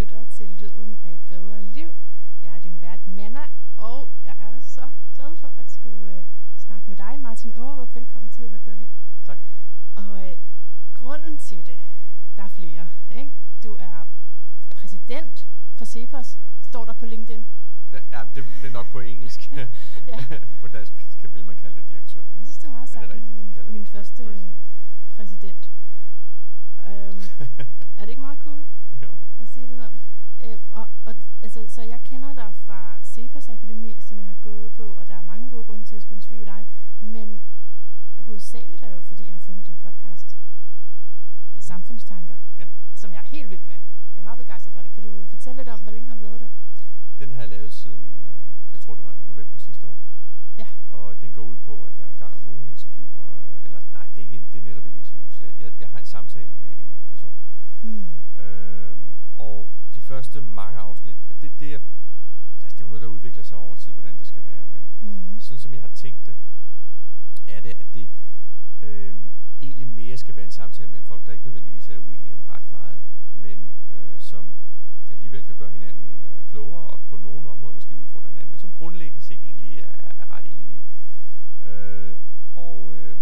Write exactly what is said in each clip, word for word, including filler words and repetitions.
lytter til Lyden af et bedre liv. Jeg er din vært, Manna, og jeg er så glad for at skulle øh, snakke med dig, Martin Aarup. Velkommen til Lyden af et bedre liv. Tak. Og øh, grunden til det, der er flere, ikke? Du er præsident for CEPOS, står der på LinkedIn. Ja, det, det er nok på engelsk. Ja. På dansk kan vil man kalde det direktør. Jeg synes, det er meget sejt med min, min det første præsident. præsident. Um, er det ikke meget cool Jo. at sige det sådan? Um, og, og, altså, så jeg kender dig fra CEPOS Akademi, som jeg har gået på, og der er mange gode grunde til, at jeg skulle interviewe dig. Men hovedsageligt er det jo, fordi jeg har fundet din podcast, mm-hmm. Samfundstanker, ja. Som jeg er helt vild med. Jeg er meget begejstret for det. Kan du fortælle lidt om, hvor længe har du lavet den? Den har jeg lavet siden, jeg tror det var november sidste år. Ja. Og den går ud på, at jeg en gang om ugen interviewer, eller nej, det er, ikke, det er netop ikke interviews. Jeg, jeg, jeg har en samtale med en person. Hmm. Øhm, og de første mange afsnit, det, det, er, altså det er jo noget, der udvikler sig over tid, hvordan det skal være. Men hmm. sådan som jeg har tænkt det, er det, at det øhm, egentlig mere skal være en samtale mellem folk, der ikke nødvendigvis er uenige om ret meget, men øh, som alligevel kan gøre hinanden øh, klogere, og på nogle områder måske udfordre hinanden, men som grundlæggende set egentlig er, er, er ret enige. Øh, og øh,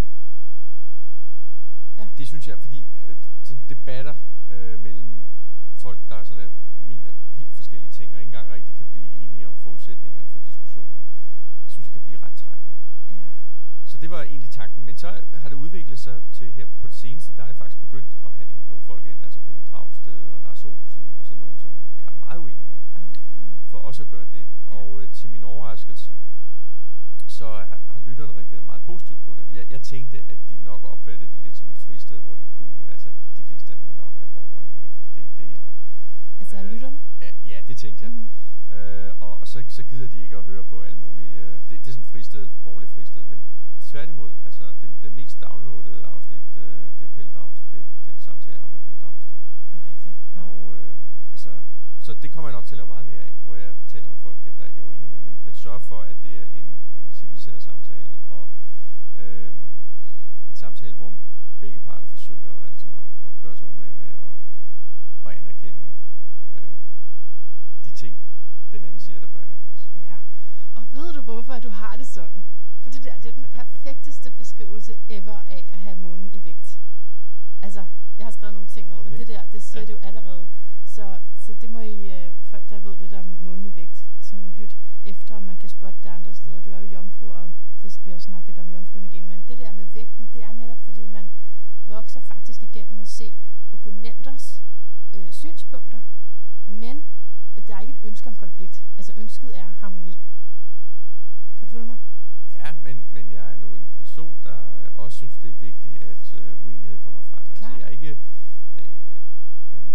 ja. Det synes jeg, fordi øh, sådan debatter øh, mellem folk, der sådan er, mener helt forskellige ting, og ikke engang rigtig kan blive enige om forudsætningerne for diskussionen, synes jeg kan blive ret trættende. Ja. Så det var egentlig tanken, men så har det udviklet sig til her på det seneste, der er jeg faktisk begyndt at have hente nogle folk ind, altså Pelle Dragsted og Lars Olsen, og sådan nogen, som jeg er meget uenig med, ah. for også at gøre det. Ja. Og øh, til min overraskelse, så har, har lytterne reageret meget positivt på det. Jeg, jeg tænkte, at de nok opfattede det lidt som et fristed, hvor de kunne, altså de fleste af dem vil nok være borgerlige, ikke? Fordi det, det er jeg. Altså øh, lytterne? Ja, ja, det tænkte jeg. Mm-hmm. Øh, og og så, så gider de ikke at høre på alle mulige, øh, det, det er sådan et fristed, borgerligt fristed, men tværtimod, altså det, den mest downloadede afsnit, øh, det er Pelle Dragsted, det er den samtale, jeg har med Pelle Dragsted. Rigtigt. Ja. Og øh, altså, så det kommer jeg nok til at lave meget mere af, hvor jeg taler med folk, der jeg er uenig med, men, men sørger for, at det er en, en civiliseret samtale, og øh, en samtale, hvor begge parter forsøger at, ligesom at, at gøre sig umage med at, at anerkende øh, de ting, den anden siger, der bør anerkendes. Ja, og ved du hvorfor du har det sådan? For det der, det er den perfekteste beskrivelse ever af at have munden i vægt. Altså, jeg har skrevet nogle ting ned, okay. Men det der, det siger ja. Det jo allerede. Så, så det må I, øh, folk der ved lidt om munden i vægt, sådan lyt efter, om man kan spotte det andre steder. Du er jo jomfru, og det skal vi også snakke lidt om jomfruenergien. Men det der med vægten, det er netop fordi, man vokser faktisk igennem at se opponenters øh, synspunkter, men der er ikke et ønske om konflikt. Altså ønsket er harmoni. Kan du følge mig? Ja, men, men jeg er nu en person, der også synes, det er vigtigt, at øh, uenighed kommer frem. Klar. Altså jeg er ikke... Øh, øh,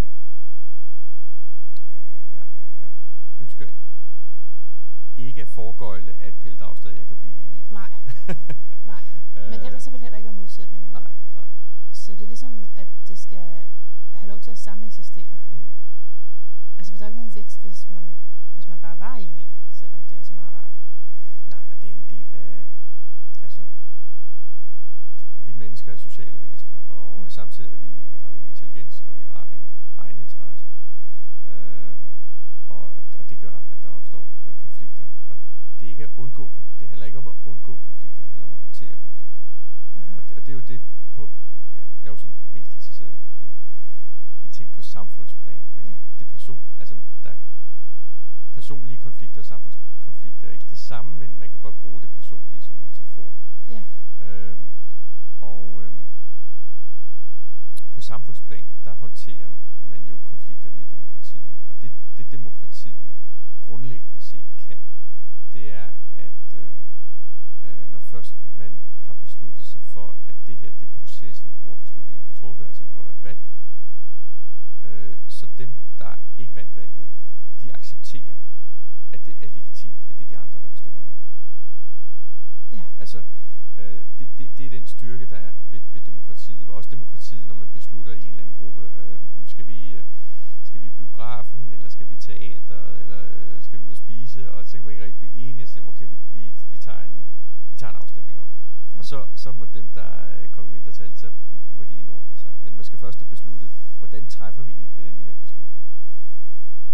jeg, jeg, jeg, jeg ønsker ikke at foregøjle, at Pelle Dragsted, jeg kan blive enig i. Nej, nej. Men ellers så vil det heller ikke være modsætninger, vel? Nej, nej. Så det er ligesom, at det skal have lov til at sameksistere. Mm. Altså, for der er jo ikke nogen vækst, hvis man, hvis man bare var enig, selvom det er også meget rart. Nej, og det er en del af, altså, det, vi mennesker er sociale væsener, og ja. Samtidig er vi, har vi en intelligens, og vi har en egen interesse. Øhm, og, og det gør, at der opstår øh, konflikter. Og det, er ikke at undgå, det handler ikke om at undgå konflikter, det handler om at håndtere konflikter. Og det, og det er jo det på, jeg, jeg er jo sådan mest interesseret i, i ting på samfundsplan, men ja. Det person, altså der personlige konflikter og samfundskonflikter er ikke det samme, men man kan godt bruge det personlige som metafor. Ja. Øhm, og øhm, på samfundsplan, der håndterer man jo konflikter via demokratiet. Og det, det demokratiet grundlæggende set kan, det er, at øh, øh, når først man har besluttet sig for, at det her, det er processen, hvor beslutningen bliver truffet, altså vi holder et valg, øh, så dem, der ikke vandt valget, de accepterer, at det er legitimt, at det er de andre, der bestemmer nu. Ja. Altså, øh, det, det, det er den styrke, der er ved, ved demokratiet. Også demokratiet, når man beslutter i en eller anden gruppe, øh, skal vi øh, skal vi i biografen, eller skal vi i teateret, eller øh, skal vi ud og spise, og så kan man ikke rigtig blive enige og sige, okay, vi, vi, vi, tager en, vi tager en afstemning om det. Ja. Og så, så må dem, der kommer i mindretal, så må de indordne sig. Men man skal først have besluttet, hvordan træffer vi egentlig den her beslutning.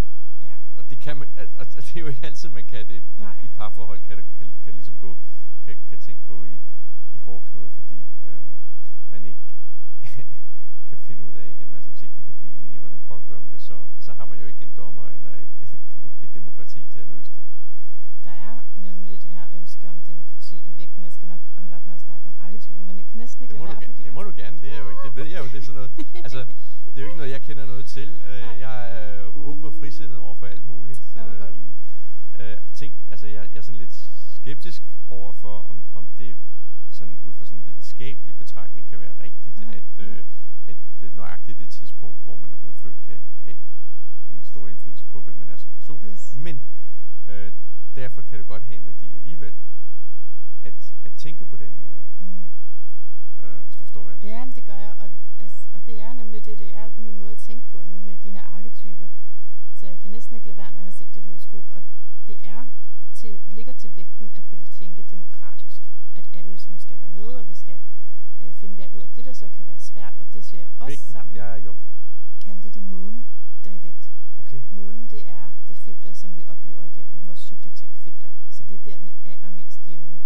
kan man, og, og det er jo ikke altid, man kan det. Nej. I parforhold kan, der, kan, kan ligesom gå, kan, kan ting gå i, i hårdknude, fordi øhm, man ikke kan finde ud af, jamen altså hvis ikke vi kan blive enige, hvordan pokker gør man det så? Og så har man jo ikke en dommer eller et, et, et demokrati til at løse det. Der er nemlig det her ønske om demokrati i vægten. Jeg skal nok holde op med at snakke om arketyper, men jeg kan næsten ikke det må, lade være, fordi... det må du gerne, det, er jo, det ved jeg jo, det er sådan noget. Altså, det er jo ikke noget, jeg kender noget til. Uh, jeg er åben og frisindet over for alt muligt. Ja, uh, uh, ting, altså jeg, jeg er sådan lidt skeptisk over for, om, om det sådan, ud fra sådan en videnskabelig betragtning kan være rigtigt, aha, at, aha. Uh, at det nøjagtigt det tidspunkt, hvor man er blevet født, kan have en stor indflydelse på, hvem man er som person. Yes. Men uh, derfor kan det godt have en værdi alligevel, at, at tænke på den måde. Mm. Uh, hvis du forstår, hvad jeg mener. Ja, men det gør jeg, og, altså, og det er nemlig det, det er min måde at tænke på nu med de her arketyper. Så jeg kan næsten ikke lade være, når jeg har set dit horoskop, og det er til, ligger til vægten at ville tænke demokratisk. At alle ligesom skal være med, og vi skal øh, finde valget, og det der så kan være svært, og det siger jeg også Vægten, sammen. jeg er jomfru. Jamen det er din måne, der er i vægt. Okay. Månen, det er det filter, som vi oplever igennem, vores subjektive filter. Så det er der, vi er allermest hjemme.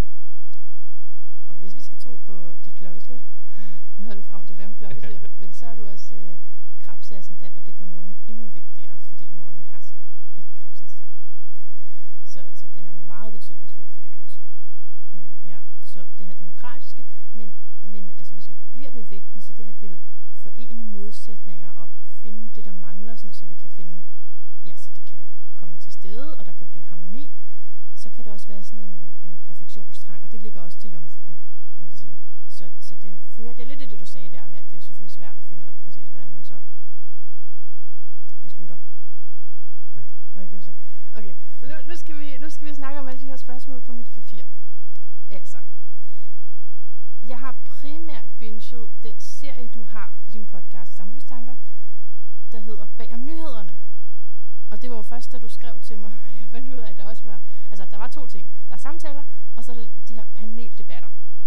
Og hvis vi skal tro på dit klokkeslæt, vi holder frem til at være om klokkeslættet, men så er du også øh, krebsascendant, og det gør månen endnu vigtigere, fordi månen hersker i krebsens tegn. Så, så den er meget betydningsfuld for dit horoskop. Um, ja, så det her demokratiske, men, men altså, hvis vi bliver ved vægten, så det her at ville forene modsætninger og finde det, der mangler, sådan, så vi kan finde, ja, så det kan komme til stede, og der kan blive harmoni, så kan det også være sådan en, en perfektionstrang, og det ligger også til jomfruen, må man sige. Så, så det fører det er lidt af det, du sagde der med, at det er selvfølgelig svært at finde ud af præcis, hvordan man så beslutter. Ja. Var det ikke det, du sagde? Okay, men nu, nu, skal vi, nu skal vi snakke om alle de her spørgsmål på mit papir. Altså, jeg har primært binget den serie, du har i din podcast, Samfundstanker, der hedder Bag om nyhederne. Og det var jo først, da du skrev til mig, jeg fandt ud af, at der også var, altså der var to ting. Der er samtaler, og så er der de her paneldebatter.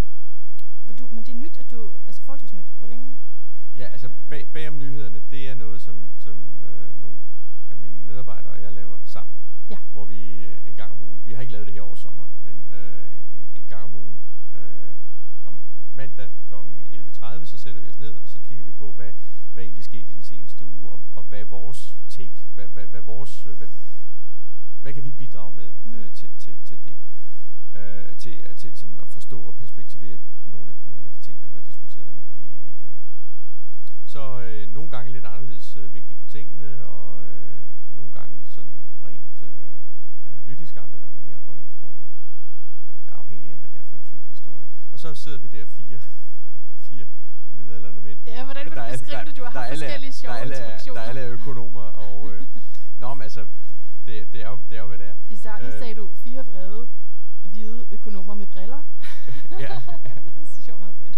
Hvor du, men det er nyt, at du, altså forholdsvis nyt. Hvor længe? Ja, altså bag, bag om nyhederne, det er noget, som, som øh, nogle af mine medarbejdere og jeg laver sammen. Ja. Hvor vi øh, en gang om ugen, vi har ikke lavet det her over sommeren, men øh, en, en gang om ugen, øh, om mandag klokken elleve tredive, så sætter vi os ned, og så kigger vi på, hvad, hvad egentlig skete i den seneste uge, og, og hvad er vores take, hvad, hvad, hvad, vores, hvad, hvad kan vi bidrage med mm. øh, til, til, til det, øh, til, til som at forstå og perspektivere nogle af, nogle af de ting, der har været diskuteret i medierne. Så øh, nogle gange lidt anderledes øh, vinkel på tingene, og øh, nogle gange sådan rent øh, analytisk, andre gange mere holdningsbåret, afhængig af, hvad det er for en type historie. Og så sidder vi der fire, fire midaldrende mænd. Ja, hvordan vil du beskrive der, det? Du har haft forskellige sjove interaktioner. Der er alle økonomer, og øh, nå, men altså, det, det, er jo, det er jo, hvad det er. I starten øh, sagde du fire vrede, hvide økonomer med briller. Ja. Det er sjovt, meget fedt.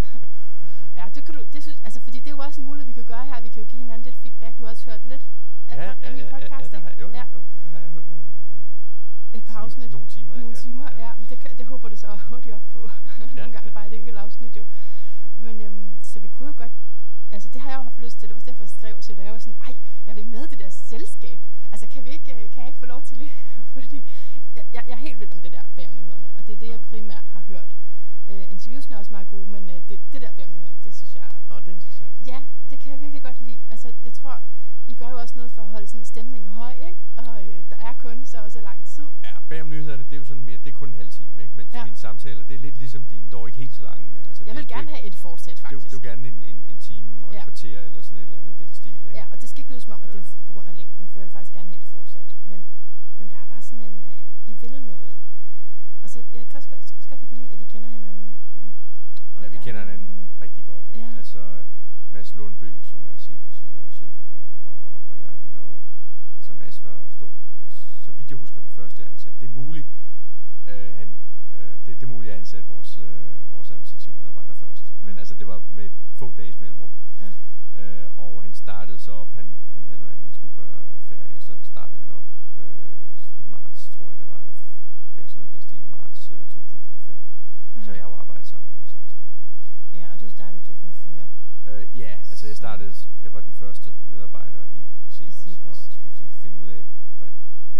Ja, det kan du, det synes, altså fordi det er jo også en mulighed, vi kan gøre her. Vi kan jo give hinanden lidt feedback. Du har også hørt lidt af, ja, af ja, min podcast, ja, ja, der har, jo, jo, ja. jo, der har jeg hørt nogle, nogle, et par afsnit. Nogle timer. Nogle ja, timer, ja. ja. Det, det håber det så hurtigt op på. Nogle ja, gange ja. bare et enkelt afsnit, jo. Men øhm, så vi kunne jo godt, altså det har jeg jo haft lyst til. Det var derfor, jeg skrev til dig. Jeg var sådan, ej, jeg vil med det der selskab. Altså kan vi ikke, kan jeg ikke få lov til det? Fordi jeg, jeg, jeg er helt vild med det der bag om nyhederne. Og det er det, jeg primært har hørt. Uh, interviewsene er også meget gode, men uh, det, det der bag om nyhederne, det synes jeg... Nå, det er interessant. Ja, det kan jeg virkelig godt lide. Altså, jeg tror, I gør jo også noget for at holde sådan stemningen høj, ikke? Og uh, der er kun så også lang tid. Ja, bag om nyhederne, det er jo sådan mere, det er kun en halv time, ikke? Mens ja. Mine samtaler, det er lidt ligesom dine, dog ikke helt så lange, men altså... Jeg vil det, gerne det, have et fortsæt, faktisk. Det er jo gerne en, en, en time og et ja. kvarter, eller sådan et eller andet, den stil, ikke? Ja, og det skal ikke lyde som om, at det er på grund af længden, for jeg vil faktisk gerne have de fortsat. Men, men der er bare sådan en, øh, I vil noget. Og så, jeg kan også godt, jeg tror også godt, jeg kan lide, at I kender hinanden. Og ja, vi kender hinanden rigtig godt, ikke? Ja. Altså, Mads Lundby, som er Cepos uh, cheføkonom, og, og jeg, vi har jo, altså Mads var stor, så vidt jeg husker den første, jeg ansatte. Det er muligt, øh, han, øh, det, det er muligt, jeg ansatte vores, øh, vores administrative medarbejder først. Ja. Men altså, det var med få dages mellemrum. Ja. Øh, og han startede så op, han, han havde noget andet, han skulle gøre færdigt, og så startede han op øh, i marts, tror jeg det var, eller ja, sådan noget den stil, marts øh, to tusind og fem. Aha. Så jeg har jo arbejdet sammen med ham i seksten år. Ja, og du startede i to tusind og fire. Øh, ja, altså jeg startede, jeg var den første medarbejder i Cepos, og skulle sådan finde ud af, hvad,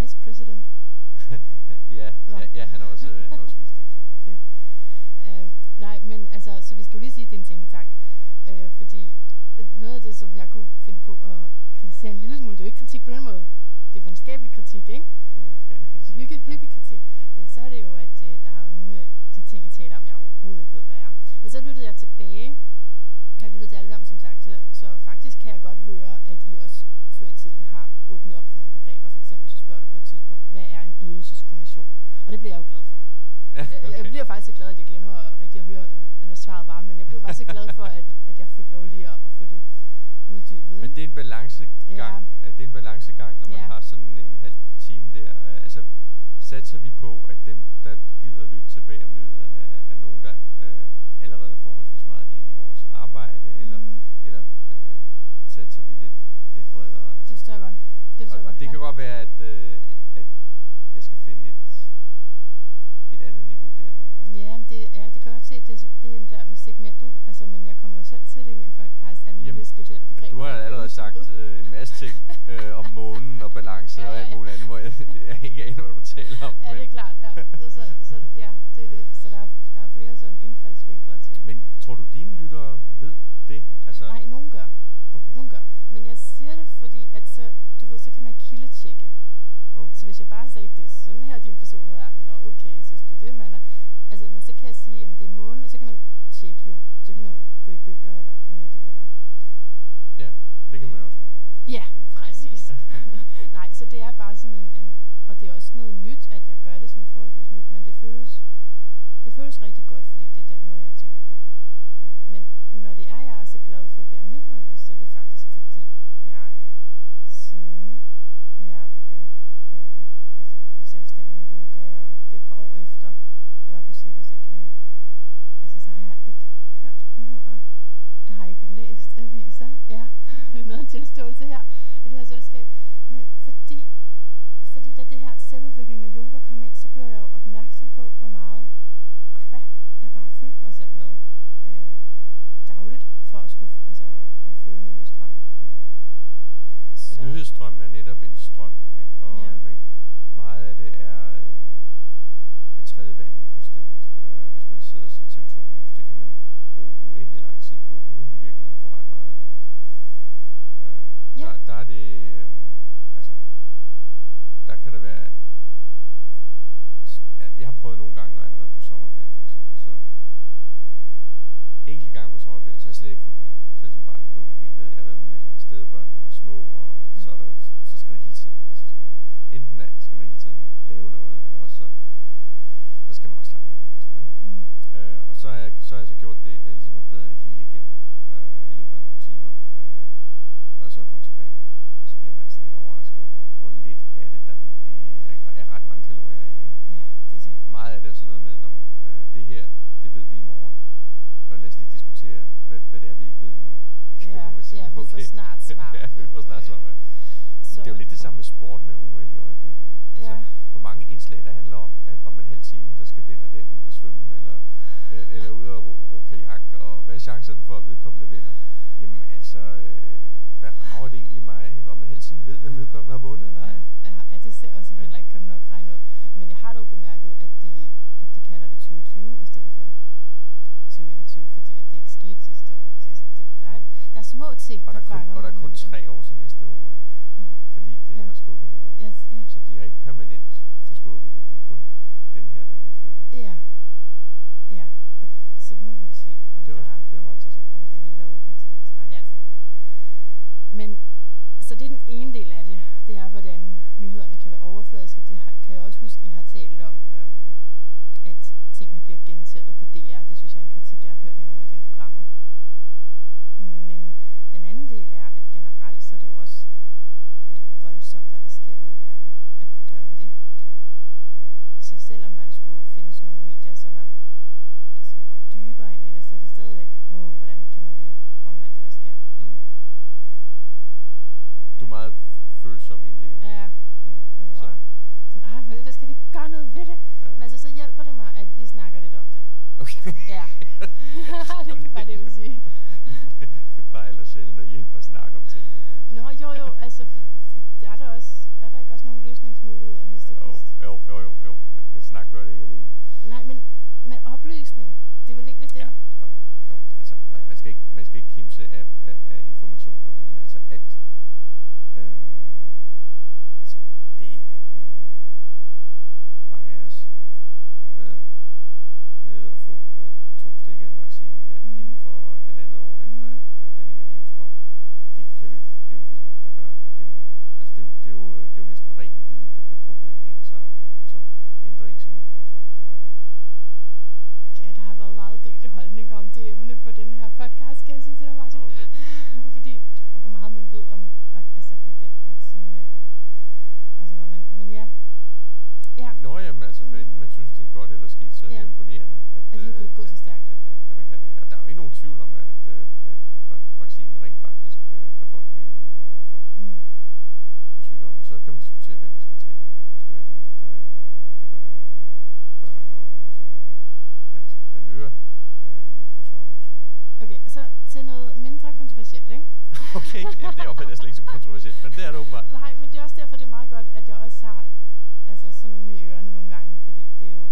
vice president? ja, ja, ja, han er også, øh, han er også vicedirektør. Fedt. Øh, nej, men altså, så vi skal jo lige sige, at det er en tænketank. Øh, fordi noget af det, som jeg kunne finde på at kritisere en lille smule, det er jo ikke kritik på den måde. Det er venskabelig kritik, ikke? Du må gerne kritisere. Hygge, hyggekritik. Ja. Øh, så er det jo, at øh, der er jo nogle af de ting, I taler om, jeg overhovedet ikke ved, hvad er. Men så lyttede jeg tilbage. Jeg har lyttet til alle sammen, som sagt. Så, så faktisk kan jeg godt høre, at I også før i tiden har åbnet op for nogle begreber. For eksempel så spørger du på et tidspunkt, hvad er en ydelseskommission? Og det bliver jeg jo glad for. Ja, okay. jeg, jeg bliver faktisk så glad, at jeg glemmer rigtig at høre, hvad svaret var. Men jeg blev bare så glad for, at, at jeg fik lov lige at, at få det uddybet. Men det er en balancegang, ja. Det er en balancegang, når man ja. har sådan en, en halv time der. Altså satser vi på, at dem, der gider at lytte tilbage om nyhederne, er nogen, der øh, allerede er forholdsvis meget inde i vores arbejde, mm. eller, eller øh, satser vi lidt, lidt bredere? Altså. Det forstår jeg godt. Det, og, godt. og det ja. kan godt være, at, øh, at jeg skal finde et, et andet niveau der nogle gange. Ja, det, ja, det kan jeg godt se, det, det er den der med segmentet, altså, men jeg kommer jo selv til det i min podcast, alle mulige spirituelle begreber. Du har allerede sagt øh, en masse ting øh, om månen og balance ja, ja, ja. og alt muligt andet, hvor jeg, jeg ikke aner, hvad du taler om. Ja, men. Det er klart, ja. Så, så, så ja, det er det. Så der er, der er flere sådan indfaldsvinkler til. Men tror du, dine lyttere ved det? Altså... Nej, nogen gør. Okay. Nogen gør. Men jeg siger det, fordi at så, du ved, så kan man kildetjekke. Okay. Så hvis jeg bare sagde det, sådan her din personlighed er, nå okay, synes du det, man er. Altså, men så kan jeg sige, jamen det er månen, og så kan man tjekke jo. Så kan mm. man jo gå i bøger eller på nettet, eller... Ja, det kan man jo også med vores. Ja, præcis. Nej, så det er bare sådan en, en... Og det er også noget nyt, at jeg gør det sådan forholdsvis nyt, men det føles... Det føles rigtig godt, fordi det er den måde, jeg tænker på. Men når det er, jeg er så glad for at bære nyhederne, så er det faktisk fordi, jeg siden jeg er begyndt at altså, blive selvstændig med yoga, og det er et par år efter, jeg var på Cibers Akademi, altså så har jeg ikke hørt nyheder. Jeg har ikke læst okay. aviser. Ja, det er noget en tilståelse her i det her selskab. Men fordi, fordi da det her selvudvikling og yoga kom ind, så blev jeg jo opmærksom på, hvor meget crap jeg bare fyldte mig selv med øhm, dagligt for at skulle altså at følge nyhedsstrømmen. Mm. Så nyhedsstrøm er netop en strøm, ikke? Og ja. man, meget af det er øh, at træde vandet på stedet. Øh, hvis man sidder og ser T V to News, det kan man bruge uendelig lang tid på, uden i virkeligheden at få ret meget at vide. Øh, ja. der, der er det, øh, altså, der kan der være, jeg har prøvet nogle gange, når jeg har været på sommerferie for eksempel, så øh, enkelte gange på sommerferie, så har jeg slet ikke fulgt med. Så er jeg ligesom bare lukket helt ned. Jeg har været ude et eller andet sted, og børnene var små, og ja. så, er der, så skal der hele tiden, altså skal man, enten skal man hele tiden lave noget, eller også så, så skal man også slappe lidt af og sådan noget, ikke? Mm. Øh, og så har, jeg, så har jeg så gjort det, at jeg ligesom har bladret det hele igennem øh, i løbet af nogle timer, øh, når jeg så er kommet tilbage. Og så bliver man altså lidt overrasket over, hvor lidt af det, der egentlig er, er ret mange kalorier i, ikke? Ja, det er det. Meget af det er sådan noget med, når man, øh, det her, det ved vi i morgen. Og lad os lige diskutere, hvad, hvad det er, vi ikke ved endnu. Ja, sige, ja vi okay. får snart svar på. Ja, vi får snart svar på. Så det er jo lidt det samme med sport med O L i øjeblikket, ikke? Altså, ja. Hvor mange indslag, der handler om, at om en halv time, der skal den og den ud og svømme, eller, eller ud og ro, ro kajak, og hvad er chancerne for, at vedkommende vinder? Jamen altså, øh, hvad rager det egentlig mig? Om en halv time ved, hvem vedkommende har vundet, eller ej? Ja, ja, det ser også heller ikke, kan du nok regne ud. Men jeg har dog bemærket, at de, at de kalder det tyve tyve i stedet for tyve enogtyve, fordi at det ikke skete sidste år. Så yeah. det, der, er, der er små ting, og der, der fanger mig. Og der er kun tre år til næste O L. Nå, okay. Fordi det ja. har skubbet et år. Yes, yeah. Så de har ikke permanent forskubbet det. Det er kun den her, der lige er flyttet. Ja. Ja. Og så må vi se, om det var, der det var meget interessant. Om det hele er åbent til den. Nej, det er det forhåbentlig. Men så det er den ene del af det. Det er, hvordan nyhederne kan være overfladiske. Det har, kan jeg også huske, I har talt om, øhm, at tingene bliver gentaget på D R. Det synes jeg er en kritik, jeg har hørt i nogle af dine programmer. Men den anden del er, at generelt så er det jo også øh, voldsomt, hvad der sker ude i verden. At kunne rumme ja. det. Ja. Så selvom man skulle finde sådan nogle medier, som, er, som går dybere ind i det, så er det stadigvæk, wow, hvordan kan man lige rumme alt det, der sker. Mm. Du er meget følsom indlevende. Ja, mm. det tror jeg. Sådan, ej, hvad skal vi gøre noget ved det? Ja. Men altså, så hjælper det mig, at I snakker lidt om det. Okay. Ja. Det er bare det, jeg vil sige. Det plejer ellers sjældent at hjælpe at snakke om tingene. Nå, jo, jo, altså, der er der også, er der ikke også nogle løsningsmuligheder Jo, jo, jo, jo. Men, men snak gør det ikke alene. Nej, men, men opløsning, det er vel egentlig det? Ja, jo, jo, jo. Altså, man, man skal ikke, man skal ikke kimse af, af, af information og viden. Altså alt, øhm, altså det, at vi, øh, mange af os har været nede og få øh, to stik af en vaccine her mm. inden for halvandet år efter, mm. at øh, denne her virus kom. Det kan vi, det er jo viden, der gør, at det er muligt. Altså det er jo, det er jo, det er jo næsten ren viden, der bliver pumpet ind i ens arm der, og som ændrer ens immunforsvar. Det er ret vildt. Okay, der har været meget delte holdninger om det emne på den her podcast, skal jeg sige til dig, Martin. Okay. Fordi, og hvor meget man ved om, altså lige den vaccine og, og sådan noget, men, men ja. ja. Nå ja, men altså, mm-hmm. enten man synes, det er godt eller skidt, så er ja. det imponerende, at, altså, det øh, at, så stærkt. At, at, at, at man kan det. Og der er jo ikke nogen tvivl om, at, øh, at, at vaccinen rent faktisk øh, gør folk mere immune over for, mm. for sygdommen. Så kan man diskutere, hvem der skal tage den, om det kun skal være de ældre, eller om det bør være alle, og børn og unge osv. Men, men altså, den øger øh, immunforsvar mod sygdommen. Okay, så til noget mindre kontroversielt, ikke? Okay, ja, det opfatter jeg slet ikke så kontroversielt, men det er det åbenbart. Nej, men det er også derfor, det er meget godt, at jeg også har altså, sådan nogle i ørerne nogle gange, fordi det er jo,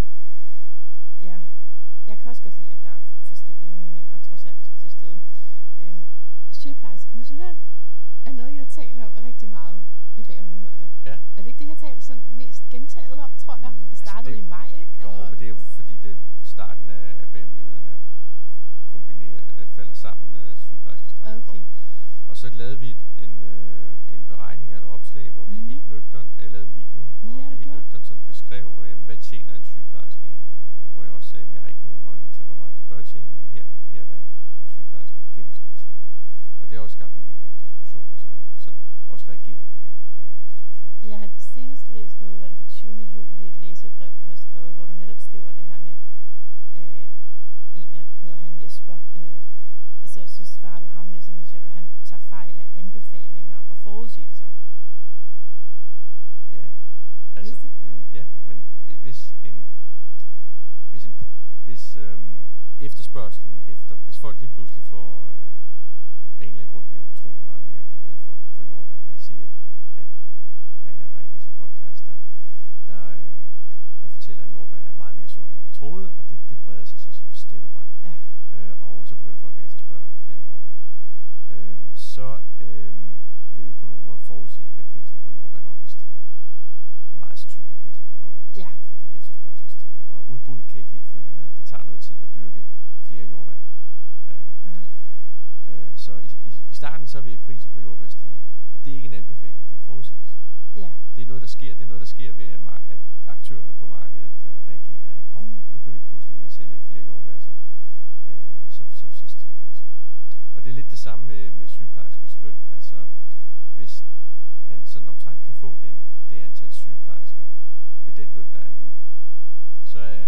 ja, jeg kan også godt lide, at der er forskellige meninger, trods alt, til stede. Øhm, sygeplejerskernes løn er noget, jeg taler om rigtig meget i bag om nyhederne. Ja. Er det ikke det, jeg taler sådan mest gentaget om, tror jeg? Mm, det startede altså det, i maj, ikke? Jo, og men det er jo fordi, det, starten af, af bag om nyhederne kombineret, falder sammen med sygeplejerskestrækken okay. kommer. Og så lavede vi et, en, øh, en beregning af et opslag, hvor vi mm. helt nøgternt, jeg lavede en video, hvor ja, vi helt nøgternt sådan beskrev, jamen, hvad tjener en sygeplejerske egentlig? Hvor jeg også sagde, at jeg har ikke nogen holdning til, hvor meget de bør tjene, men her, her hvad en sygeplejerske i gennemsnit tjener. Og det har også skabt en hel del diskussion, og så har vi sådan også reageret på den øh, diskussion. Jeg har senest læst noget, var det fra tyvende juli, et læserbrev, du har skrevet, hvor du netop skriver det her med, øh, en jeg hedder han Jesper, øh, så, så svarer du ham ligesom, så siger du, han tager fejl af anbefalinger og forudsigelser. Ja, altså, mm, ja, men hvis en, hvis en, hvis øhm, efterspørgselen efter, hvis folk lige pludselig får, øh, af en eller anden grund bliver utrolig meget mere glade for, for jordbær. Lad os sige, at, at, at man er herinde i sin podcast, der, der, øh, der fortæller, at jordbær er meget mere sunde, end vi troede, og det, det breder sig så som steppebrand. Ja. Øh, og så begynder folk at efterspørge flere jordbær. Øh, så øh, vil økonomer forudse, at prisen på jordbær nok vil stige. Det er meget sandsynligt, at prisen på jordbær vil stige, ja. fordi efterspørgselen stiger, og udbuddet kan ikke helt følge med. Det tager noget tid at dyrke flere jordbær. Øh, øh, så i, i, i starten så vil prisen på jordbær stige. Det er ikke en anbefaling, det er en forudsigelse. Ja. Det er noget, der sker. Det er noget, der sker ved, at, at aktørerne på markedet øh, reagerer. Ikke? Hov, mm. nu kan vi pludselig sælge flere jordbær, så, øh, så, så, så stiger prisen. Og det er lidt det samme med, med sygeplejerskers løn. Altså, hvis man sådan omtrent kan få den, det antal sygeplejersker ved den løn, der er nu, så er,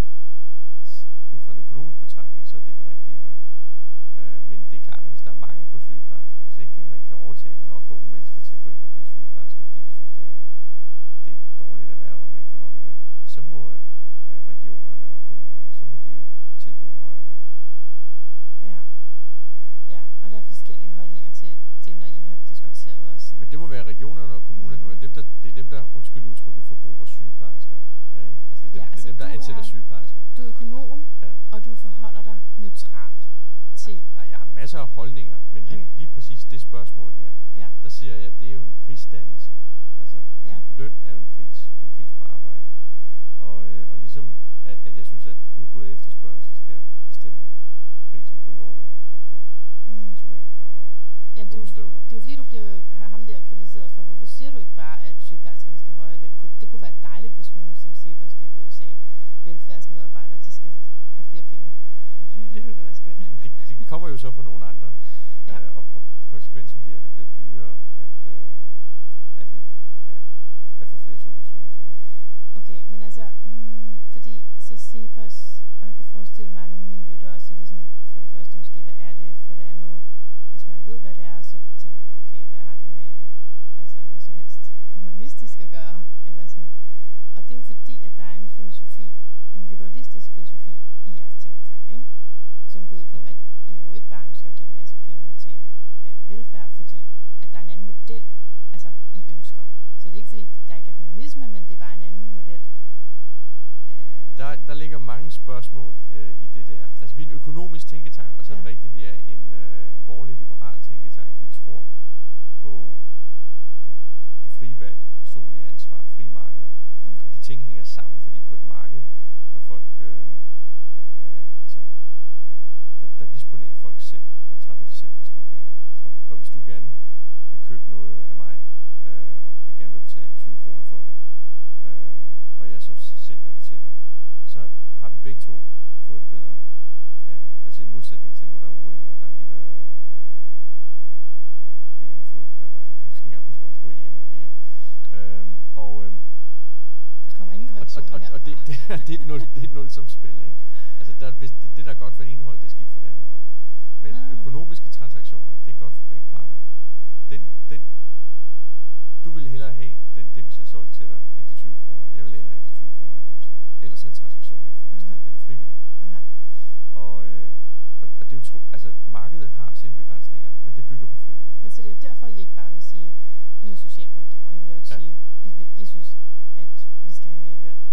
ud fra en økonomisk betragtning, så er det den rigtige løn. Øh, men det er klart, at hvis der er mangel på sygeplejersker, hvis ikke man kan overtale nok unge mennesker til at gå ind og blive sygeplejersker, fordi de synes, det er, en, det er et dårligt erhverv, og man ikke får nok i løn, så må øh, regionerne og kommunerne, så må de jo tilbyde en højere løn. Ja. Ja, og der er forskellige holdninger til det, når I har diskuteret ja. også. Men det må være regionerne og kommunerne, mm. det, er dem, der, det er dem, der, undskyld udtrykket, forbruger sygeplejersker. Ja, ikke? Altså, det er dem, ja, altså det er dem der ansætter er, sygeplejersker. Du er økonom, ja. og du forholder dig neutralt til... Ej, jeg har masser af holdninger, men lige, okay. lige præcis det spørgsmål her, ja. der siger jeg, at det er jo en prisdannelse. Altså, ja. løn er jo en pris. Det er en pris på arbejde. Og, øh, og ligesom, at, at jeg synes, at udbud og efterspørgsel skal bestemme prisen på jordbær og på mm. tomater og ja, gummistøvler. Det er jo fordi, du bliver, har ham der kritiseret for, hvorfor siger du ikke bare, at sygeplejerskerne skal højere løn? Det kunne være dejligt, hvis nogen som Cepos gik ud og sagde, velfærdsmedarbejdere, de skal have flere penge. Det, det ville være skønt. Det, det kommer jo så fra nogle andre, ja. øh, og, og konsekvensen bliver, at det bliver dyrere at, øh, at, at, at få flere sundhedsydelser. Okay, men altså, hmm, fordi så Cepos, og jeg kunne forestille mig, at nogle af mine lyttere, så de sådan, for det første måske, hvad er det, for det andet, hvis man ved, hvad det er, så tænker man, okay, hvad har det med altså noget som helst humanistisk at gøre, eller sådan. Og det er jo fordi, at der er en filosofi, en liberalistisk filosofi i jeres tænketank, ikke? Som går ud på, at I jo ikke bare ønsker at give en masse penge til øh, velfærd, fordi at der er en anden model, altså I ønsker. Så det er ikke fordi, der ikke er humanisme, men det er bare en anden model, spørgsmål øh, i det der. Altså vi er en økonomisk tænketank, og så er det Ja. rigtigt, vi er en, øh, en borgerlig liberal tænketank. Vi tror på, på det frie valg, personlige ansvar, frie markeder, Ja. og de ting hænger sammen, fordi på et marked, når folk, øh, der, øh, altså, øh, der, der disponerer folk selv, der træffer de selv beslutninger. Og, og hvis du gerne vil købe noget af mig, øh, og vil gerne vil betale tyve kroner for det, øh, og jeg så sælger det til dig, så har vi begge to fået det bedre af det. Altså i modsætning til nu der er O L, og der har lige været øh, øh, V M i fodbold. Jeg kan ikke engang huske, om det var E M eller V M. Øhm, og, øhm, Der kommer ingen korrektioner og, og, her. og det, det, er, det, er et nul, det er et nul som spil, ikke? Altså der, hvis det, det der er godt for det ene hold, det er skidt for det andet hold. Men Ah. økonomiske transaktioner, det er godt for begge parter. Den, den, du ville hellere have den dims, jeg solgte til dig, end de tyve kroner. Jeg ville hellere have de tyve kroner end dimsen. Ellers havde transaktionen ikke fundet Aha. sted. Den er frivillig. Aha. Og, øh, og, og det er jo tro, altså markedet har sine begrænsninger, men det bygger på frivillighed. Men så det er jo derfor, I ikke bare vil sige, nu er jeg socialrådgiver, I vil jo ikke Ja. sige, I, vil- I synes, at vi skal have mere i løn.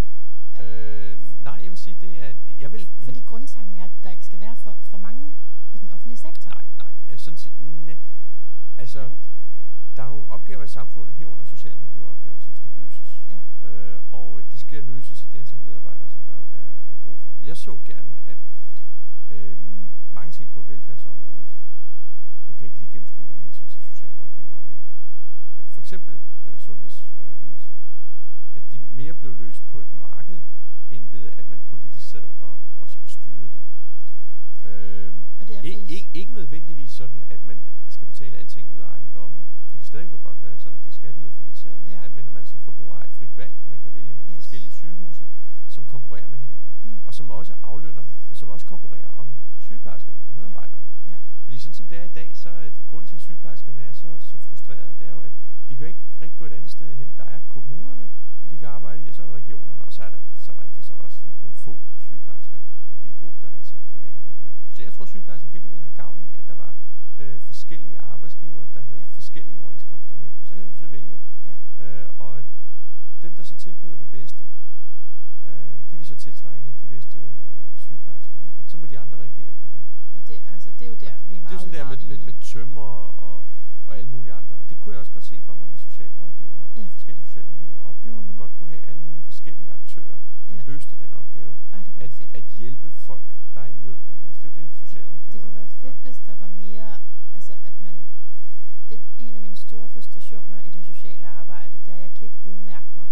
Øh, nej, jeg vil sige, det er... Jeg vil, Fordi grundtanken er, at der ikke skal være for, for mange i den offentlige sektor. Nej, nej. øh, Sådan set, næ, altså, Er det der er nogle opgaver i samfundet, herunder socialrådgiveropgaver, som skal løses. Ja. Øh, og det skal løses af det antal medarbejdere, som der er, er brug for. Men jeg så gerne, at øh, mange ting på velfærdsområdet, nu kan jeg ikke lige gennemskue det med hensyn til socialrådgivere, men øh, for eksempel øh, sundhedsydelser, at de mere blev løst på et marked, end ved at man politisk sad og, og, og styrede det. Øhm, Og det er ikke, for I- ikke, ikke nødvendigvis sådan, at man skal betale alting ud af egen lomme. Det kan stadig godt være sådan, at det er skatteyderfinansieret, men, Ja. at, men at man som forbruger har et frit valg, man kan vælge mellem Yes. forskellige sygehuse, som konkurrerer med hinanden, Mm. og som også aflønner, som også konkurrerer om sygeplejerskerne og medarbejderne. Ja. Fordi sådan som det er i dag, så er grunden til, at sygeplejerskerne er så, så frustrerede, det er jo, at de kan ikke rigtig gå et andet sted hen. Der er kommunerne, de kan arbejde i, og så er der regionerne, og så er der, så er der, rigtig, så er der også nogle få sygeplejersker, en lille gruppe, der er ansat privat. Ikke? Men, så jeg tror, at sygeplejersken virkelig ville have gavn i, at der var øh, forskellige arbejdsgivere, der havde Ja. forskellige overenskomster med dem. Og så kan de så vælge. Ja. Øh, og at dem, der så tilbyder det bedste, øh, de vil så tiltrække de bedste øh, sygeplejersker. Ja. Og så må de andre reagere på det. Og det, altså, det er jo der, vi er Det er jo meget, sådan der meget med, med, enige. med tømmer og, og alle mulige andre. Og det kunne jeg også godt se for mig med socialrådgiver og Ja. forskellige socialrådgiver opgaver. Mhm. Man godt kunne have alle mulige forskellige aktører, der Ja. løste den opgave. Ej, det kunne At, være fedt. at hjælpe folk, der er i nød. Ikke? Altså, det er jo det, socialrådgiver Det kunne være gør. fedt, hvis der var mere, altså at man, det er en af mine store frustrationer i det sociale arbejde, det er, at jeg kan ikke udmærke mig.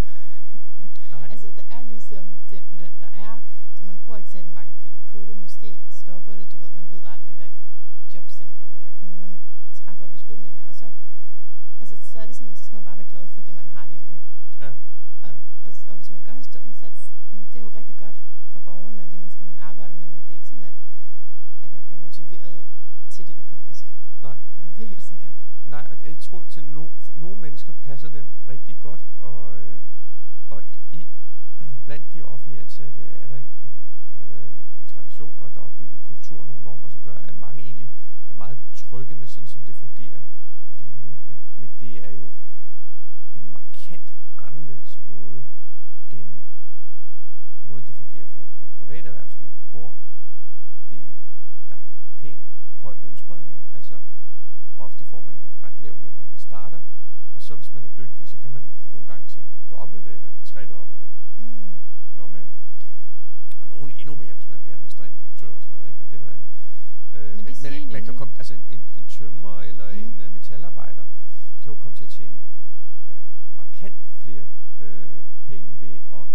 Nej. Altså, der er ligesom den løn, der er. Det, man bruger ikke særlig mange penge på det. Måske stopper det, du ved, man ved aldrig, hvad jobcentrene eller kommunerne træffer af beslutninger. Og så, altså, så er det sådan, så skal man bare være glad for det, man har lige nu. Ja. Og, Ja. og, og hvis man gør en stor indsats, mm, det er jo rigtig godt for borgerne og de mennesker, man arbejder med, men det er ikke sådan, at, at man bliver motiveret til det økonomiske. Nej. Det er helt sikkert. Nej, og jeg tror, til no, for nogle mennesker passer det rigtig godt, og, øh, og i, i blandt de offentlige ansatte er der en, en, har der været en tradition, og der er opbygget kultur og nogle normer, som gør, at mange egentlig er meget trygge med sådan, som det fungerer lige nu. Men, men det er jo en markant anderledes måde, end måden det fungerer på, på det private erhvervsliv, hvor det, der er en pæn høj lønspredning, altså ofte får man en ret lav løn, når man starter, og så hvis man er dygtig, så kan man nogle gange tjene det dobbelte eller det tredobbelte, Mm. når man, og nogen endnu mere, hvis man bliver administrerende direktør og sådan noget, ikke? Men det er noget andet. Øh, Men men det siger I men man kan nemlig. komme, altså en, en, en tømrer eller Mm. en uh, metalarbejder kan jo komme til at tjene øh, markant flere øh, penge ved at,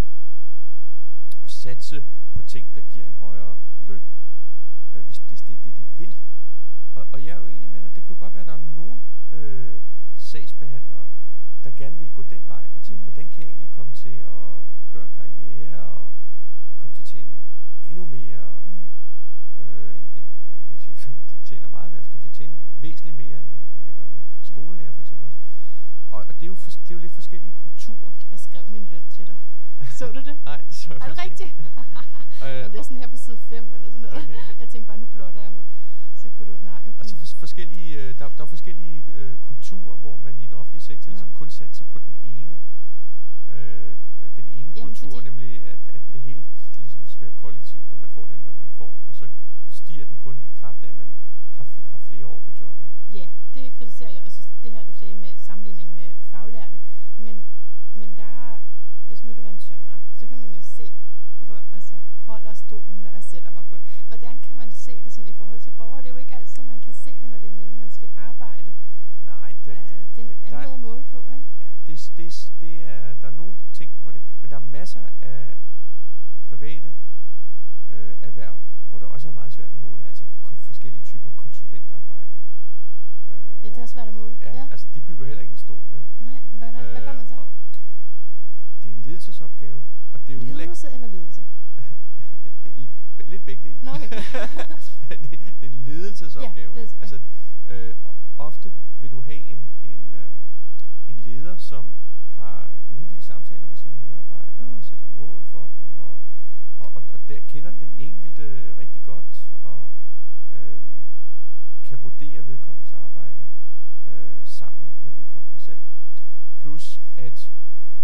at satse på ting, der giver en højere løn, øh, hvis, hvis det er det, de vil. Og, og jeg er jo enig med dig, det kunne godt være, at der er nogen øh, sagsbehandlere, der gerne vil gå den vej og tænke, Mm. hvordan kan jeg egentlig komme til at gøre karriere og, og komme til at tjene endnu mere, Mm. øh, end, end, jeg kan sige, de tjener meget mere, altså komme til at tjene væsentligt mere, end, end, end jeg gør nu. Skolelærer for eksempel også. Og, og det, er jo for, det er jo lidt forskellige kulturer. Jeg skrev min løn til dig. Så du det? Nej, det så jeg Er det faktisk rigtigt? ikke. Øh, Og det er sådan her på side fem eller sådan noget. Okay. Jeg tænkte bare, nu blotter jeg mig. Så kunne du, nej, okay. Altså for, forskellige, øh, der, der er forskellige øh, kulturer, hvor man i den offentlige sektor Ja. ligesom kun satser på den ene, øh, den ene Jamen, kultur, fordi- nemlig at, at det hele ligesom kollektivt, og man får den løn, man får. Og så stiger den kun i kraft af, at man har, fl- har flere år på jobbet. Ja, det kritiserer jeg. Og så det her, du sagde med sammenligning med faglærte. Men, men der er, hvis nu du var en tømrer, så kan man jo se, hvor altså, holder stolen, når jeg sætter mig på den. Hvordan kan man se det sådan i forhold til borgere? Det er jo ikke altid, man kan se det, når det er mellemmændeligt arbejde. Nej, det, uh, det er en anden måde at måle på, ikke? Ja, det, det, det er, der er nogle ting, hvor det, men der er masser af private øh, erhverv, hvor det også er meget svært at måle, altså forskellige typer konsulentarbejde. Øh, ja, det er også svært at måle. Ja, ja, altså de bygger heller ikke en stol, vel? Nej, hvad, øh, hvad gør man så? Det er en ledelsesopgave, og det er jo ledelse heller ikke... eller ledelse? Lidt begge dele. Nå, okay. det, det er en ledelsesopgave. Ja, ledelse, ja. Altså, øh, ofte vil du have en, en, øh, en leder, som har ugentlige samtaler med sine medarbejdere mm. og sætter mål for dem, og, og, og, og der kender mm. den enkelte rigtig godt, og øh, kan vurdere vedkommendes arbejde øh, sammen med vedkommende selv. Plus at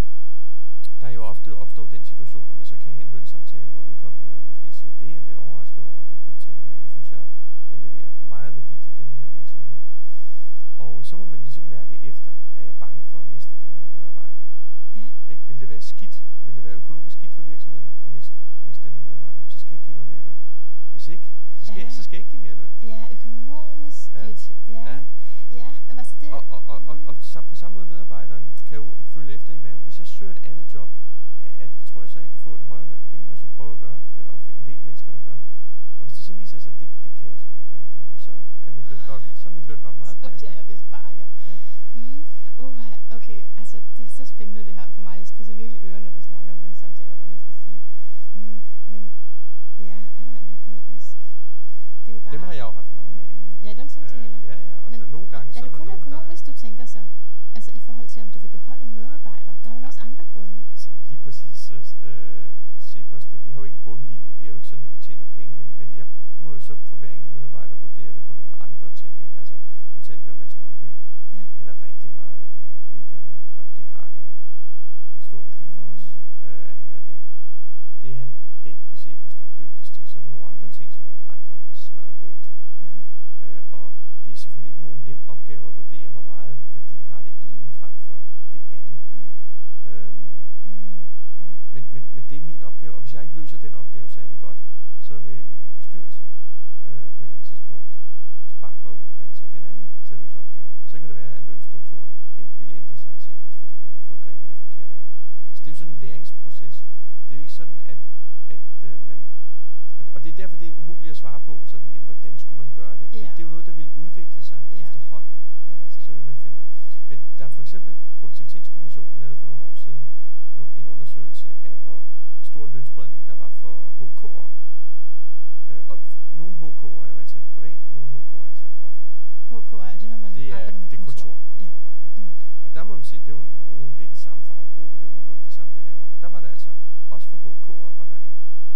der jo ofte opstår den situation, at man så kan have en lønsamtale, hvor vedkommende måske siger, det er jeg lidt overrasket over, at du ikke vil betale mig med. Jeg synes, jeg, jeg leverer meget værdi til den her virksomhed. Og så må man ligesom mærke efter, er jeg bange for at miste den her medarbejder? Ja. Ikke? Vil det være skidt? Vil det være økonomisk skidt for virksomheden at miste, miste den her medarbejder? Så skal jeg give noget mere løn. Hvis ikke, så skal, ja. jeg, så skal jeg ikke give mere løn. Ja, økonomisk skidt. Ja. Ja. ja. ja. Altså det, og og, og, og, og så på samme måde medarbejderen kan jo følge efter i maven. Hvis jeg søger et andet job, at, tror jeg så, jeg kan få en højere løn. Det kan man jo så prøve at gøre. Det er der jo en del mennesker, der gør. Og hvis det så viser sig, at det, det kan jeg sgu ikke rigtigt, så er min løn nok, så er min løn nok meget passende. Så bliver jeg vist bare, ja. ja. Mm. Uh, okay, altså det er så spændende det her for mig. Jeg spidser virkelig ører, når du snakker om lønsamtaler, hvad man skal sige. Mm. Men ja, er der en økonomisk... Det er jo bare... Dem har jeg jo haft mange af. Mm. Ja, lønsamtaler. Øh, ja, ja, og men nogle gange er, så er det kun nogen, økonomisk, der... du tænker så? Altså i forhold til, om du vil beholde en medarbejder? Der er vel ja. også andre grunde? Altså lige præcis så øh, Cepos, det, vi har jo ikke bundlinje. Vi er jo ikke sådan, at vi tjener penge, men, men jeg må jo så for hver enkelt medarbejder vurdere det på nogle andre ting, ikke? Altså, nu talte vi om Mads Lundby. Ja. Han er rigtig meget i medierne, og det har en, en stor værdi for os, øh, at han er det. Det er han den i Cepos, der er dygtigst til. Så er der nogle andre okay. ting, som nogle andre er smadret gode til. Øh, og det er selvfølgelig ikke nogen nem opgave at vurdere, hvor meget værdi har det ene frem for det andet. Øhm, mm, men, men, men det er min opgave, og hvis jeg ikke løser den opgave særlig godt, så vil min bestyrelse øh, på et eller andet tidspunkt sparke mig ud og ansætte en anden til at løse opgaven. Og så kan det være, at lønstrukturen ville ændre sig i Cepos, fordi jeg havde fået grebet det forkert an. Så det er jo sådan en læringsproces. Det er jo ikke sådan, at, at øh, man... Og det er derfor, det er umuligt at svare på, sådan, jamen, hvordan skulle man gøre det? Ja. det? Det er jo noget, der vil udvikle sig ja. efterhånden. Så vil man finde ud af. Men der er for eksempel Produktivitetskommissionen lavede for nogle år siden en undersøgelse af, hvor stor lønspredning der var for H K'ere. Øh, og nogle H K'ere er jo ansat privat, og nogle H K'ere er ansat offentligt. H K'ere, er det, når man det er, arbejder med det er kontor? kontor kontorarbejde, ja. ikke? Mm. Og der må man sige, det er jo nogen, det er den samme faggruppe, det er jo nogenlunde det samme, de laver. Og der var der altså, også for H K'ere var der en,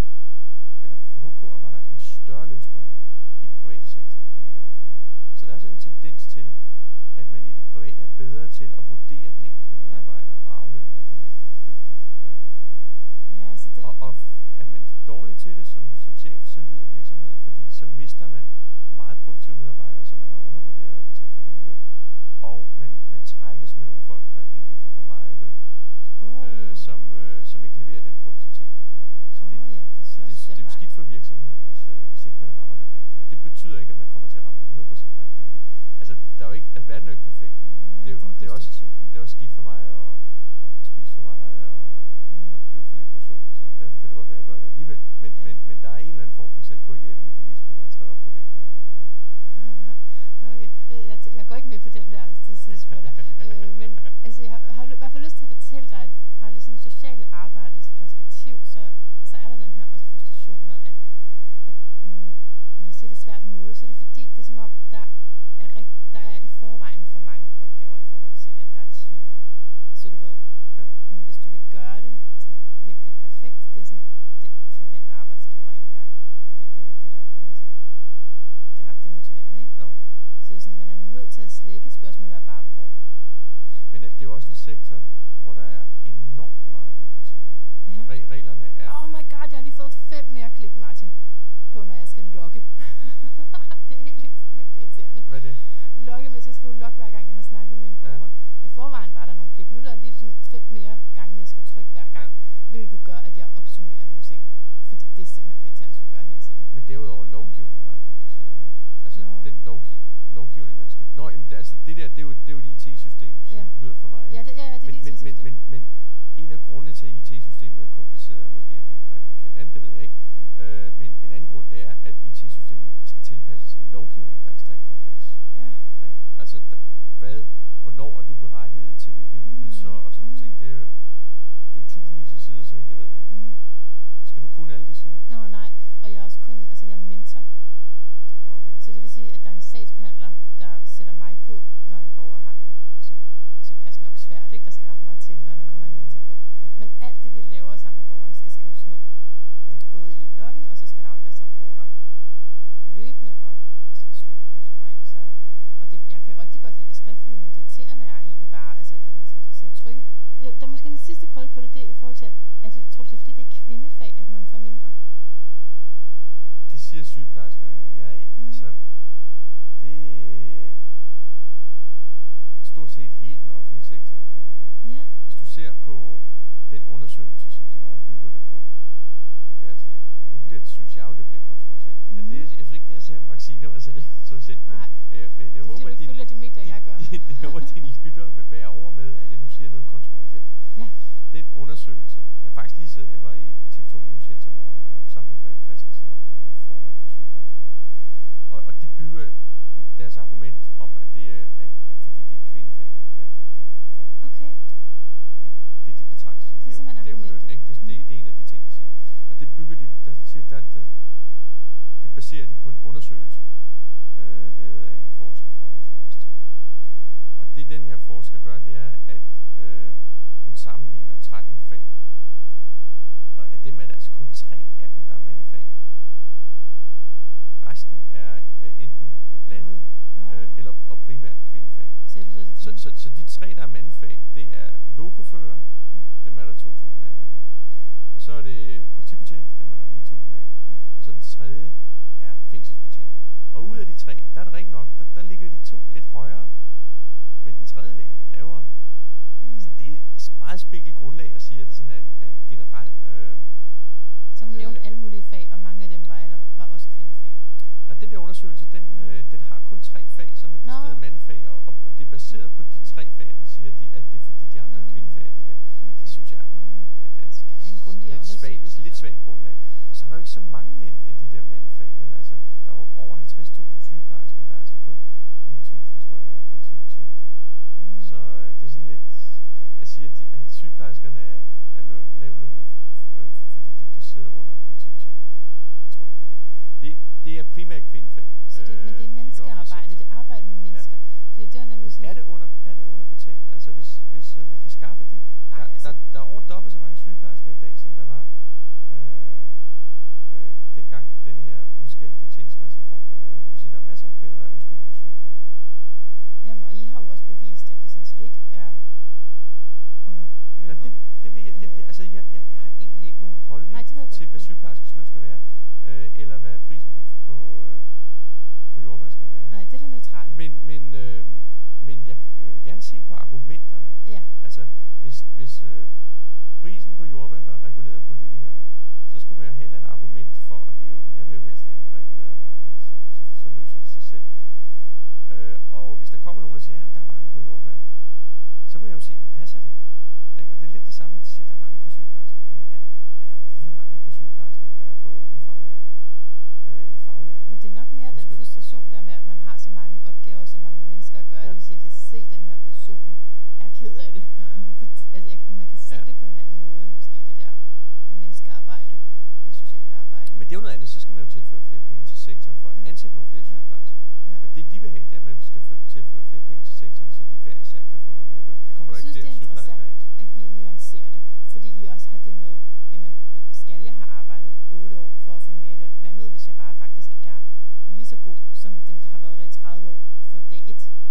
eller for H K'ere var der en større lønspredning i den private sektor end i det offentlige. Så der er sådan en tendens til, at man i det private er bedre til at vurdere den enkelte medarbejder ja. og aflønne vedkommende efter, hvor dygtig øh, vedkommende er. Ja, så det... Og, og er man dårlig til det som, som chef, så lider virksomheden, fordi så mister man meget produktive medarbejdere, som man har undervurderet og betalt for lille løn. Og man, man trækkes med nogle folk, der egentlig får for meget i løn, oh. øh, som, øh, som ikke leverer den produktivitet, de burde. Ikke? Så, oh, det, ja, det, så det, det er jo skidt for virksomheden, hvis, øh, hvis ikke man rammer det rigtigt. Og det betyder ikke, at man kommer til at ramme det hundrede procent rigtigt, fordi altså, der er jo ikke, altså, verden er jo ikke perfekt. Nej, det, er, det, det, er også, det er også skidt for mig at, at, at spise for meget og, mm. og dyrke for lidt motion og sådan noget. Derfor kan det godt være, at jeg gør det alligevel. Men, ja. men, men der er en eller anden form for selvkorrigerende mekanisme, når jeg træder op på vægten alligevel. Ikke? Okay, jeg, jeg går ikke med på den der til sidespor der. øh, men altså, jeg har, har i hvert fald lyst til at fortælle dig, at fra det sådan sociale arbejdes perspektiv, så, så er der den her også frustration med, at, at mm, når jeg siger, det er svært at måle, så er det fordi, det er som om, der er, rigt, der er i forvejen for mange opgaver i forhold til, at der er timer. Så du ved, ja. hvis du vil gøre det sådan virkelig perfekt, det er sådan, det forventer arbejdsgiver ikke engang, fordi det er jo ikke det, der er penge til. Det er ret demotiverende, ikke? Jo. Så det er sådan, man er nødt til at slække, spørgsmålet er bare hvor. Men det er jo også en sektor, hvor der er enormt meget bureaukrati. Ja. Altså, re- reglerne er... Oh my god, jeg har lige lige fået fem mere klik, Martin, på når jeg skal logge. Det er helt vildt irriterende. Hvad er det? Logge, hvis jeg skal skrive log hver gang jeg har snakket med en borger. Ja. Og i forvejen var der nogle klik. Nu er der lige sådan fem mere gange, jeg skal trykke hver gang. Ja. Hvilket gør, at jeg opsummerer nogle ting. Fordi det er simpelthen for irriterende, at skulle gøre hele tiden. Men derudover lovgivning er meget kompliceret, ikke? Altså Nå. den lovgiv lovgivning, man skal... Nå, jamen, det, altså det der, det er jo, det er jo et I T-system, så ja. lyder det for mig. Ikke? Ja, det, ja, ja, det er men, et I T-system. Men, men, men, men en af grundene til, at I T-systemet er kompliceret, er måske, at det er grebet forkert an, det ved jeg ikke. Ja. Øh, men en anden grund, det er, at I T-systemet skal tilpasses en lovgivning, der er ekstremt kompleks. Ja. Ikke? Altså, da, hvad, hvornår er du berettiget til hvilke ydelser mm. og sådan nogle mm. ting, det er, jo, det er jo tusindvis af sider, så vidt jeg ved, ikke? Mm. Skal du kunne alle de sider? Nå, nej. Og jeg er også kun, altså jeg er mentor. Okay. Så det vil sige, at der er en sagsbehandler, der sætter mig på, når en borger har det sådan tilpas nok svært, ikke? Der skal ret meget til, før der kommer en mentor på. Okay. Men alt det, vi laver sammen med borgeren, skal skrives ned. Ja. Både i loggen, og så skal der afleveres rapporter. Løbende, og til slut en stor en. Så, og det, jeg kan rigtig godt lide det skriftlige, men det irriterende er egentlig bare, altså, at man skal sidde og trykke. Der er måske en sidste krølle på det, det i forhold til, at, at det, tror du det er fordi, det er kvindefag, at man får mindre? Det siger sygeplejerskerne jo. Jeg, mm. altså, det stort set hele den offentlige sektor er jo kvindefag. Ja. Hvis du ser på den undersøgelse, som de meget bygger det på, det bliver altså lidt, nu bliver det, synes jeg jo, det bliver kontroversielt. Det her, mm. det, jeg synes ikke, det jeg sagde om vacciner var særlig kontroversielt, men, men, jeg, men jeg det er håber, fordi, du ikke følger de medier, jeg gør. Det, det håber, dine lyttere vil bære over med, at jeg nu siger noget kontroversielt. Ja. Den undersøgelse, jeg har faktisk lige siddet, jeg var i T V to News her til morgen, øh, sammen med Grete Christensen om det, hun er formand for sygeplejerskerne. Og, og de bygger deres argument om, at det er, er, er fordi de er et kvindefag, at, at, at de får okay. det, de betragter som lav, lav løn. Ikke? Det, mm. det, det er en af de ting, de siger. Og det bygger de, der, der, der, det baserer de på en undersøgelse, øh, lavet af en forsker fra Aarhus Universitet. Og det den her forsker gør, det er, at øh, hun sammenligner tretten fag. Og af dem er der altså kun tre af dem, der er mandefag. Resten er øh, enten blandet no. øh, eller og primært kvindefag. Så, så, så, så de tre, der er mandefag, det er lokofører, ja. Dem er der to tusind af i Danmark. Og så er det politibetjent, dem er der ni tusind af. Ja. Og så den tredje er fængselsbetjente. Og ud af de tre, der er det rigtig nok, der, der ligger de to lidt højere, men den tredje ligger lidt lavere. Mm. Så det er et meget spinkelt grundlag at sige, at der sådan er en, er en generel... Øh, så hun øh, nævnte alle mulige fag, og mange af dem var, alle, var også kvindefag? Nej, den der undersøgelse, den, mm. øh, den har kun tre fag, som er det stedet mandefag, og, og det er baseret mm. på de tre fag, den siger, de, at det er fordi de andre no. kvindefag, de laver. Okay. Og det synes jeg er meget... Et, et, et, skal der have en grundigere undersøgelse? Svagt, lidt svagt grundlag. Og så er der jo ikke så mange mænd i de der mandefag, vel? Altså, der er jo over halvtreds tusind sygeplejersker, der er altså kun ni tusind, tror jeg, det er politibetjente. Mm. Så øh, det er sådan lidt... Jeg siger, at, de, at sygeplejerskerne er, er løn, lavlønnet, øh, fordi de er placeret under politibetjente. Det, jeg tror ikke, det er det. Det, det er primært kvindefag. Så det, øh, men det er menneskearbejde, det er arbejde med mennesker. Ja. Fordi det er nemlig sådan... Er det, under, er det underbetalt? Altså hvis, hvis uh, man kan skaffe de... Der, Ej, altså. der, der er over dobbelt så mange sygeplejersker i dag, som der var øh, øh, dengang denne her udskældte tjenestemandsreform blev lavet. Det vil sige, at der er masser af kvinder, der ønsker at blive sygeplejersker. Jamen, og I har jo også bevist, at de sådan set ikke er underlønnet. Det, det vil jeg, det, det, altså jeg, jeg, jeg har egentlig ikke nogen holdning Nej, til, hvad sygeplejerskers løn skal være, øh, eller hvad prisen på, på, øh, på jordbær skal være. Nej, det er det neutrale. Men, men, øh, men jeg, jeg vil gerne se på argumenterne. Ja. Altså, hvis, hvis øh, prisen på jordbær var reguleret af politikerne, så skulle man jo have et eller andet argument for at hæve den. Jeg vil jo helst have den reguleret af markedet, så, så, så løser det sig selv. Øh, og hvis der kommer nogen, der siger, at ja, der er mange på jordbær, så må jeg jo se, men passer det? Ikke? Og det er lidt det samme, de siger, at der er mange på sygeplejersker. Jamen er der, er der mere mangel på sygeplejersker, end der er på ufaglærte øh, eller faglærte? Men det er nok mere Undskyld. Den frustration der med, at man har så mange opgaver, som har med mennesker at gøre. Ja. Det vil sige, at jeg kan se, at den her person er ked af det. Fordi, altså jeg, man kan se ja. Det på en anden måde, end måske det der menneskearbejde, det sociale arbejde. Men det er jo noget andet, så skal man jo tilføre flere penge til sektoren for at ja. Ansætte nogle flere sygeplejersker. Ja. Men det de vil have, det er, at man skal tilføre flere penge til sektoren, så de hver især kan få noget mere løn. Det kommer jeg der synes, ikke flere sygeplejersker af. At I nuancerer det, fordi I også har det med, jamen skal jeg have arbejdet otte år for at få mere løn? Hvad med, hvis jeg bare faktisk er lige så god som dem, der har været der i tredive år for dag et?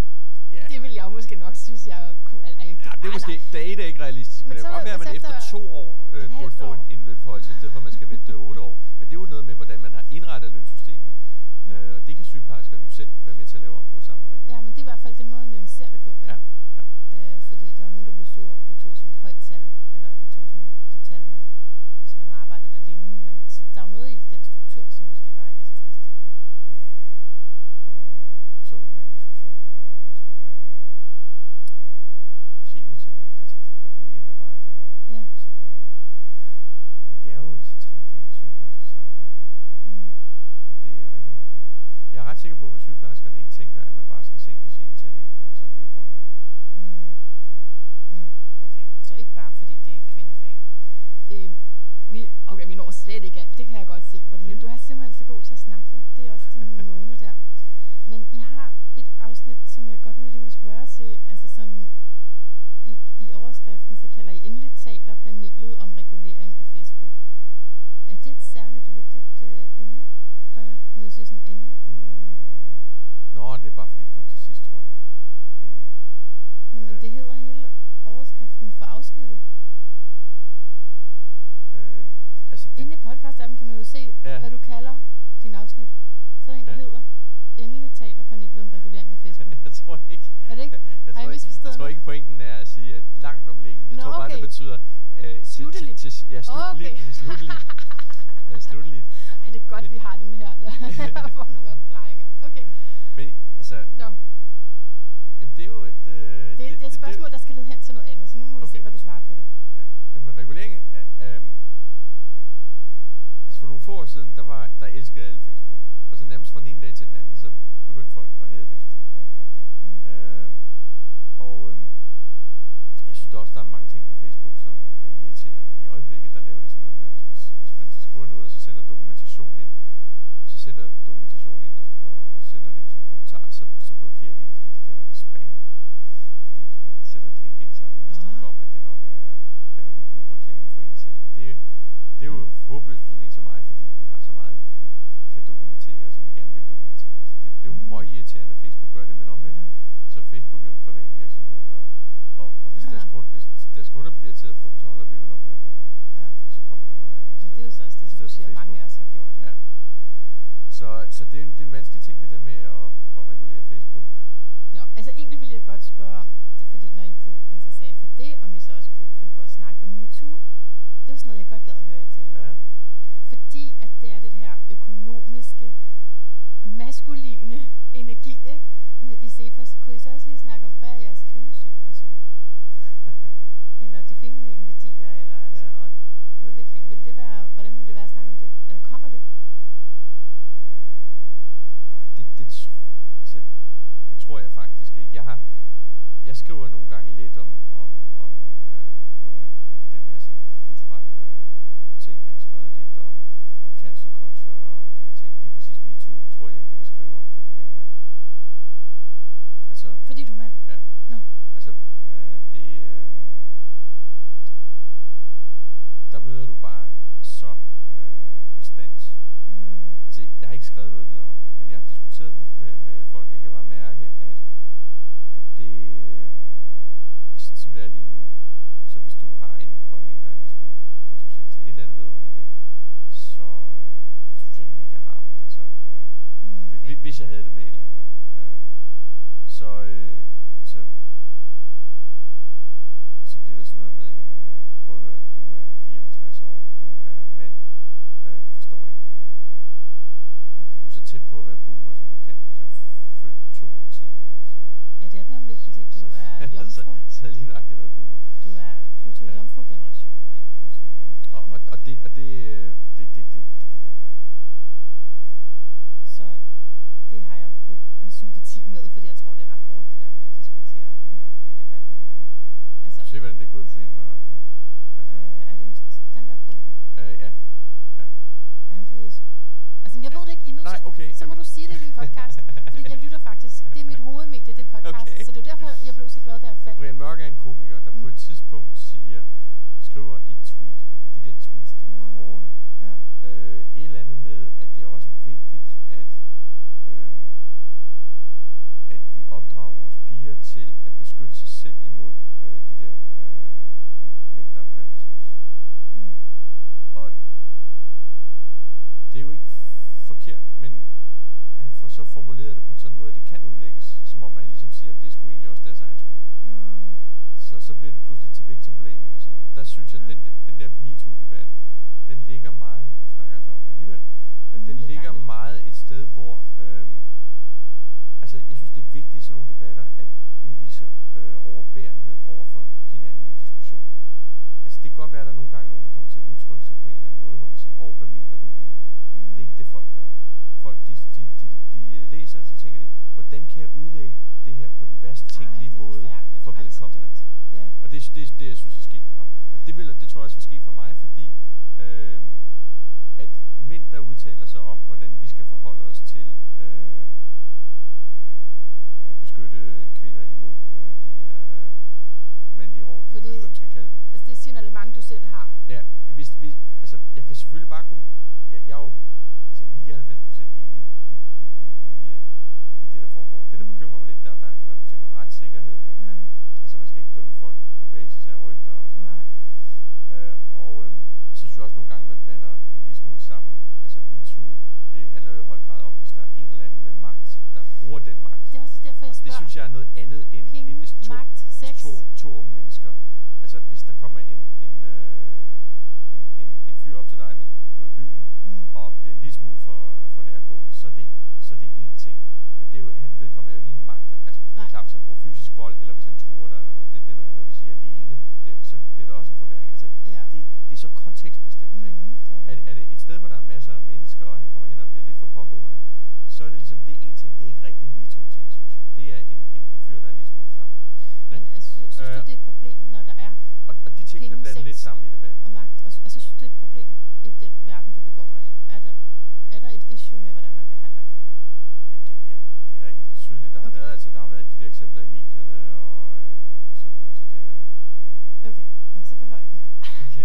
Ja. Det ville jeg jo måske nok synes, jeg kunne... Ej, det, Ja, det er måske... Det er ikke realistisk, men, Men det så kan godt være, at man hvis efter efter to år øh, et burde halvt få en, år. en lønforhøjelse, i stedet for at man skal vente otte år. Men det er jo noget med, hvordan man har indrettet lønsystemet. Ja. Øh, og det kan sygeplejerskerne jo selv være med til at lave om på sammen med regionen. Ja, men det er i hvert fald den måde at nuancere det på, ikke? Ja, ja. Øh, fordi der er nogen, der blev sure over, at du tog sådan et højt tal, eller I tog sådan det tal, man, hvis man har arbejdet der længe. Men så der er jo noget i den struktur, som måske bare ikke er tilfredsstillende. Ja, og øh, så var den anden diskussion, det var, om man skulle regne øh, genetillæg, altså det, weekendarbejde og, Ja. og, og så videre med. Men det er jo en central del af sygeplejerskers arbejde, øh, Mm. og det er rigtig mange penge. Jeg er ret sikker på, at sygeplejerskerne ikke tænker, at man bare skal sænke genetillæggene og så hæve grundlønnen. Mm. Så. Mm. Okay, så ikke bare fordi det er et kvindefag. Øhm, vi, okay, vi når slet ikke alt, det kan jeg godt se på det hele. Du er simpelthen så god til at snakke jo, det er også din måne der. Men I har et afsnit, som jeg godt ville lige vil spørge til, altså som i, i overskriften, så kalder I endelig taler panelet om regulering af Facebook. Er det et særligt vigtigt øh, emne for jer, når du siger sådan endelig? Mm. Nå, det er bare fordi, det kom til sidst, tror jeg. Endelig. Nå, men Øh. det hedder hele overskriften for afsnittet. Øh, altså det, Inde i podcast-appen kan man jo se, Ja. hvad du kalder din afsnit. Så er der en, der Ja. hedder, endelig taler panelet om regulering af Facebook. jeg tror ikke... Er det ikke? Jeg, Har I tror, ikke, misforstået jeg tror noget? ikke, pointen er at sige, at langt om længe. Jeg Nå, tror bare, okay. det betyder... Øh, til- Slutteligt. Til, til, ja, slutteligt. Okay. Okay. Slutteligt. uh, slutteligt. Ej, det er godt, Men- vi har den her, der får nogle opklaringer. Okay. Men altså... Nå, Jamen, det er jo et... Øh, det, det, det er et spørgsmål, der skal lede hen til noget andet, så nu må vi Okay. se, hvad du svarer på det. Jamen, regulering af... Øh, altså, for nogle få år siden, der, var, der elskede alle Facebook. Og så nærmest fra den ene dag til den anden, så begyndte folk at hade Facebook. Boykot det. Mm. Øhm, og øhm, jeg synes også, der er mange ting ved Facebook, som er irriterende. I øjeblikket, der laver de sådan noget med, hvis man, hvis man skriver noget, og så sender dokumentation ind, så sætter dokumentation ind og, og, og sender det ind som kommentar, så, så blokerer de det, fordi de kalder det spam. Fordi hvis man sætter et link ind, så har de en mistanke om, at det nok er, er ublu reklame for en selv. Men det, det er jo håbløst for sådan en som mig, fordi vi har så meget, vi kan dokumentere, som vi gerne vil dokumentere. Så det, det er jo Mm. meget irriterende, at Facebook gør det, men omvendt, Ja. så er Facebook jo en privat virksomhed, og, og, og hvis, deres kund, hvis deres kunder bliver irriteret på dem, så holder vi vel op med at bruge det, Ja. og så kommer der noget andet i Men stedet det er jo for, så også det, i som du stedet for siger, mange af Facebook. os har gjort, ikke? Ja. Så, så det, er en, det er en vanskelig ting, det der med at, at regulere Facebook. Nå, altså egentlig ville jeg godt spørge om, det, fordi når I kunne interessere jer for det, om I så også kunne finde på at snakke om MeToo. Det var sådan noget, jeg godt gad at høre jer tale om. Ja. Fordi at det er det her økonomiske, maskuline energi, ikke? Men i Cepos, kunne I så også lige snakke om, hvad er jeres kvindesyn og sådan? Eller de feminine værdier, eller altså, Ja. og udvikling. Vil det være, hvordan vil det være at snakke om det? Eller kommer det? Øh, ej, det, det, tro, altså, det tror jeg faktisk ikke. Jeg, har, jeg skriver nogle gange lidt om, om, om øh, nogle af de der mere sådan kulturelle øh, ting. Jeg har skrevet lidt om, om cancel culture og de der ting. Lige præcis MeToo tror jeg ikke, jeg vil skrive om, fordi jeg er mand. Altså, Fordi du er mand? ja. Nå. Altså, øh, det... Øh, der møder du bare så øh, bestandt. Mm. Øh, altså, jeg har ikke skrevet noget videre om det, men jeg har diskuteret med, med, med folk. Jeg kan bare mærke, at, at det, øh, sådan som det er lige nu, så hvis du har en holdning, der er en lille smule kontroversiel til et eller andet vedrørende det, så øh, det synes jeg egentlig ikke, jeg har, men altså, øh, Mm, hvi- okay. hvis jeg havde det med et eller andet, øh, så, øh, så, så bliver der sådan noget med, jamen, øh, prøv at høre, du er fireoghalvtreds år, du er mand, øh, du forstår ikke det her. Okay. Du er så tæt på at være boomer, som du kan, hvis jeg var født to år tidligere. Så, Ja, det er det nemlig ikke, fordi du så, er jomfru. så, så havde jeg lige nøjagtigt været boomer. Du er Pluto-jomfru-generationen, og ikke Pluto-eleven. Og, og, og, det, og det, øh, det, det, det, det gider jeg bare ikke. Så det har jeg fuld øh, sympati med, fordi jeg tror, det er ret hårdt, det der med at diskutere i den offentlige debat nogle gange. Altså, Se, hvordan det er gået på Brian Mørk, ikke? Altså, øh, er det en stand-up-komiker? øh, ja. ja. Er han blevet... Altså, jeg ved det ikke, I er nødt Nej, til... okay, Så må jamen. du sige det i din podcast, fordi jeg lytter faktisk. Det er mit hovedmedie, det er podcast, Okay. så det er jo derfor, jeg blev så glad, da jeg fandt. Brian Mørk er en komiker, der mm. på Mm. et tidspunkt siger, skriver i tweet, ikke? Og de der tweets, de er jo Nå. korte. Ja. Øh, et eller andet med, at det er også vigtigt, at, øhm, at vi opdrager vores piger til at beskytte sig selv imod øh, de der øh, mænd, der er predators. Mm. Og det er jo ikke forkert, men han får så formuleret det på en sådan måde, at det kan udlægges, som om han ligesom siger, at det er sgu egentlig også deres egen skyld. No. Så, så bliver det pludselig til victim blaming og sådan noget. Der synes jeg, at Ja. den, den der MeToo-debat, den ligger meget, nu snakker jeg så om det alligevel, Mm, den det er ligger dejligt. meget et sted, hvor, øhm, altså jeg synes, det er vigtigt i sådan nogle debatter, at udvise øh, overbærenhed over for hinanden i diskussionen. Altså det kan godt være, at der er nogle gange nogen, der kommer til at udtrykke sig på en eller anden måde, hvor man siger, hov, hvad mener du egentlig? Mm. Det er ikke det, folk gør. Folk, de, de, de, de læser det, så tænker de, hvordan kan jeg udlægge det her på den værst tænkelige Ej, det er måde forfærdeligt. for Ej, det er så vedkommende? dumt. Ja. Og det er det, det, jeg synes er sket for ham. Og det, vil, det tror jeg også vil ske for mig, fordi øh, at mænd, der udtaler sig om, hvordan vi skal forholde os til øh, øh, at beskytte kvinder imod øh, de her øh, mandlige rovdyr, Fordi- eller hvad man skal kalde dem. Altså det er signalement, du selv har. Ja, hvis, hvis, altså, jeg kan selvfølgelig bare kunne, jeg, jeg er jo altså nioghalvfems procent enig i, i, i, i, øh, i det, der foregår. Det, der Mhm. bekymrer mig lidt, der, der kan være nogle ting med retssikkerhed, ikke? Aha. Altså man skal ikke dømme folk på basis af rygter og sådan noget. Nej. Øh, og øhm, så synes jeg også nogle gange, man blander en lille smule sammen. Altså MeToo, det handler jo i høj grad om, hvis der er en eller anden med magt, der bruger den magt. Det er også derfor, jeg Og det spørger. synes jeg er noget andet end, Penge, end hvis, to, magt, sex. hvis to, to unge mennesker, altså hvis der kommer en, en, øh, en, en, en fyr op til dig, mens du er i byen, Mm. og bliver en lille smule for, for nærgående, så er det så er det én ting. Men det er jo, han vedkommende er jo ikke i en magt, altså hvis det er Nej. klart, hvis han bruger fysisk vold, eller hvis han truer dig eller noget, det, det er noget andet, hvis I er alene, det, så bliver det også en forværring. Altså Ja. det, det er så kontekstbestemt, Mhm, ikke? det er det Er, jo. er det et sted, hvor der er masser af mennesker, og han kommer hen og bliver lidt for pågående, så er det ligesom, det er en ting, det er ikke rigtig en MeToo-ting, synes jeg. Det er en, en, en fyr, der er en lille smule klam. Men Ikke? altså, synes Øh, du, det er et problem, når der er Og, og de ting penge, bliver blandet sex lidt sammen i debatten. og magt? Og, altså, synes du, det er et problem i den verden, du begår dig i? Er der, er der et issue med, hvordan man behandler kvinder? Jamen det, jamen, det er da helt tydeligt, der har Okay. været, altså der har været de der eksempler i medierne og, øh, og, og så videre, så det er da, det er da helt enig. Okay, jamen så behøver jeg ikke mere. Okay.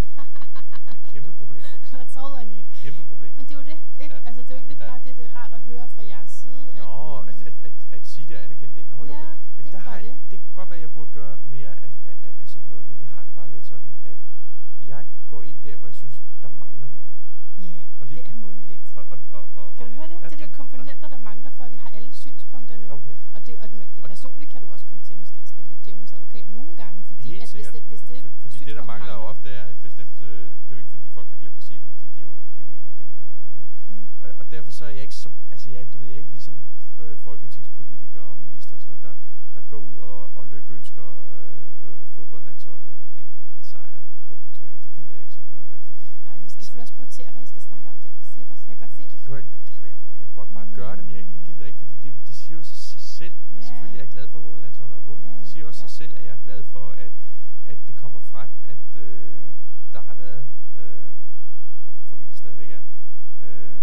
Et kæmpe problem. That's all I need. Kæmpe problem. Men det er jo det, ikke? Ja. Altså, det er jo egentlig Ja. bare det, det er rart at høre fra jeres side. Nå, at, at, at, at sige det og anerkende det. Nå jo, Ja, men, men det er der bare har, jeg- det. det kan godt være, at jeg burde gøre mere af, af, af, af sådan noget, men jeg har det bare lidt sådan, at jeg går ind der, hvor jeg synes, der mangler noget. Ja, yeah, Og lige- det er månedlig vægt. Og, og, og, og, Kan du høre det? ja, Det er de komponenter, der mangler, for at vi har alle synspunkterne. Okay. Og, det, og det, Og- personligt kan du også komme til måske at spille lidt djævelens advokat nogle gange, fordi Helt at hvis sikkert. det, hvis det For- for- fordi det, der synspunkt mangler jo ofte, er et bestemt, øh, det er jo ikke fordi folk har glemt at sige det, men fordi de er jo, de er uenige, det mener noget andet, ikke? Mm. Og, og derfor så er jeg ikke så, altså jeg, du ved, jeg er ikke ligesom øh, folketingspolitikere og minister og sådan noget, der, der går ud og, og lykønsker øh, øh, fodboldlandsholdet en, en, en, en sejr på, på Twitter. Det gider jeg ikke sådan noget, vel? Fordi, Nej, I skal selvfølgelig også prioritere, hvad I skal snakke om der på Cepos. Jeg kan godt se jamen, det. det kan jeg, det kan jeg, jeg kan godt bare Men, gøre det, men jeg, jeg gider ikke, fordi det, det siger jo sig sig selv. Ja. Altså, selvfølgelig er jeg glad for, at fodboldlandsholdet har vundet. Ja, Det siger også ja. sig selv, at jeg er glad for, at, at det kommer frem, at øh, der har været, øh, og formentlig stadigvæk er, øh,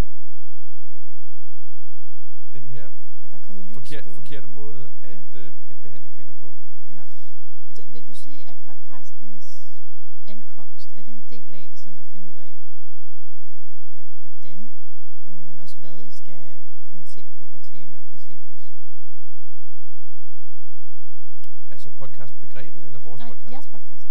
den her At der er kommet lys forkert, på. forkerte måde at, Ja. øh, at behandle kvinder på. Ja. Altså, vil du sige, at podcastens ankomst, er det en del af sådan at finde ud af, ja, hvordan, og men også hvad I skal kommentere på og tale om i Cepos? Altså podcastbegrebet eller vores Nej, podcast? jeres podcast.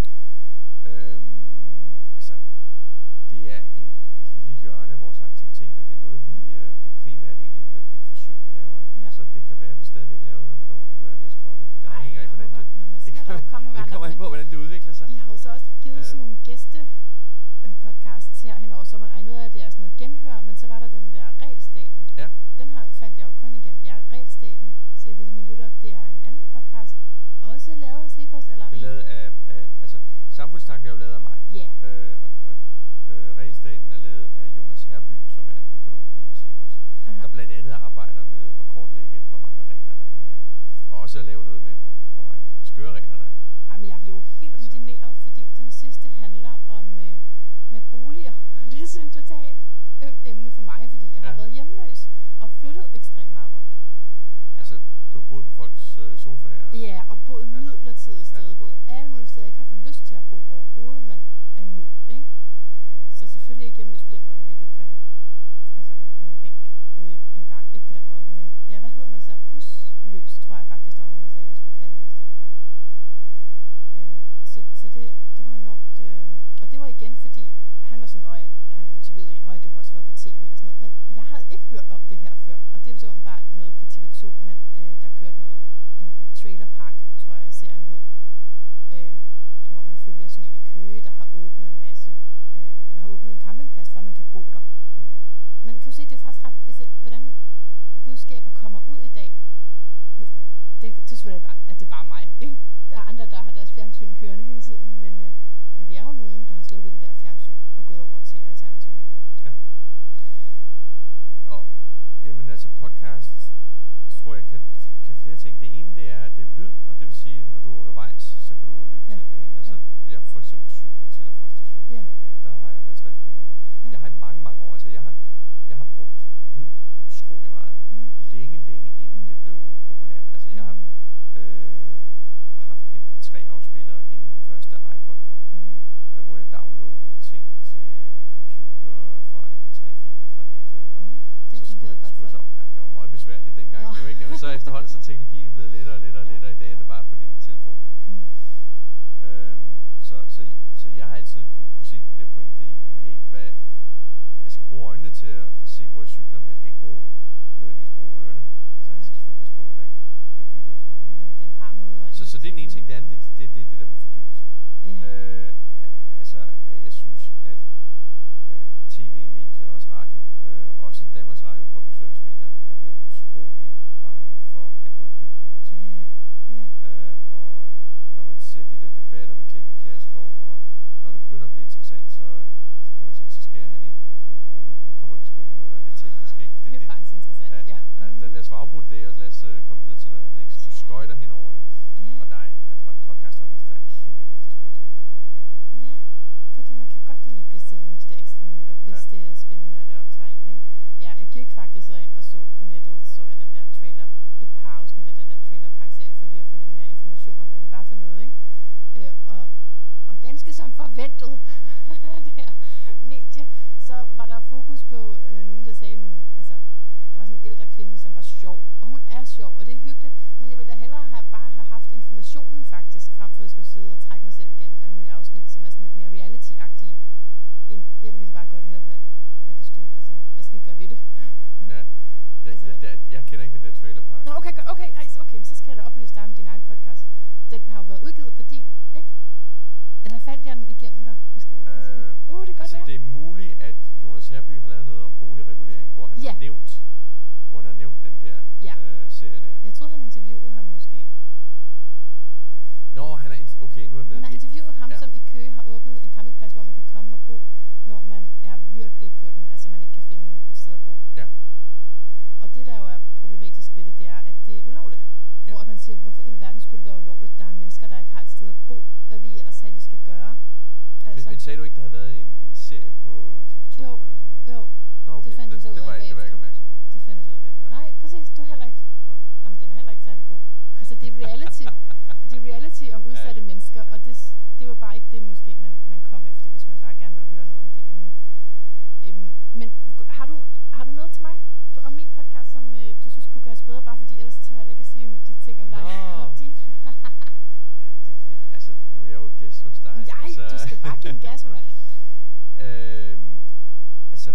Øhm, altså, det er en, et lille hjørne af vores aktiviteter. Det er noget, vi, Ja. øh, det er primært egentlig en- et forsøg, vi laver, ikke? Ja. Altså, det kan være, at vi stadigvæk laver det om et år. Det kan være, at vi har skrottet det. Det Ej, afhænger af, jeg hvordan håber- det, Nå, men så det, må der jo komme nogle det andre, kommer an men- på, hvordan det udvikler sig. I har jo så også givet sådan Øhm. nogle gæste øh, podcasts her hen over sommeren. Ej, noget af det er sådan noget genhør, men så var der den der Regelstaten. Ja. Den har, fandt jeg jo kun igennem. Ja, Regelstaten, siger det til mine lytter, det er en anden podcast. Også lavet af Cepos, eller? Det er en- lavet af, af altså, Samfundstanke er jo lavet af mig. Ja. Øh, og og øh, Regelstaten er lavet af Jonas Herby, som er en økonom i Cepos, Aha. der blandt andet arbejder med at kortlægge, hvor mange regler der egentlig er. Og også at lave noget med, hvor, hvor mange skøre regler der er. Jamen, jeg blev helt Altså- indigneret, fordi den sidste handler om øh, med boliger. Det er sådan et totalt ømt emne for mig, fordi jeg har Ja. været hjemløs og flyttet ekstremt meget rundt. Ja. Altså, du har boet på folks øh, sofaer? Ja, og boet Ja. midlertidigt sted, Ja. boet alle mulige steder, jeg ikke har haft lyst til at bo overhovedet, men er nød, ikke? Mm. Så selvfølgelig ikke hjemløs på den måde, jeg har ligget på en, altså hvad hedder en bænk ude i en park, ikke på den måde, men ja, hvad hedder man så? Husløs, tror jeg faktisk, der var nogen, der sagde, jeg skulle kalde var sådan, at han interviewede en, og du har også været på tv og sådan noget. Men jeg havde ikke hørt om det her før, og det var så åbenbart noget på T V to, men øh, der kørte noget, en Trailer Park, tror jeg serien hed, øh, hvor man følger sådan en i Køge, der har åbnet en masse, øh, eller har åbnet en campingplads, hvor man kan bo der. Mm. Men kan du se, det er faktisk ret, altså, hvordan budskaber kommer ud i dag. Nu, det, det er selvfølgelig bare, at det er bare mig, ikke? Der er andre, der har deres fjernsyn kørende hele tiden, men, øh, men vi er jo nogen, der har slukket det der fjernsyn og gået over til alternative medier. Ja. Og jamen altså podcast, tror jeg kan, kan flere ting. Det ene, det er, at det er lyd, og det vil sige, når du er undervejs, så kan du lytte ja. til det, ikke? Altså, ja. Jeg for eksempel cykler til og fra stationen ja. hver dag, og der har jeg halvtreds minutter. Ja. Jeg har i mange, mange år, altså jeg har, jeg har brugt lyd utrolig meget, mm. længe, længe inden mm. det blev populært. Altså jeg har øh, haft M P tre afspillere inden den første iPod kom, mm. øh, hvor jeg downloadede ting til min computer fra M P tre filer fra nettet, og, mm. og så skulle, skulle jeg så, ja, det var meget besværligt dengang, oh. jo, ikke? Men så efterhånden så er teknologien blevet lettere og lettere og lettere, ja. I dag er det bare på din telefon, ikke? Mm. Øhm, så, så, så jeg har altid kunne, kunne se den der pointe i, jamen hey, hvad, jeg skal bruge øjnene til at, at se, hvor jeg cykler, men jeg skal ikke bruge, nødvendigvis bruge ørerne. Altså, jeg skal selvfølgelig passe på, at der ikke bliver dyttet og sådan noget. Jamen, det er en rar måde at... Så, så det er den ene ting. Det andet, det er det, det, det der med fordybelse. Yeah. Øh, altså, jeg synes, at øh, tv-mediet, også radio, øh, også Danmarks Radio, public service-medierne, er blevet utrolig bange for at gå i dybden med ting. Yeah. Yeah. Øh, og når man ser de der debatter med Clement Kjersgaard, og når det begynder at blive interessant, så, så kan man se, så skærer han ind. Nu, oh, nu, nu kommer vi sgu ind i noget, der er lidt teknisk, ikke? Det, det er det, faktisk interessant, ja. ja. ja mm. der, lad os få afbrudt det, og lad os uh, komme videre til noget andet, ikke? Så du skøjter hen over det. Yeah. Og, der er, og podcast har vist, at der er kæmpe efterspørgsel efter at komme lidt mere dybt. Ja, fordi man kan godt lige blive siddende de der ekstra minutter, hvis ja. det er spændende, og det optager en, ikke? Ja, jeg gik faktisk så ind og så på nettet, så jeg den der trailer, et par afsnit af den der Trailer Park-serie, for lige at få lidt mere information om, hvad det var for noget, ikke? Øh, og, og ganske som forventet, det her medie, så var der fokus på øh, nogen, der sagde nogle, altså, der var sådan en ældre kvinde, som var sjov, og hun er sjov, og det er hyggeligt, men jeg ville da hellere have, bare have haft informationen faktisk, frem for at skulle sidde og trække mig selv igennem alle mulige afsnit, som er sådan lidt mere reality-agtige, end, jeg ville egentlig bare godt høre, hvad, hvad det stod, altså, hvad skal vi gøre ved det? Ja, jeg, altså, jeg, jeg, jeg kender ikke det der Trailer Park. Nå, okay, okay, okay, okay, så skal jeg da oplyse dig om din egen podcast. Den har jo været udgivet på din, ikke? Eller fandt jeg den igennem dig? Måske var det øh, uh, det kan altså godt det er muligt, at Jonas Herby har lavet noget om boligregulering, hvor han ja. har nævnt, hvor han har nævnt den der ja. øh, serie der. Jeg troede, han interviewede ham måske. Nå, han er okay, nu er jeg med. Han har interviewet ham, ja. som i Køge har åbnet en campingplads, hvor man kan komme og bo, når man er virkelig på den, altså man ikke kan finde et sted at bo. Ja. Og det der jo er problematisk ved det, det er, at det er ulovligt. Ja. Hvor man siger, hvorfor i alverden skulle det være ulovligt? Der er mennesker, der ikke har et sted at bo. Hvad vi ellers sagde, de skal gøre? Altså. Men, men sagde du ikke, der havde været en, en serie på T V to jo, eller sådan noget? Jo, Nå, okay. det fandt jeg så ud af bagefter. Det var jeg ikke opmærksom på. Det fandt jeg så ud af bagefter. Ja. Nej, præcis, du heller ikke. Ja. Jamen, den er heller ikke særlig god. Altså, det er reality, det er reality om udsatte ja, det, mennesker, ja. og det, det var bare ikke det, måske man, man kom efter, hvis man bare gerne ville høre noget om det emne. Øhm, men har du, har du noget til mig om min podcast, som øh, du synes kunne gøres bedre, bare fordi ellers tør jeg ikke at sige de ting om dig og din? Ja, det, altså, nu er jeg jo gæst hos dig. Nej, altså. Du skal bare give en gas, mand. øhm, altså,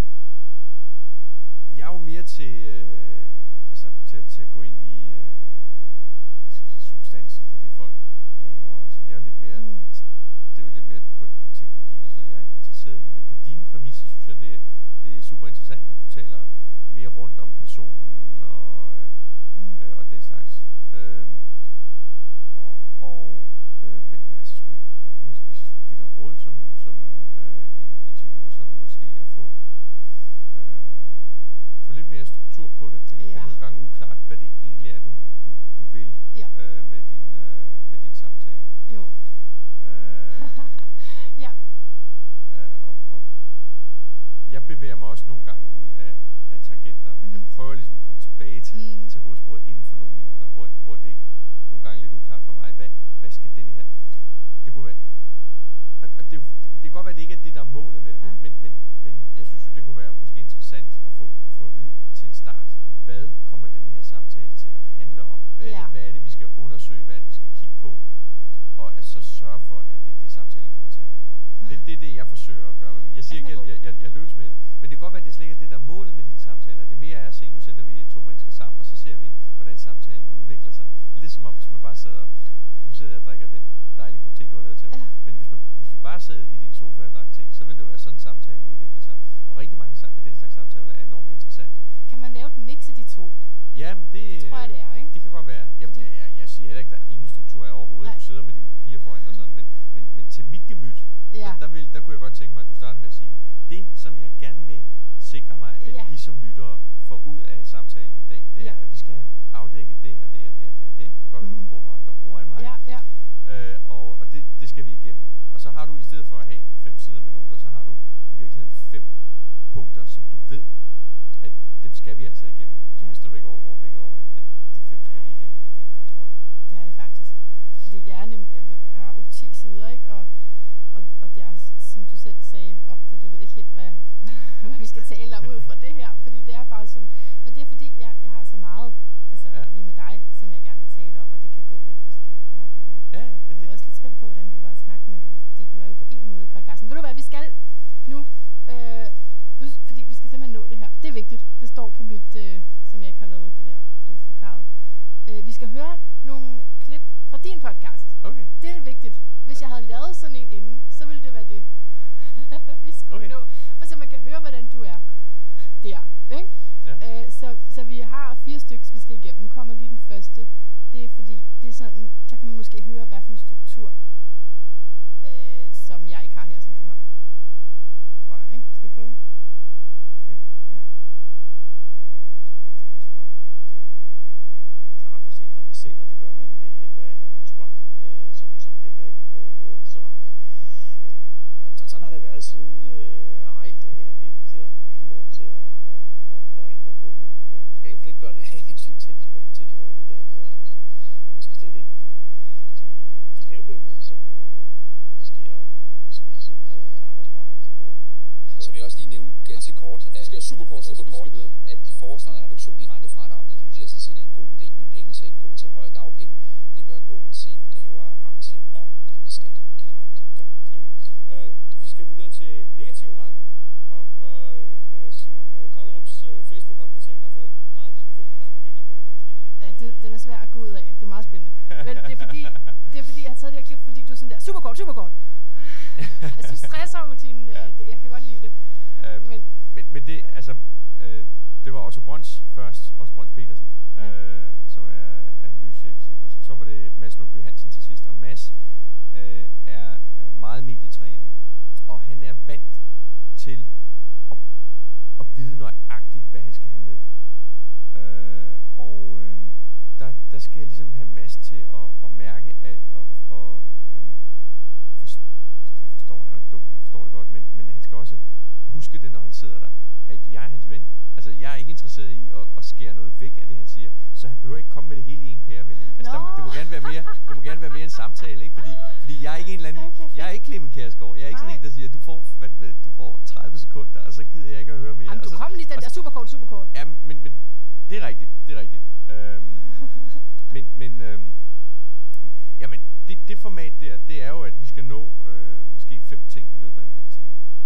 jeg er jo mere til, øh, altså, til, til at gå ind i, øh, hvad skal man sige, substansen på det, folk laver. Og sådan. Jeg er jo lidt mere, mm. det er jo lidt mere på, på teknologien og sådan noget, jeg er interesseret i. Men på dine præmisser, synes jeg, det, det er super interessant, at du taler mere rundt om personen og, øh, mm. øh, og den slags. Øhm, og, og øh, men, men altså, skulle jeg, jeg ved ikke, hvis, hvis jeg skulle give dig råd som, som øh, en interviewer, så er det måske at få, øh, få lidt mere struktur på det. Det ja. er nogle gange uklart, hvad det egentlig er, du, du, du vil ja. øh, med, din, øh, med din samtale. Jo. Øh, ja. Øh, og, og jeg bevæger mig også nogle gange ud af, af tangenter, men mm. jeg prøver ligesom at komme tilbage til, mm. til hovedsporet inden for nogle minutter, hvor, hvor det nogle gange er lidt uklart for mig, hvad, hvad skal den her... Det kunne være... Og, og det, det, det kan godt være, at det ikke er det, der er målet med det, ja. men, men, men jeg synes jo, det kunne være måske interessant at få, at få at vide til en start, hvad kommer den her samtale til at handle om? Hvad, ja. er, det, hvad er det, vi skal undersøge? Hvad er det, vi skal kigge på? Og at så sørge for, at det er det, samtalen kommer til at handle om. Det, det er det, jeg forsøger at gøre med mig. Jeg siger ikke, jeg, mix af de to. Ja, men det, det tror jeg, det er, ikke? Det kan godt være. Jamen, det, jeg, jeg siger heller ikke, der er ingen struktur er overhovedet. Nej. Du sidder med dine papirer foran dig sådan, men, men, men til mit gemyt, ja. der, der, vil, der kunne jeg godt tænke mig, at du starter med at sige, det som jeg gerne vil sikre mig, at ja. I som lyttere får ud af samtalen i dag, det er, ja. at vi skal have afdækket det og det og det og det og det. Det kan godt være, mm. du vil bruge nogle andre ord end mig. Ja, ja. Øh, og og det, det skal vi igennem. Og så har du, i stedet for at have fem sider med noter, så har du i virkeligheden fem punkter, som du ved, at dem skal vi altså igennem. Og så ja. mister du ikke overblikket over, at, at de fem skal Ej, vi igennem. Det er et godt råd. Det er det faktisk. Fordi jeg er nemlig, jeg har jo ti sider, ikke? Og, og, og det er, som du selv sagde om det, du ved ikke helt, hvad, hvad vi skal tale om ud fra det her. Fordi det er bare sådan. Men det er fordi, jeg, jeg har så meget, altså ja. lige med dig, som jeg gerne vil tale om, og det kan gå lidt forskellige retninger. Ja, ja, men jeg var det... også lidt spændt på, hvordan du var snakket med, du, fordi du er jo på en måde i podcasten. Ved du hvad, vi skal nu, øh, nu, fordi vi skal simpelthen nå det her. Det er vigtigt. Det står på mit, øh, som jeg ikke har lavet, det der, du forklarede. Øh, vi skal høre nogle klip fra din podcast. Okay. Det er vigtigt. Hvis ja. jeg havde lavet sådan en inden, så ville det være det, vi skulle okay. nå. For så man kan høre, hvordan du er der, ikke? Ja. Øh, så, så vi har fire stykker, vi skal igennem. Nu kommer lige den første. Det er fordi, det er sådan, så kan man måske høre, hvad for en struktur, øh, som jeg ikke har her, som du har. Tror jeg, ikke? Skal vi prøve? Okay. Ja. Ja, men også det, at øh, man, man, man klarer forsikringen selv, og det gør man ved hjælp af at have en opsparing, øh, som, som dækker i de perioder. Så øh, øh, sådan har det været siden øh, ejl dage, og det, det er der ingen grund til at, at, at, at ændre på nu. Man skal ikke gøre det af hensyn til de, til de højtuddannede, og, og, og måske slet ikke de, de, de lavtlønnede, som jo øh, risikerer at blive squeezet ud af arbejdsmarkedet på grund af det her. Så vil jeg også lige nævne ganske kort, at, det super kort, super kort, at de foreslår en reduktion i rentefradrag. Det synes jeg sådan set er en god idé, men pengene skal ikke gå til højere dagpenge. Det bør gå til lavere aktie- og renteskat generelt. Ja, enig. Uh, vi skal videre til negativ rente, og, og uh, Simon Kollerups uh, Facebook-opdatering, der har fået meget diskussion, men der er nogle vinkler på det, der måske er lidt... Ja, det, den er svær at gå ud af. Det er meget spændende. Men det er fordi, det er fordi jeg har taget det her klip, fordi du er sådan der, superkort, superkort. Altså, du stresser jo din... Ja. Øh, det, jeg kan godt lide det. Øhm, men, men, men det, altså... Øh, det var Otto Brøns først, Otto Brøns Petersen, ja. øh, som er analysechef i Cepos. Og så var det Mads Lundby Hansen til sidst. Og Mads øh, er meget medietrænet. Og han er vant til at, at vide nøjagtigt, hvad han skal have med. Øh, og øh, der, der skal jeg ligesom have Mads til at, at mærke, at, og, og, øh, forst- jeg forstår, han er jo ikke dum, han forstår det godt, men, men han skal også huske det, når han sidder der, at jeg er hans ven. Altså, jeg er ikke interesseret i at, at skære noget væk af det, han siger, så han behøver ikke komme med det hele i en pærevælling. Altså, no. der, det må gerne være mere, det må gerne være mere en samtale, ikke? Fordi, fordi jeg er ikke en eller anden, okay, jeg er ikke Clement Kjærsgaard. Jeg er ikke Nej. sådan en, der siger, du får, hvad, du får tredive sekunder, og så gider jeg ikke at høre mere. Jamen, du så, kom lige den der superkort, superkort. Ja, men, men det er rigtigt, det er rigtigt. Øhm, men, men, øhm, jamen, det, det format der, det er jo, at vi skal nå øh, måske fem ting i løbet af en halv time.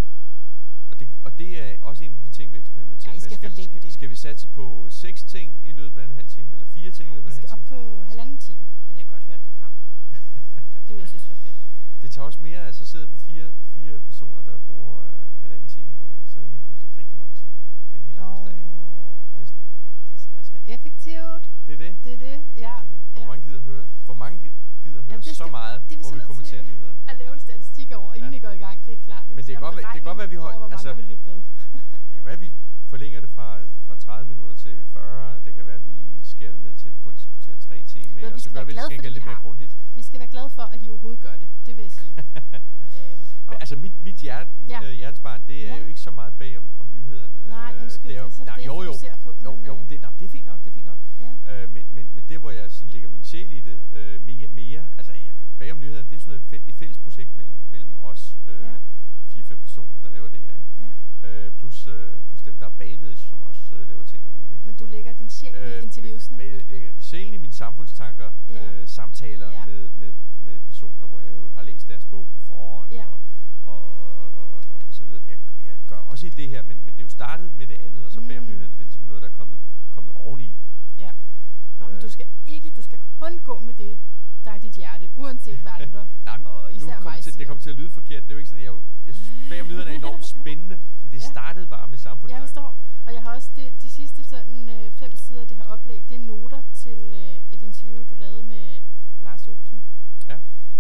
Og det, og det er også en af de ting, vi eksperimenterer med. Skal, skal, skal vi satse på seks ting i løbet af en halv time, eller fire ting i løbet af en halv time? Vi skal op på halvanden time, vil jeg godt høre et program på. Det vil jeg synes var fedt. Det tager også mere, så sidder vi fire, fire personer, der bruger øh, halvanden time på det, ikke? Så er det lige pludselig rigtig mange timer. Det er en hel arbejdsdag, ikke? Næsten. Det skal også være effektivt. Det er det. Det er det, ja. Det er det. Og hvor mange gider høre, hvor mange gider høre Jamen, så meget, det hvor vi kommenterer nyhederne. At lave en statistik over, inden ja. I går i gang, det er klart. Men det kan godt være, det kan godt være, vi holder, altså, vil lytte med. det kan være, at vi forlænger det fra, fra tredive minutter til fyrre. Det kan være, at vi skærer det ned til, at vi kun diskuterer tre temaer, og så gør vi det skænker lidt mere grundigt. Vi skal være glade for, at I overhovedet gør det. Det vil jeg sige. øhm, Men, altså, mit, mit hjerte, ja. øh, hjertesbarn, det er ja. jo ikke så meget bag om, om nyhederne. Nej, undskyld, det er, jo, det er så nej, det, jo, jo, jeg på. Jo, men, jo, øh, det, nej, det er fint nok, det er fint nok. Ja. Øh, men, men, men det, hvor jeg sådan lægger min sjæl i det, øh, mere, mere, altså jeg, bag om nyhederne, det er sådan noget fæl, et fælles projekt mellem, mellem os øh, ja. fire-fem personer, der laver det her, ikke? Ja. Øh, plus, øh, plus dem, der er bagved, som også øh, laver ting, og vi udvikler. Men du lægger din sjæl øh, i interviewsene? Men jeg lægger sjælen i mine samfundstanker, ja. øh, samtaler ja. med, med, med personer, hvor jeg jo har læst deres bog på forhånd, ja. og, og, og, og, og, og så videre. Jeg, jeg gør også i det her, men, men det er jo startet med det andet, og så mm. bag om nyhederne, det er ligesom noget, der er kommet, kommet oveni. Ja. Nå, øh. men du skal ikke, du skal kun gå med det, der er dit hjerte, uanset hvad andre, Nej, og især mig til, det kommer til at lyde forkert. Det er jo ikke sådan, jeg, jeg synes, bag om nyhederne er enormt spændende, men det ja. startede bare med samfundstanker. Jeg forstår, Og jeg har også det, de sidste sådan øh, fem sider af det her oplæg, det er noter til øh, et interview, du lavede med Lars Olsen. Ja.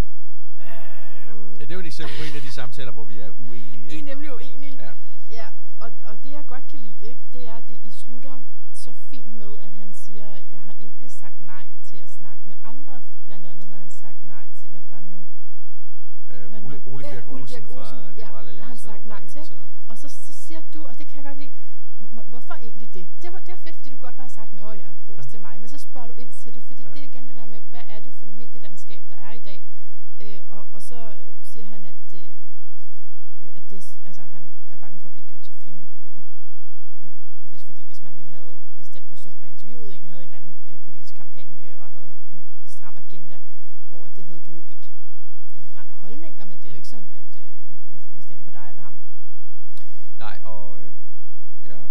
Øhm, Ja, det er jo et eksempel på en af de samtaler, hvor vi er uenige, I er ikke? nemlig uenige. Ja. Ja, og, og det jeg godt kan lide, ikke, det er, at det, I slutter så fint med, at han siger, jeg har egentlig sagt nej til at snakke med andre. Blandt andet har han sagt nej til, hvem var det nu? Øh, Hvad Ole, nu? Ole Ja, Birk Ole Olsen Birk fra Olsen, ja, Liberal Alliance. har han sagt åbenbart nej til. inviteret ham. Og så, så siger du, og det kan jeg godt lide, "Hvor- hvorfor egentlig det? Det var, det er fedt, fordi du godt bare har sagt, nå ja, ros Ja. til mig, men så spørger du ind til det, fordi Ja. det er igen det der med, hvad er det for et medielandskab, der er i dag? Øh, og, og så øh, siger han, at, øh, at det, altså, han er bange for at blive gjort til fjendebillede. Øh, hvis, fordi hvis man lige havde, hvis den person, der interviewede en, havde en eller anden øh, politisk kampagne og havde no, en stram agenda, hvor at det havde du jo ikke. Der var nogle andre holdninger, men det er jo ikke sådan, at øh, nu skulle vi stemme på dig eller ham. Nej, og øh, jeg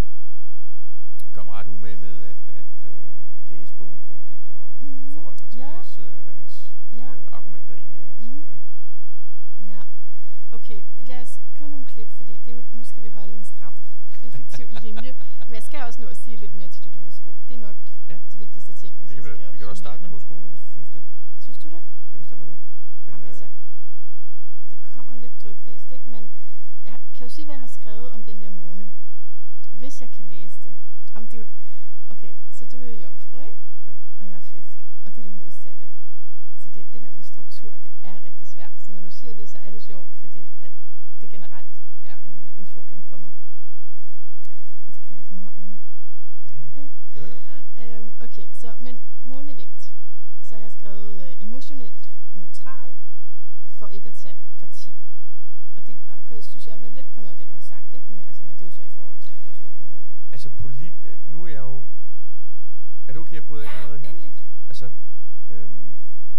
gør mig ret umage med at, at øh, læse bogen grundigt og Mhm. forholde mig til, Ja. hans, øh, hvad hans Ja. øh, argumenter egentlig er. Og så Mhm. videre, ikke? Ja, okay, lad os køre nogle klip, fordi det er jo, nu skal vi holde en stram, effektiv linje. Men jeg skal også nå at sige lidt mere til dit horoskop. Det er nok Ja. de vigtigste ting, hvis Det jeg kan skal vi, vi kan også starte med opsummere horoskopet, hvis du synes det. det. Synes du det? Det bestemmer du. Men, Jamen, altså, det kommer lidt drypvist, ikke? Men jeg kan jo sige, hvad jeg har skrevet om den der måne. Hvis jeg kan læse det. Om det er jo, okay, så du er jo jomfru, ikke? Ja. Og jeg er fisk, og det er det modsatte. Så det, det der med struktur, det er rigtig svært. Så når du siger det, så er det sjovt, fordi at det generelt er en udfordring for mig. Men så kan jeg så meget andet. ja, ja. Ikke? Jo, jo. Øhm, okay, så men månevægt. Så har jeg skrevet øh, emotionelt neutral for ikke at tage parti. Og det og jeg synes jeg har hørt lidt på noget af det du har sagt, ikke? Men, altså, men det er jo så i forhold til at du er så økonom. Altså, polit, nu er jeg jo... Er det okay, jeg bryder ind Ja, allerede her? endelig. Altså, øhm,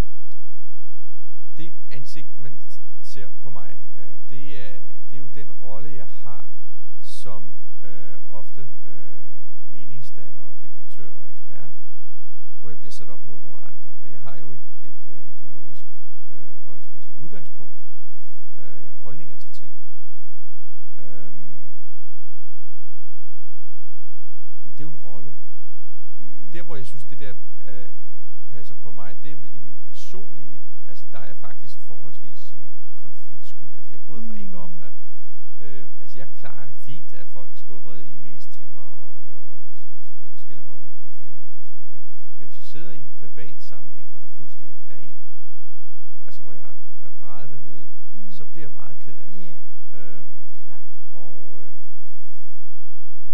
det ansigt, man ser på mig, øh, det, er, det er jo den rolle, jeg har som øh, ofte øh, meningsdanner, debattør og ekspert, hvor jeg bliver sat op mod nogle andre. Og jeg har jo et, et øh, ideologisk, øh, holdningsmæssigt udgangspunkt. Øh, jeg har holdninger til ting. Øhm, men det er jo en rolle. Mm. Der hvor jeg synes det der øh, passer på mig, det er i min personlige, altså der er jeg faktisk forholdsvis sådan konfliktsky. Altså jeg bryder mm. mig ikke om at, øh, altså jeg klarer det fint at folk skriver vrede e-mails til mig og laver øh, skiller mig ud på sociale medier og så videre. Men, men hvis jeg sidder i en privat sammenhæng og der pludselig er en, altså hvor jeg har paraderne nede, Mm. så bliver jeg meget ked af det. Ja, Øhm, klart. og, øh, øh,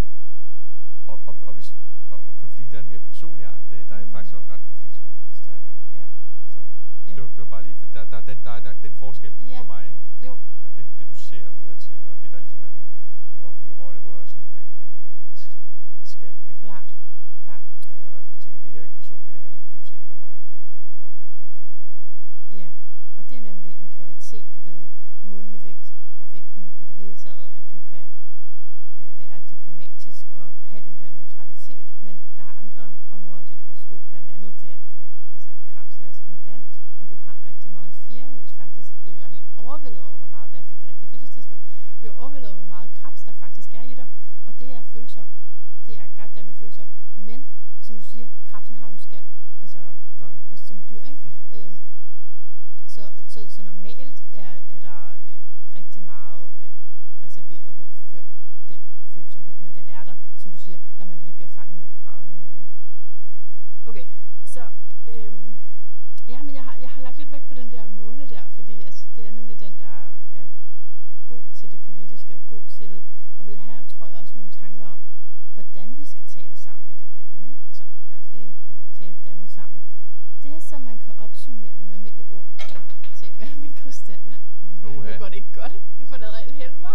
og, og, og, hvis, og, og konflikter er en mere personlig art, det, der er jeg Mm. faktisk også ret konfliktsky. Det står jeg godt, ja. Så Ja. det, var, det var bare lige, for der, der, der, der, der er den forskel Ja. for mig, ikke? Jo. Der er det, det du ser udadtil, og det der ligesom er min, min offentlige rolle, hvor jeg også ligesom anlægger lidt en, s- en, en skal, ikke? Klart, klart. Øh, og, og tænker, det her er ikke personligt, det handler dybest set ikke om mig, det, det handler om, at de ikke kan lide mine holdninger. Ja, og det er nemlig en kvalitet ved mundlig vægt og vægten i det hele taget, at du kan øh, være diplomatisk og have den der neutralitet, men der er andre områder i dit horoskop, blandt andet det, at du altså, krebs er ascendant, og du har rigtig meget i fjerde hus. Faktisk blev jeg helt overvældet over, hvor meget, da jeg fik det rigtige fødselstidspunkt, blev jeg overvældet over, hvor meget krebs der faktisk er i dig, og det er følsomt. Det er goddammit følsomt, men som du siger, krebsen har jo en skal, altså Nå ja. også som dyr, ikke? øhm, så, så, så normalt er, er der øh, rigtig meget øh, reserverethed før den følsomhed, men den er der, som du siger, når man lige bliver fanget med paraderne nede. Okay, så øhm, ja, men jeg har, jeg har lagt lidt vægt på den der måne der, fordi altså, det er nemlig den, der er, er god til det politiske, og god til, og vil have, tror jeg, også nogle tanker om, hvordan vi skal tale sammen i debatten, ikke? Altså, lad os lige tale dannet sammen. Det, som man kan opsummere det med med et ord, taber jeg min krystaller. Åh oh, nej, Uha. nu går det ikke godt. Nu forlader alt Helmer.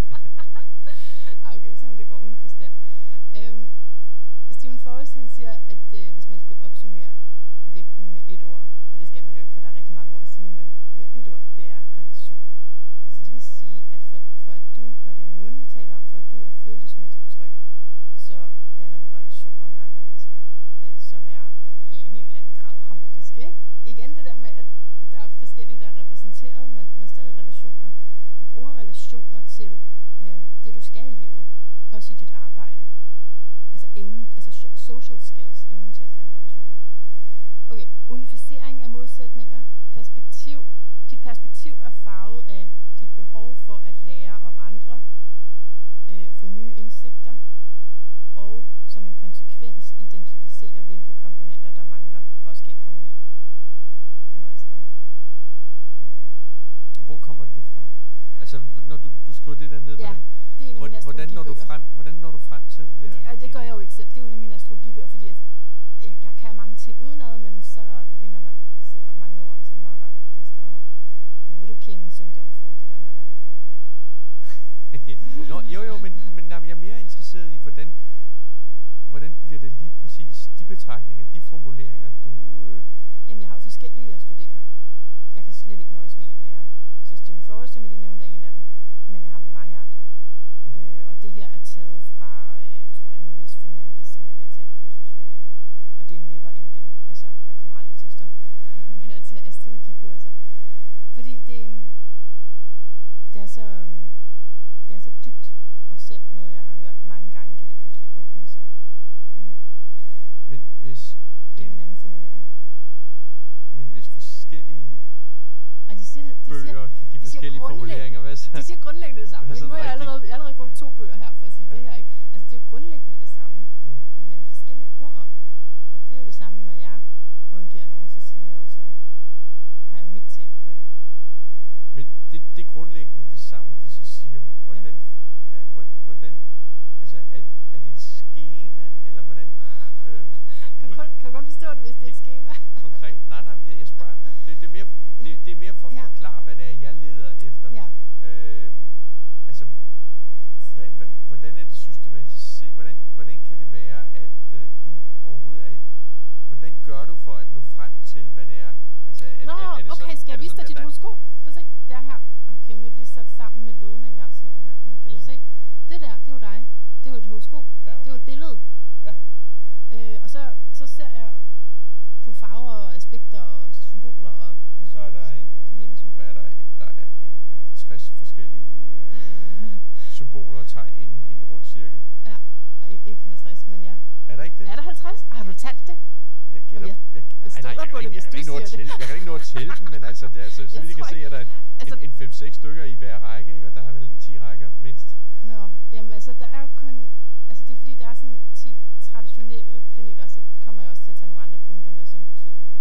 Ej, okay, vi ser om det går uden krystal. Øhm, Stephen Forrest, han siger, at øh, hvis man skulle opsummere vægten med et ord, og det skal man jo ikke, for der er rigtig mange ord at sige, men, men et ord, det er relationer. Så det vil sige, at for, for at du, når det er månen, vi taler om, for at du er følelsesmæssigt tryg, så danner du relationer med andre mennesker, øh, som er øh, i en helt anden grad harmoniske, ikke? Igen det der med, at der er forskellige, der er repræsenteret, men, men stadig relationer. Du bruger relationer til øh, det, du skal i livet. Og også i dit arbejde. Altså evnen, altså social skills, evnen til at danne relationer. Okay, unificering af modsætninger, perspektiv. Dit perspektiv er farvet af dit behov for at lære om andre, øh, få nye indsigter, og som en konsekvens identificere, hvilke komponenter, der mangler for at skabe harmoni. Det er noget, jeg har skrevet ned. Mm-hmm. Hvor kommer det fra? Altså, når du, du skriver det der ned, ja, hvordan, det er en af mine hvordan, når du frem, hvordan når du frem til det der? Det, og det gør jeg jo ikke selv. Det er jo en af mine astrologibøger, fordi at jeg, jeg kan mange ting udenad, men så lige når man sidder og mangler ordene, så er det meget rart, at det er skrevet ned. Det må du kende som jomfru, det der med at være lidt forberedt. Nå, jo jo, men, men nej, jeg er mere interesseret i, hvordan, hvordan bliver det lige præcis de betragtninger, de formuleringer, du... Øh... Jamen, jeg har jo forskellige, jeg studerer. Jeg kan slet ikke nøjes med en lærer. Så Stephen Forrest, som jeg lige nævnte, er en af dem, men jeg har mange andre. Mm. Øh, og det her er taget fra, øh, tror jeg, Maurice Fernandez, som jeg er ved at tage et kursus ved lige nu. Og det er never ending. Altså, jeg kommer aldrig til at stoppe med at tage astrologikurser. Fordi det, det er så... Det er så dybt, og selv noget, jeg har hørt mange gange, kan lige pludselig åbne sig på ny. Men hvis... Gennem en anden formulering. Men hvis forskellige Ej, de siger det, de bøger siger, kan give de forskellige formuleringer, hvad så? De siger grundlæggende det samme. Nu har jeg allerede, jeg allerede brugt to bøger her for at sige ja. Det her, ikke? Altså, det er jo grundlæggende det samme, ja. Men forskellige ord om det. Og det er jo det samme, når jeg rådgiver nogen, så siger jeg jo så, har jeg jo mit take på det. Men det, det er grundlæggende det samme, de så siger. Hvordan, ja. er, hvordan altså, er, er det et skema, eller hvordan... Øh, kan, du kun, kan du kun forstå det, hvis det er et skema? Konkret. Nej, nej, jeg, jeg spørger. Det, det, er mere, ja. det, det er mere for at ja. forklare, hvad det er, jeg leder efter. Ja. Øh, altså, hva, hva, hvordan er det systematiseret? Hvordan, hvordan kan det være, at øh, du overhovedet er... Hvordan gør du for at nå frem til, hvad det er? Altså, er, Nå, er, er det okay, sådan, skal jeg vise dig dit horoskop? Prøv at se, det er her. Okay, nu er det lige sat sammen med ledninger og sådan noget her. Men kan mm. du se, det der, det er jo dig. Det er jo et horoskop. Ja, okay. Det er jo et billede. Ja. Øh, og så, så ser jeg på farver og aspekter og symboler og... Og så er der en... Hvad er der? Der er en halvtreds forskellige øh, symboler og tegn inde i en rund cirkel. Ja, og ikke halvtreds, men ja. Er der ikke det? Er der halvtreds? Har du talt det? Jeg gætter... Jeg, jeg, jeg, nej, nej, jeg, jeg, jeg, jeg, kan ikke nå at tælle, jeg kan ikke nå at tælle dem, men altså, det er, så, så vidt jeg kan se, at der er en, altså, en, en fem seks stykker i hver række, ikke? Og der er vel en ti rækker mindst. Nå, jamen altså, der er jo kun... Altså, det er fordi, der er sådan ti traditionelle planeter, så kommer jeg også til at tage nogle andre punkter med, som betyder noget.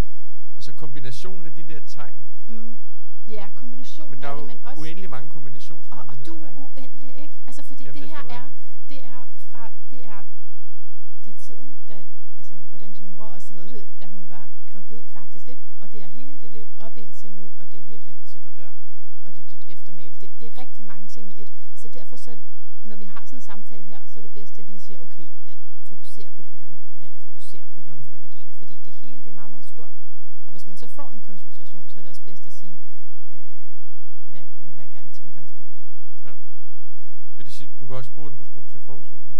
Og så kombinationen af de der tegn. Mm. Ja, kombinationen af det, men også... Men der er jo uendelig mange kombinationsmuligheder, og, og du er uendelig, ikke? Altså, fordi jamen, det, det her er... Det er fra... Det er... Det er tiden, da... Altså, hvordan din mor også havde det, da hun var gravid, faktisk, ikke? Og det er hele dit liv op indtil nu, og det er helt indtil du dør. Og det er dit eftermæle. Det, det er rigtig mange ting i et. Så derfor, så, når vi har sådan en samtale her, så er det bedst, at jeg lige siger, okay, jeg fokuserer på den her måne, eller fokuserer på jomfruenergien, fordi det hele, det er meget, meget stort. Og hvis man så får en konsultation, så er det også bedst at sige, øh, hvad man gerne vil tage udgangspunkt i. Ja. Vil det sige, du kan også bruge et horoskop til at forudse med?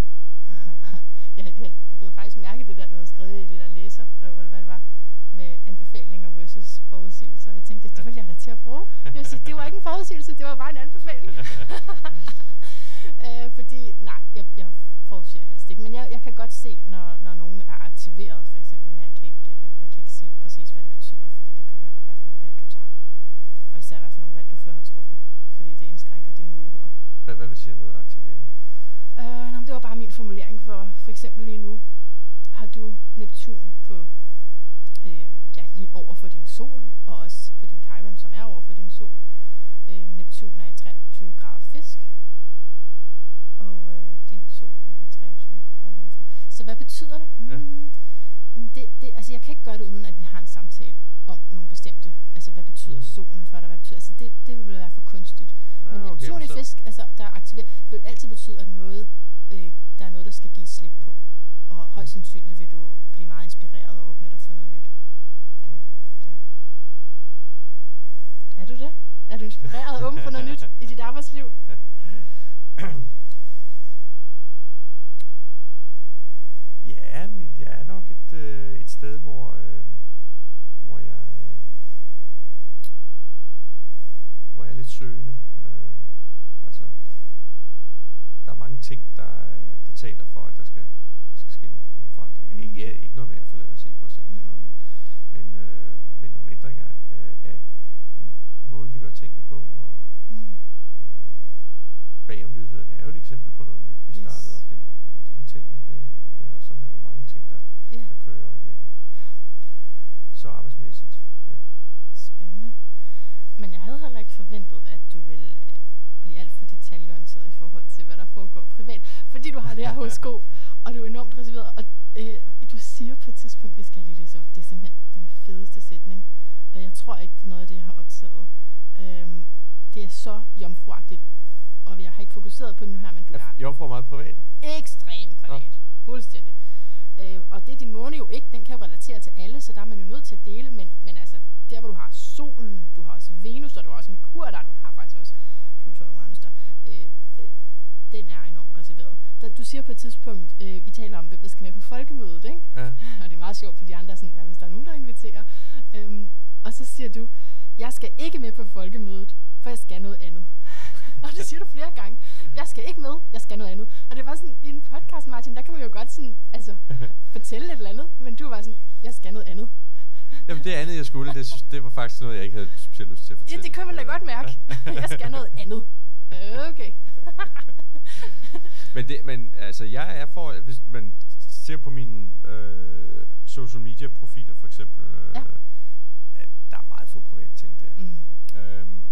Ja, jeg ved faktisk mærke det der, du havde skrevet i det der læserbrev, eller hvad det var, med anbefalinger versus forudsigelser. Jeg tænkte, det, det ville jeg da til at bruge. Jeg vil sige, det var ikke en forudsigelse, det var bare en anbefaling. øh, fordi, nej, jeg, jeg forudsiger helst ikke. Men jeg, jeg kan godt se, når, når nogen er aktiveret, for eksempel, men jeg kan, ikke, jeg kan ikke sige præcis, hvad det betyder, fordi det kommer an på, hvad for nogle valg du tager. Og især, hvad for nogle valg du før har truffet, fordi det indskrænker dine muligheder. Hvad, hvad vil det sige, noget er aktiveret? Øh, nå, det var bare min formulering for, for eksempel lige nu har du Neptun på, øh, ja, lige over for din sol, og også på din Chiron, som er over for din sol. Øh, Neptun er i treogtyve grader fisk, og øh, din sol er i treogtyve grader jomfru. Så hvad betyder det? Ja. Mm, det, det? Altså, jeg kan ikke gøre det, uden at vi har en samtale om nogle bestemte, altså hvad betyder mm. solen for dig, hvad betyder, altså det, det vil være for kunstigt. Ja, men Neptun okay, i fisk, altså der aktiverer, vil altid betyde, at noget, øh, der er noget, der skal gives slip på. Og højst sandsynligt vil du blive meget inspireret og åbne dig for noget nyt. Okay. Ja. Er du det? Er du inspireret og åben for noget nyt i dit arbejdsliv? Ja, men jeg er nok et, øh, et sted, hvor, øh, hvor jeg øh, hvor jeg er lidt søgende. Øh, altså, der er mange ting, der, der taler for, at der skal, der skal ske nogle, nogle forandringer. Mm. Ikke, ja, ikke noget med at forlade os e-post eller mm. sådan noget, men, men, øh, men nogle ændringer øh, af måden, vi gør tingene på. Og, mm. øh, bagom nyhederne er jo et eksempel på noget nyt. Vi yes. startede op, det er en lille ting, men det, men det er sådan, er der mange ting, der, yeah. der kører i øjeblikket. Så arbejdsmæssigt, ja. Spændende. Men jeg havde heller ikke forventet, at du ville øh, blive alt for detaljeorienteret i forhold til, hvad der foregår privat. Fordi du har det her horoskop, og du er enormt reserveret. Og øh, du siger på et tidspunkt, det skal jeg lige læse op, det er simpelthen den fedeste sætning. Og jeg tror ikke, det er noget af det, jeg har optaget. Øhm, det er så jomfruagtigt. Og jeg har ikke fokuseret på den nu her, men du er... Er jomfru er meget privat? Ekstremt privat. Ja. Fuldstændig. Øh, og det er din måne jo ikke, den kan jo relatere til alle, så der er man jo nødt til at dele, men, men altså, der hvor du har solen, du har også Venus, og du har også Merkur der, du har faktisk også Pluto og Uranus der, øh, øh, den er enormt reserveret. Da, du siger på et tidspunkt, øh, I taler om, hvem der skal med på folkemødet, ikke? Ja. Og det er meget sjovt, for de andre sådan, ja, hvis der er nogen, der inviterer. Øhm, og så siger du, jeg skal ikke med på folkemødet, for jeg skal noget andet. Og det siger du flere gange. Jeg skal ikke med, jeg skal noget andet. Og det var sådan, i en podcast, Martin, der kan man jo godt sådan, altså, fortælle et eller andet, men du var sådan, jeg skal noget andet. Jamen det andet, jeg skulle, det, det var faktisk noget, jeg ikke havde specielt lyst til at fortælle. Ja, det kan man da godt mærke. Jeg skal noget andet. Okay. men, det, men altså, jeg er for, hvis man ser på mine øh, social media profiler for eksempel, øh, ja. at der er meget få private ting der. Mm. Øhm,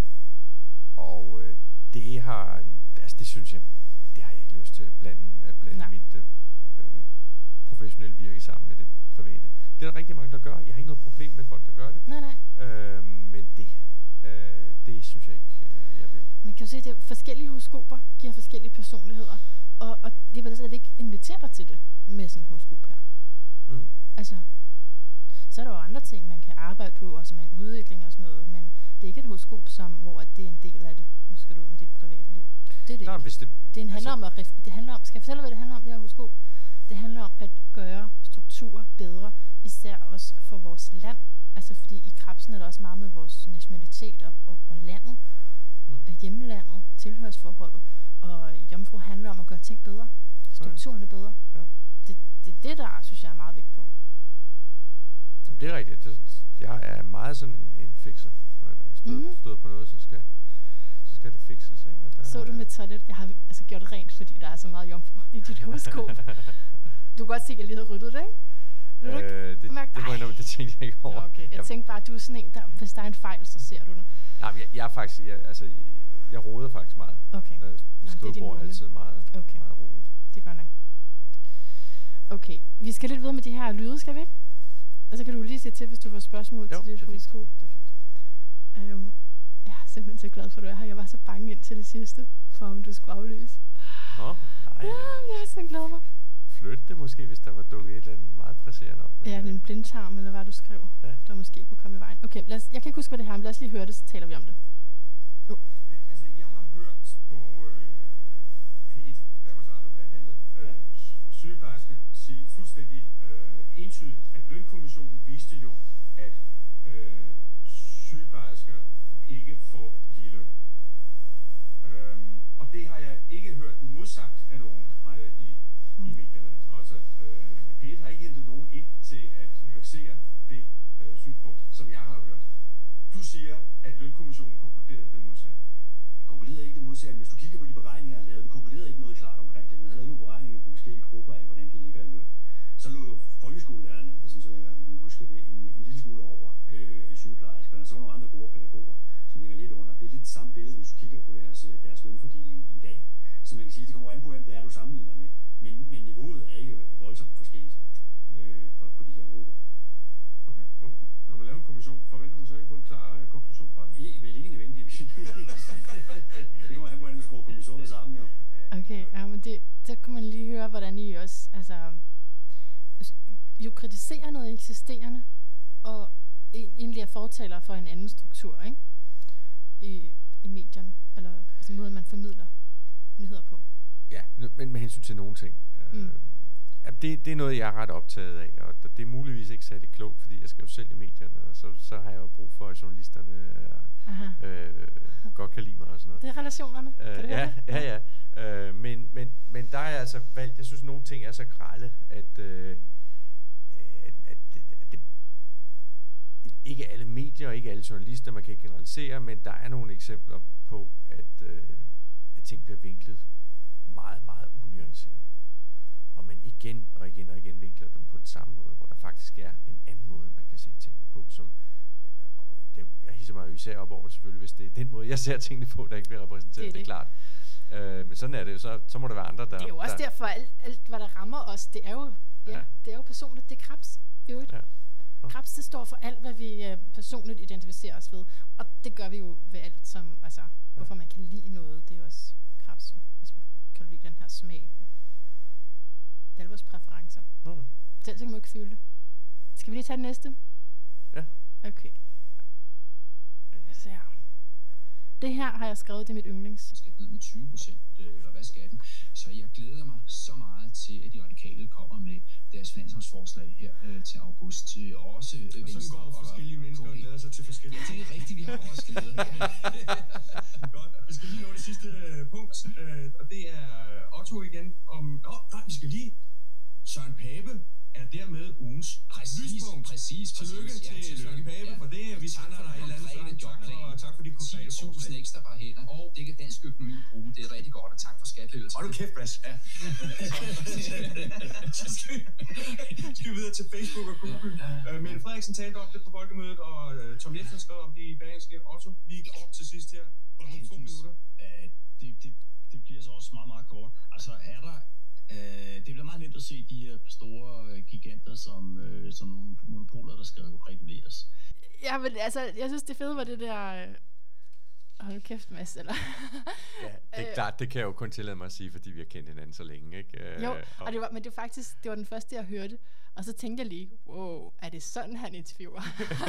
og øh, det har, altså det synes jeg, det har jeg ikke lyst til at blande, at blande mit øh, professionelle virke sammen med det private. Det er der rigtig mange, der gør. Jeg har ikke noget problem med folk, der gør det. Nej, nej. Øhm, men det, øh, det synes jeg ikke, øh, jeg vil. Man kan jo se, at det er forskellige horoskoper giver forskellige personligheder. Og, og det vil slet ikke invitere dig til det med sådan en horoskop her. Mm. Altså, så er der jo andre ting, man kan arbejde på, og som er en udvikling og sådan noget. Men det er ikke et horoskop, som, hvor at det er en del af det. Nu skal du ud med dit private liv. Det er det. Nå, ikke. Hvis det, det handler altså, om at ref- det handler om, skal jeg fortælle, hvad det handler om, det her horoskop? Det handler om at gøre strukturer bedre, især også for vores land. Altså fordi i Krebsen er der også meget med vores nationalitet og, og, og landet, mm. og hjemlandet, tilhørsforholdet. Og Jomfru handler om at gøre ting bedre, strukturerne ja. bedre. Ja. Det, det er det, der synes jeg er meget vigtigt på. Jamen, det er rigtigt. Det, jeg er meget sådan en, en fixer. Når jeg støder, mm-hmm. støder på noget, så skal, så skal det fixes. Ikke? Og der, så du med toilet? Jeg har altså gjort det rent, fordi der er så meget jomfru i dit horoskop. Du kan godt se, at jeg lige havde ryddet det, ikke? Øh, det, det, det, må jeg, det tænkte jeg ikke over. Nå, okay. Jeg, jeg tænkte bare, at du er sådan en, der, hvis der er en fejl, så ser du det. Nej, men jeg, jeg er faktisk, jeg, altså, jeg, jeg roder faktisk meget. Okay. Øh, skrivebord er altid meget, okay. meget rodet. Det er godt nok. Okay, vi skal lidt videre med de her lyde, skal vi ikke? Og så kan du lige se til, hvis du får spørgsmål jo, til dit horoskop. Det er fint. Øhm, jeg er simpelthen så glad for, at du er her. Jeg var så bange ind til det sidste, for om du skulle aflyse. Nå, nej. Ja, jeg er så glad for. Flytte det måske, hvis der var dukket et eller andet meget presserende op. Ja, det er en blindtarm, eller hvad du skrev, ja. der måske kunne komme i vejen. Okay, lad os, jeg kan ikke huske, hvad det her er, men lad os lige høre det, så taler vi om det. Oh. Altså, jeg har hørt på øh, P et, Danmarks Radio blandt andet, øh, sygeplejersker sige fuldstændig øh, entydigt, at lønkommissionen viste jo, at øh, sygeplejersker ikke får ligeløn. Øhm, og det har jeg ikke hørt modsagt af nogen øh, i i medierne. Altså, øh, P et har ikke hentet nogen ind til at nuancere det øh, synspunkt, som jeg har hørt. Du siger, at lønkommissionen konkluderede det modsatte. Den konkluderede ikke det modsatte, men hvis du kigger på de beregninger, jeg har lavet, den konkluderede ikke noget klart omkring det. Den havde lavet nogle beregninger på forskellige grupper af, hvordan de ligger i løn. Så lå jo folkeskolelærerne, sådan som jeg i hvert fald lige husker det, en, en lille smule over øh, sygeplejerskerne, og så var nogle andre grupper pædagoger, som ligger lidt under. Det er lidt det samme billede, hvis du kigger på deres, deres lønfordeling i dag. Så man kan sige, det kommer an på, hvem det er, du sammenligner med. Men, men niveauet er ikke voldsomt forskelligt øh, for, på de her grupper. Okay. Når man laver en kommission, forventer man så ikke på en klar øh, konklusion fra den? I, vel ikke nødvendigvis. Det kommer an på, hvordan du skruer kommissionen sammen, jo. Okay, ja, men det, så kan man lige høre, hvordan I også, altså, jo kritiserer noget eksisterende, og egentlig er fortaler for en anden struktur, ikke? I, i medierne, eller altså måden, man formidler nyheder på. Ja, men med hensyn til nogle ting. Øh, mm. Ja, det, det er noget, jeg er ret optaget af, og det er muligvis ikke særlig klogt, fordi jeg skal jo selv i medierne, og så, så har jeg jo brug for, at journalisterne øh, godt kan lide mig og sådan noget. Det er relationerne, øh, kan du ja, høre? ja, ja. Øh, men, men, men der er jeg altså valgt, jeg synes, nogle ting er så grælde, at, øh, at, at, det, at det, ikke alle medier og ikke alle journalister, man kan ikke generalisere, men der er nogle eksempler på, at, øh, at ting bliver vinklet meget, meget unuanceret. Og man igen og igen og igen vinkler dem på den samme måde, hvor der faktisk er en anden måde, man kan se tingene på, som det, jeg hisser mig jo især op over selvfølgelig, hvis det er den måde, jeg ser tingene på, der ikke bliver repræsenteret, det er, det. Det er klart. Øh, men sådan er det jo, så, så må der være andre, der... Det er jo også der, derfor, alt, alt hvad der rammer os, det er jo, ja, ja. Det er jo personligt, det er Krebs. Jo, ja. Krebs, det står for alt, hvad vi uh, personligt identificerer os ved, og det gør vi jo ved alt, som, altså, ja. Hvorfor man kan lide noget, det er jo også Krebs. Altså, kan du lide den her smag? Det er alle vores præferencer. Mm. Selv så kan man ikke føle det. Skal vi lige tage det næste? Ja. Okay. Så her. Det her har jeg skrevet, det er mit yndlings. Skal ned med tyve procent, eller hvad skal den? Så jeg glæder mig så meget til, at de radikale kommer med deres finanslovsforslag her øh, til august. Også øh, og Venstre sådan går forskellige og, mennesker og glæder sig til forskellige. Ja, det er rigtigt, vi har også glædet. Godt, vi skal lige nå det sidste punkt, øh, og det er Otto igen. Om, åh, oh, nej, vi skal lige. Søren Pape er dermed ugens præcis, lyspunkt. Præcis, tillykke præcis. til ja, Søren Pape, ja. For det vi sender dig et eller andet sang. Tak for, tak for de konkrete ti tusind ekstra bare hænder, og det kan dansk økonomi bruge. Det er rigtig godt, og tak for skattelettelser. Hold du kæft, Bas. Ja. Så skal vi, skal vi videre til Facebook og Google. Ja. Uh, Mette Frederiksen talte om det på folkemødet, og uh, Tom Jensen skrev om det i Berlingske. Otto, lige op til sidst her. På ja, to minutter. Uh, det, det, det bliver så også meget, meget kort. Altså er der Uh, det bliver meget nemt at se de her store uh, giganter som, uh, som nogle monopoler, der skal reguleres. Ja, men altså, jeg synes det fede var det der... Uh, hold nu kæft, Mads, eller... ja, det er klart, det kan jeg jo kun tillade mig at sige, fordi vi har kendt hinanden så længe, ikke? Uh, jo, og det var, men det var faktisk, det var den første, jeg hørte, og så tænkte jeg lige, wow, er det sådan, han interviewer?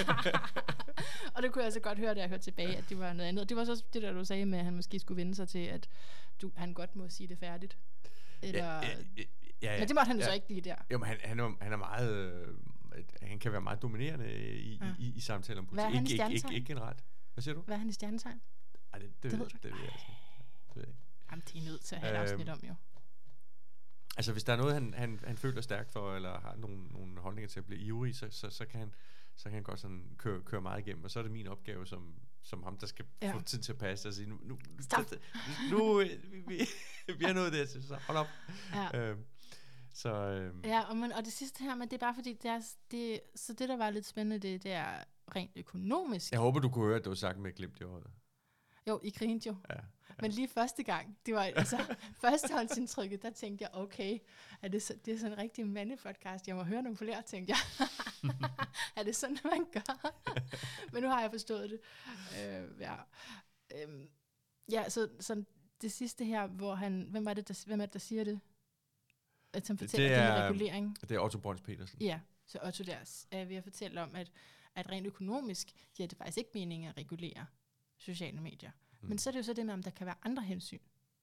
Og det kunne jeg så godt høre, da jeg hørte tilbage, at det var noget andet. Og det var så det der, du sagde med, at han måske skulle vende sig til, at du, han godt må sige det færdigt. Eller, ja, ja, ja, ja, men det måtte han ja. så ikke lige der. Jo, men han, han, er, han er meget, øh, han kan være meget dominerende i, ja. i, i, i samtaler om politik. Hvad er han i ikke, ikke, ikke generelt. Hvad siger du? Hvad er han i stjernetegn? Ej, det, det, det, ved, det, det ved jeg altså ikke. Det ved jeg ikke. Jamen, det er nødt til at have øhm, et afsnit om, jo. Altså, hvis der er noget, han, han, han føler stærkt for, eller har nogle, nogle holdninger til at blive ivrig, så, så, så, kan han, så kan han godt sådan køre, køre meget igennem. Og så er det min opgave som, som ham, der skal ja. få tiden til at passe og sige, nu, nu, nu, nu vi, vi har nået det, så hold op. Ja. Øhm, så, øhm. ja, og, man, og det sidste her, men det er bare fordi, det er, det, så det, der var lidt spændende, det, det er rent økonomisk. Jeg håber, du kunne høre, at det var sagt med glimt i øjet. Jo, I grinte jo. Ja, ja. Men lige første gang, det var altså førstehåndsindtrykket, der tænkte jeg, okay, er det, så, det er sådan en rigtig mandepodcast, jeg må høre nogle flere, tænkte jeg. Er det sådan, man gør? Men nu har jeg forstået det. Øh, ja. Øhm, ja, så, så det sidste her, hvor han, hvem er det, der, hvem er det, der siger det? At han fortæller det er, den regulering. Det er Otto Brøns Petersen. Ja, så Otto der er ved at fortælle om, at, at rent økonomisk giver det faktisk ikke mening at regulere sociale medier. Mm. Men så er det jo så det med, om der kan være andre hensyn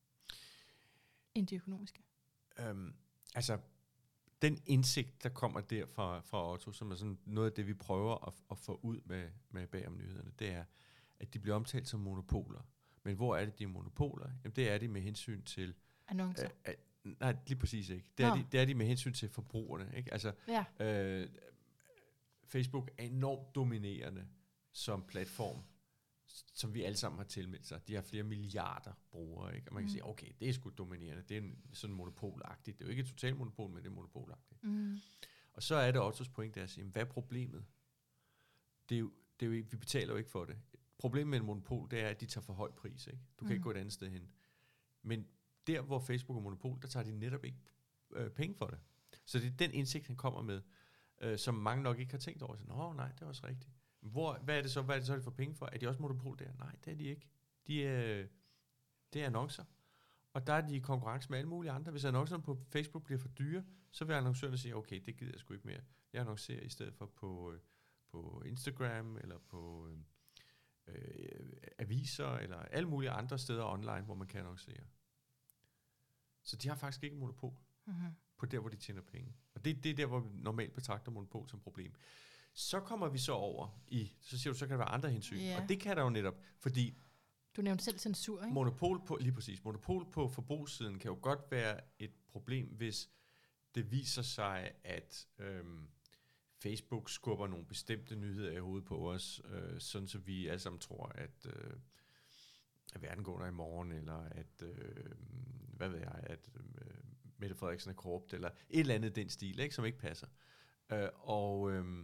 end de økonomiske. Øhm, altså, den indsigt, der kommer der fra, fra Otto, som er sådan noget af det, vi prøver at, at få ud med, med bagom nyhederne, det er, at de bliver omtalt som monopoler. Men hvor er det, de er monopoler? Jamen, det er de med hensyn til... Annoncer? Øh, øh, nej, lige præcis ikke. Det er, de, det er de med hensyn til forbrugerne. Ikke? Altså, ja. øh, Facebook er enormt dominerende som platform, som vi alle sammen har tilmeldt sig. De har flere milliarder brugere, ikke? Og man kan mm. sige, okay, det er sgu dominerende. Det er en, sådan monopolagtigt. Det er jo ikke et totalt monopol, men det er monopolagtigt. Mm. Og så er det Ottos point, der at sige, hvad er problemet? Det er jo, det er jo, vi betaler jo ikke for det. Problemet med en monopol, det er, at de tager for høj pris, ikke? Du kan mm. ikke gå et andet sted hen. Men der, hvor Facebook er monopol, der tager de netop ikke øh, penge for det. Så det er den indsigt, han kommer med, øh, som mange nok ikke har tænkt over. Så, nå, nej, det er også rigtigt. Hvor, hvad er det så, hvad er det så, de får penge for? Er de også monopol der? Nej, det er de ikke. De er, det er annoncer. Og der er de i konkurrence med alle mulige andre. Hvis annoncerne på Facebook bliver for dyre, så vil annoncørerne sige, okay, det gider jeg sgu ikke mere. Jeg annoncerer i stedet for på, øh, på Instagram, eller på øh, øh, aviser, eller alle mulige andre steder online, hvor man kan annoncere. Så de har faktisk ikke monopol. Mm-hmm. På der, hvor de tjener penge. Og det, det er der, hvor vi normalt betragter monopol som problem. Så kommer vi så over i, så siger du, så kan der være andre hensyn. Yeah. Og det kan der jo netop, fordi du nævnte selv censur, ikke? Monopol på, lige præcis, monopol på forbrugssiden kan jo godt være et problem, hvis det viser sig, at øhm, Facebook skubber nogle bestemte nyheder i hovedet på os, øh, sådan så vi alle sammen tror, at, øh, at verden går der i morgen, eller at, øh, hvad ved jeg, at øh, Mette Frederiksen er korrupt, eller et eller andet den stil, ikke, som ikke passer. Øh, og øh,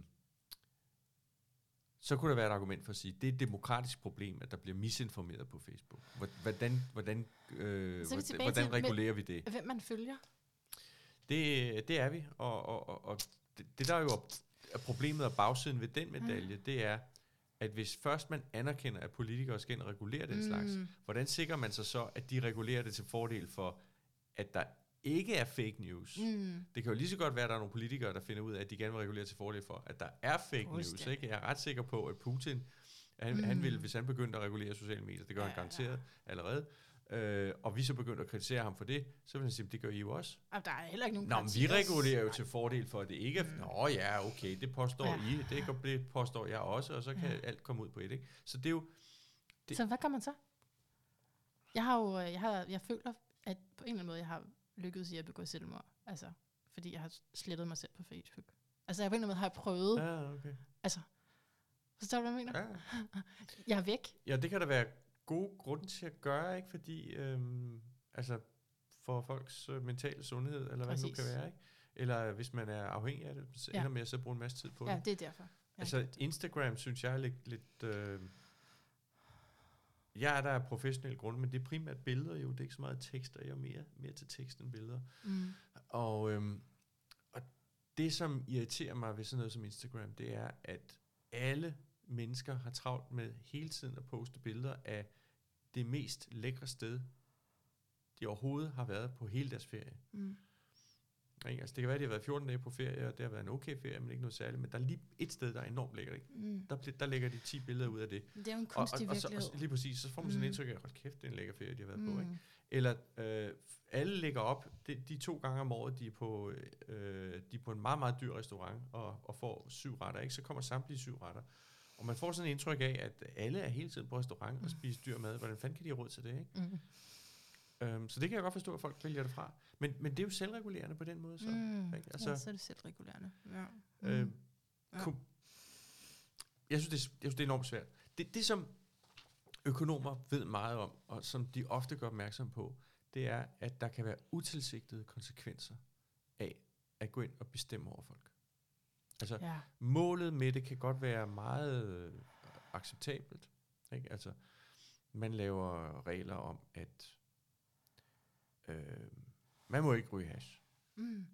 så kunne der være et argument for at sige, at det er et demokratisk problem, at der bliver misinformeret på Facebook. Hvordan, hvordan, øh, hvordan, hvordan regulerer vi det? Hvem man følger? Det, det er vi, og, og, og, og det, det der er jo er problemet og bagsiden ved den medalje, mm. det er, at hvis først man anerkender, at politikere skal regulere den mm. slags, hvordan sikrer man sig så, at de regulerer det til fordel for, at der ikke er fake news? Mm. Det kan jo lige så godt være, at der er nogle politikere, der finder ud af, at de gerne vil regulere til fordel for, at der er fake news. Ikke? Jeg er ret sikker på, at Putin, han, mm. han vil, hvis han begyndte at regulere sociale medier, det gør ja, han garanteret ja. allerede, øh, og vi så begyndte at kritisere ham for det, så vil han sige, det gør I jo også. Og der er heller ikke nogen Nå, men vi regulerer jo til fordel for, at det ikke er... Mm. Nå ja, okay, det påstår ja. I, det, det påstår jeg også, og så kan ja. alt komme ud på et. Ikke? Så det er jo... Det så hvad gør man så? Jeg har jo... Jeg, har, jeg føler, at på en eller anden måde, jeg har lykkedes i at begå selvmord. Altså, fordi jeg har slettet mig selv på Facebook. Altså, jeg på en eller anden måde har jeg prøvet... Ja, okay. Altså, forstår du, hvad jeg mener? Ja. Jeg er væk. Ja, det kan der være gode grunde til at gøre, ikke? Fordi, øhm, altså, for folks øh, mentale sundhed, eller hvad det nu kan være, ikke? Eller hvis man er afhængig af det, så ender ja. med at så bruge en masse tid på ja, det. det er derfor. Altså, Instagram synes jeg er lidt... lidt øh, jeg er der af professionel grund, men det er primært billeder jo, det er ikke så meget tekster, jeg er mere, mere til tekst end billeder. Mm. Og, øhm, og det, som irriterer mig ved sådan noget som Instagram, det er, at alle mennesker har travlt med hele tiden at poste billeder af det mest lækre sted, de overhovedet har været på hele deres ferie. Mm. Altså, det kan være, at de har været fjorten dage på ferie, og det har været en okay ferie, men ikke noget særligt. Men der er lige et sted, der er enormt lækkert. Ikke? Mm. Der, der lægger de ti billeder ud af det. Det er jo en kunstig og, og, virkelighed. Og, og lige præcis, så får man sådan en indtryk af, hold kæft, det er en lækker ferie, de har været mm. på. Ikke? Eller øh, alle lægger op, de, de to gange om året, de er, på, øh, de er på en meget, meget dyr restaurant, og, og får syv retter. Ikke? Så kommer samtlige syv retter. Og man får sådan en indtryk af, at alle er hele tiden på restaurant og spiser dyr mad. Hvordan fanden kan de have råd til det? Ikke? Mm. Um, så det kan jeg godt forstå, at folk vælger det fra. Men, men det er jo selvregulerende på den måde. Så, mm. ikke? Altså, ja, så er det selvregulerende. Ja. Mm. Øh, ja. Ku, jeg, synes, det, jeg synes, det er enormt svært. Det, det, som økonomer ved meget om, og som de ofte gør opmærksom på, det er, at der kan være utilsigtede konsekvenser af at gå ind og bestemme over folk. Altså, ja. målet med det kan godt være meget øh, acceptabelt. Ikke? Altså, man laver regler om, at Øh, man må ikke ryge hash. Mm.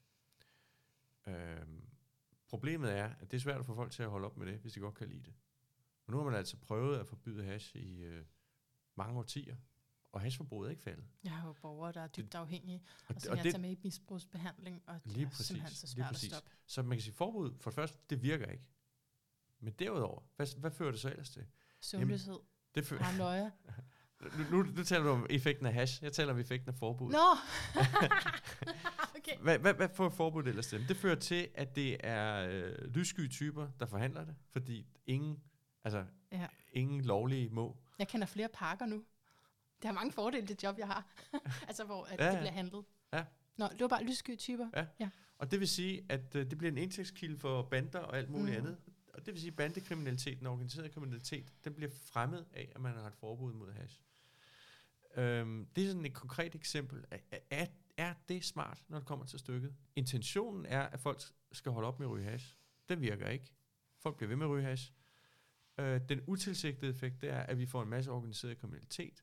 Øh, problemet er, at det er svært at få folk til at holde op med det, hvis de godt kan lide det. Og nu har man altså prøvet at forbyde hash i øh, mange årtier, og hashforbruget er ikke faldet. Jeg har jo borgere, der er dybt afhængige, og, og som og jeg det, tager med i misbrugsbehandling, og det lige er præcis, simpelthen så svært at stoppe. Så man kan sige, forbud, for det første, det virker ikke. Men derudover, hvad, hvad fører det så ellers til? Søvnløshed, paranoia. Nu, nu, nu taler du om effekten af hash. Jeg taler om effekten af forbud. Nå! Okay. Hvad, hvad, hvad får forbud ellers til? Det fører til, at det er øh, lyssky typer, der forhandler det, fordi ingen, altså, ja. ingen lovlige må. Jeg kender flere parker nu. Det har mange fordele, det job, jeg har. Altså, hvor at ja, det bliver handlet. Ja. Nå, det var bare lyssky typer. Ja. ja. Og det vil sige, at øh, det bliver en indtægtskilde for bander og alt muligt mm. andet. Og det vil sige, at bandekriminaliteten og organiseret kriminalitet, den bliver fremmet af, at man har et forbud mod hash. Øhm, det er sådan et konkret eksempel. Er, er, er det smart, når det kommer til stykket? Intentionen er, at folk skal holde op med at ryge hash. Den virker ikke. Folk bliver ved med at ryge hash. Øh, den utilsigtede effekt, det er, at vi får en masse organiseret kriminalitet,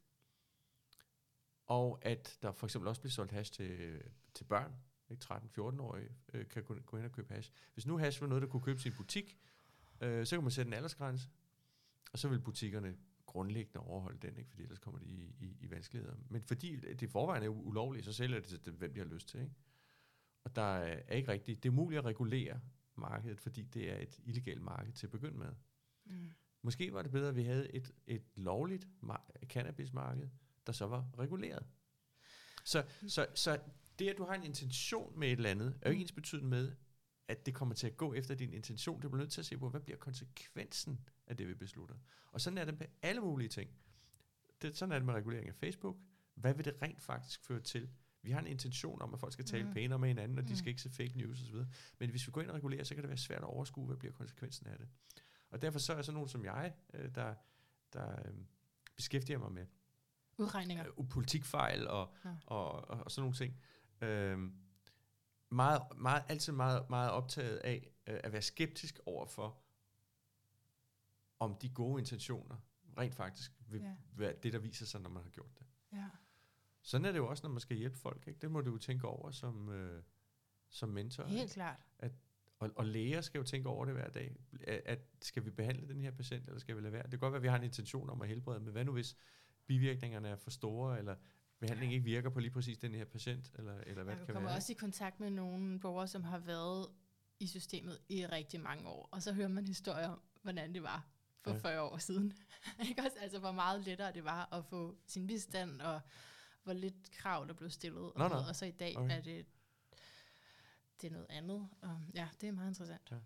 og at der for eksempel også bliver solgt hash til, til børn. tretten-fjorten-årige øh, kan gå, gå hen og købe hash. Hvis nu hash var noget, der kunne købes i en butik, øh, så kan man sætte en aldersgrænse, og så vil butikkerne grundlæggende overholde den, ikke? Fordi ellers kommer de i, i, i vanskeligheder. Men fordi det i forvejen er ulovligt, så sælger det til dem, hvem de har lyst til. Ikke? Og der er ikke rigtigt, det er muligt at regulere markedet, fordi det er et illegalt marked til at begynde med. Mm. Måske var det bedre, at vi havde et, et lovligt mar- cannabismarked, der så var reguleret. Så, mm. så, så det, at du har en intention med et eller andet, er jo ikke ens betydende med, at det kommer til at gå efter din intention. Det bliver nødt til at se på, hvad bliver konsekvensen af det, vi beslutter. Og sådan er det med alle mulige ting. Det, sådan er det med regulering af Facebook. Hvad vil det rent faktisk føre til? Vi har en intention om, at folk skal tale mm. pænere med hinanden, og de skal ikke se fake news osv. Men hvis vi går ind og regulerer, så kan det være svært at overskue, hvad bliver konsekvensen af det. Og derfor så er sådan nogen som jeg, der, der beskæftiger mig med udregninger, øh, politikfejl og, ja. og, og, og sådan nogle ting. Øh, meget, meget, altid meget, meget optaget af øh, at være skeptisk overfor, om de gode intentioner rent faktisk vil ja. være det, der viser sig, når man har gjort det. Ja. Sådan er det jo også, når man skal hjælpe folk. Ikke? Det må du jo tænke over som, øh, som mentor. Helt ikke? klart. At, og, og læger skal jo tænke over det hver dag. At, at skal vi behandle den her patient, eller skal vi lade være? Det kan godt være, at vi har en intention om at helbrede, men hvad nu hvis bivirkningerne er for store, eller behandlingen ikke virker på lige præcis den her patient, eller, eller hvad ja, det kan være? Jeg kommer også i kontakt med nogle borgere, som har været i systemet i rigtig mange år, og så hører man historier om, hvordan det var for ja. fyrre år siden. Ikke også? Altså, hvor meget lettere det var at få sin bistand, og hvor lidt krav, der blev stillet. Og, nå, nå. og så i dag okay. er det, det er noget andet. Og ja, det er meget interessant. Ja.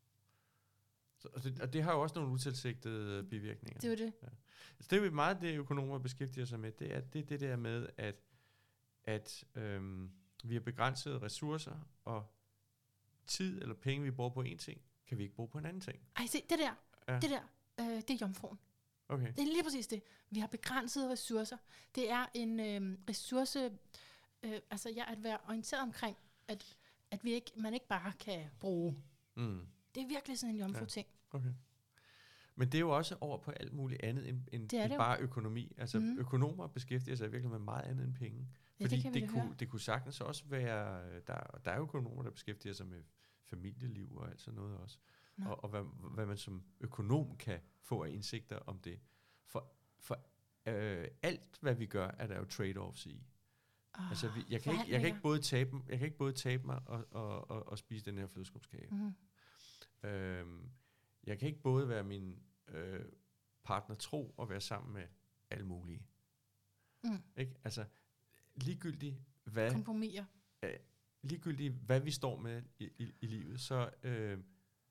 Så, og, det, og det har jo også nogle utilsigtede bivirkninger. Det er jo det. Ja. Så det er jo meget, det økonomer beskæftiger sig med, det er det, det der med, at, at øhm, vi har begrænsede ressourcer, og tid eller penge, vi bruger på en ting, kan vi ikke bruge på en anden ting. Ej, se, det der, ja. det der, øh, det er jomfruen. Okay. Det er lige præcis det. Vi har begrænsede ressourcer. Det er en øh, ressource, øh, altså jeg at være orienteret omkring, at, at vi ikke, man ikke bare kan bruge. Mm. Det er virkelig sådan en jomfru-ting. Ja. Okay. Men det er jo også over på alt muligt andet end, end, end bare økonomi. Altså mm. økonomer beskæftiger sig virkelig med meget andet end penge. Ja, fordi det, det, kunne, det kunne sagtens også være, der, der er økonomer, der beskæftiger sig med familieliv og alt sådan noget også. No. Og, og hvad, hvad man som økonom kan få af indsigter om det. For, for øh, alt, hvad vi gør, er der jo trade-offs i. Oh, altså, vi, jeg, kan ikke, jeg, kan ikke både tabe, jeg kan ikke både tabe mig og, og, og, og spise den her flødeskumskage. Mm. Øhm, jeg kan ikke både være min øh, partner tro og være sammen med alle mulige. Mm. Ikke? Altså, ligegyldigt hvad, kompromiser. Øh, ligegyldigt hvad vi står med i, i, i livet, så, øh,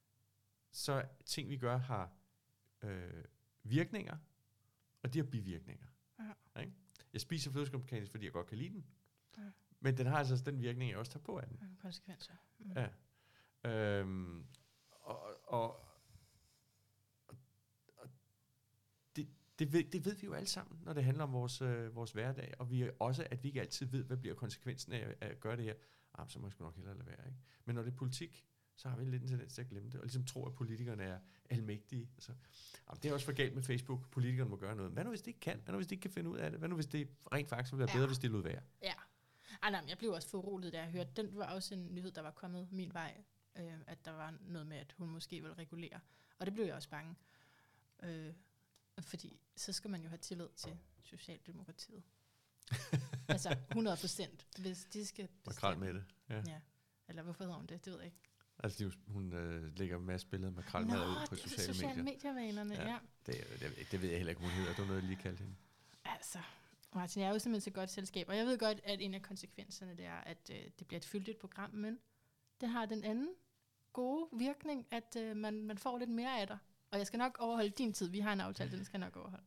så ting vi gør har øh, virkninger, og de har bivirkninger. Ja. Ikke? Jeg spiser flødeskumskage, fordi jeg godt kan lide den. Ja. Men den har altså den virkning, jeg også tager på af den. Ja, konsekvenser. Mm. Ja. Øhm, og og, og, og det, det, ved, det ved vi jo alle sammen, når det handler om vores, øh, vores hverdag, og vi er også, at vi ikke altid ved, hvad bliver konsekvensen af at gøre det her. Ah, så må jeg sgu nok hellere lade være. Ikke? Men når det er politik, så har vi lidt en tendens til at glemme det, og ligesom tro, at politikerne er almægtige. Altså, det er også for galt med Facebook. Politikerne må gøre noget. Hvad nu, hvis det ikke kan? Hvad nu, hvis det ikke kan finde ud af det? Hvad nu, hvis det rent faktisk vil være bedre, ja. hvis det lød være? Ja. Ej, nej, jeg blev også foruroliget, da jeg hørte. Den var også en nyhed, der var kommet min vej, øh, at der var noget med, at hun måske ville regulere. Og det blev jeg også bange. Øh, fordi så skal man jo have tillid til Socialdemokratiet. Altså hundrede procent, hvis de skal bestemme. Makrel med det. Ja. ja. Eller hvorfor hedder hun det? Det ved jeg ikke. Altså, de, hun øh, lægger en masse billeder med makrelmad ud på sociale, sociale medier. medievanerne, ja. ja. Det, det, det ved jeg heller ikke, hun hedder. Det var noget, jeg lige kaldte hende. Altså, Martin, jeg er jo simpelthen så godt selskab, og jeg ved godt, at en af konsekvenserne, det er, at øh, det bliver et fyldigt program, men det har den anden gode virkning, at øh, man, man får lidt mere af dig. Og jeg skal nok overholde din tid. Vi har en aftale, den skal jeg nok overholde.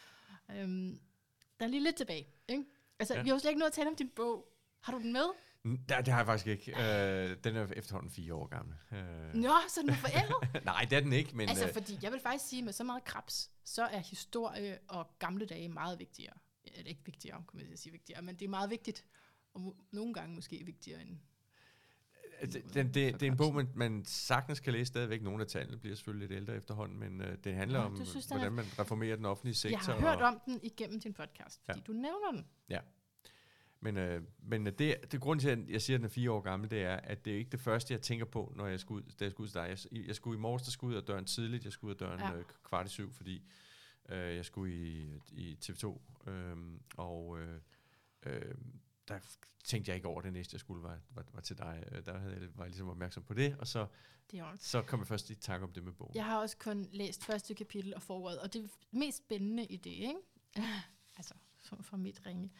Øhm, der er lige lidt tilbage, ikke? Altså, ja. vi har jo slet ikke noget at tale om din bog. Har du den med? Nej, det har jeg faktisk ikke. Øh, den er efterhånden fire år gammel. Øh. Nå, så den er forældet? Nej, det er den ikke, men... Altså, fordi jeg vil faktisk sige, med så meget krebs, så er historie og gamle dage meget vigtigere. Eller ikke vigtigere, kunne man sige vigtigere, men det er meget vigtigt. Og må, nogle gange måske vigtigere end... Det, det, det, det er en bog, man, man sagtens kan læse stadigvæk. Nogle af tallene bliver selvfølgelig lidt ældre efterhånden, men uh, det handler ja, om, synes, hvordan man reformerer den offentlige sektor. Jeg har hørt om den igennem din podcast, fordi ja. du nævner den. Ja, men, uh, men det, det grund til, at jeg siger, at den er fire år gammel, det er, at det er ikke det første, jeg tænker på, når jeg skal ud, da jeg skal ud til dig. Jeg, jeg skulle i morges, der skulle ud af døren tidligt. Jeg skulle ud af døren ja. øh, kvart i syv, fordi øh, jeg skulle i, i T V to, øh, og... Øh, øh, der tænkte jeg ikke over det næste, jeg skulle, var, var, var til dig. Der havde jeg, var jeg ligesom opmærksom på det, og så, det så kom jeg først i tanke om det med bogen. Jeg har også kun læst første kapitel og forordet, og det er mest spændende i det, ikke? Altså, fra, fra mit ringe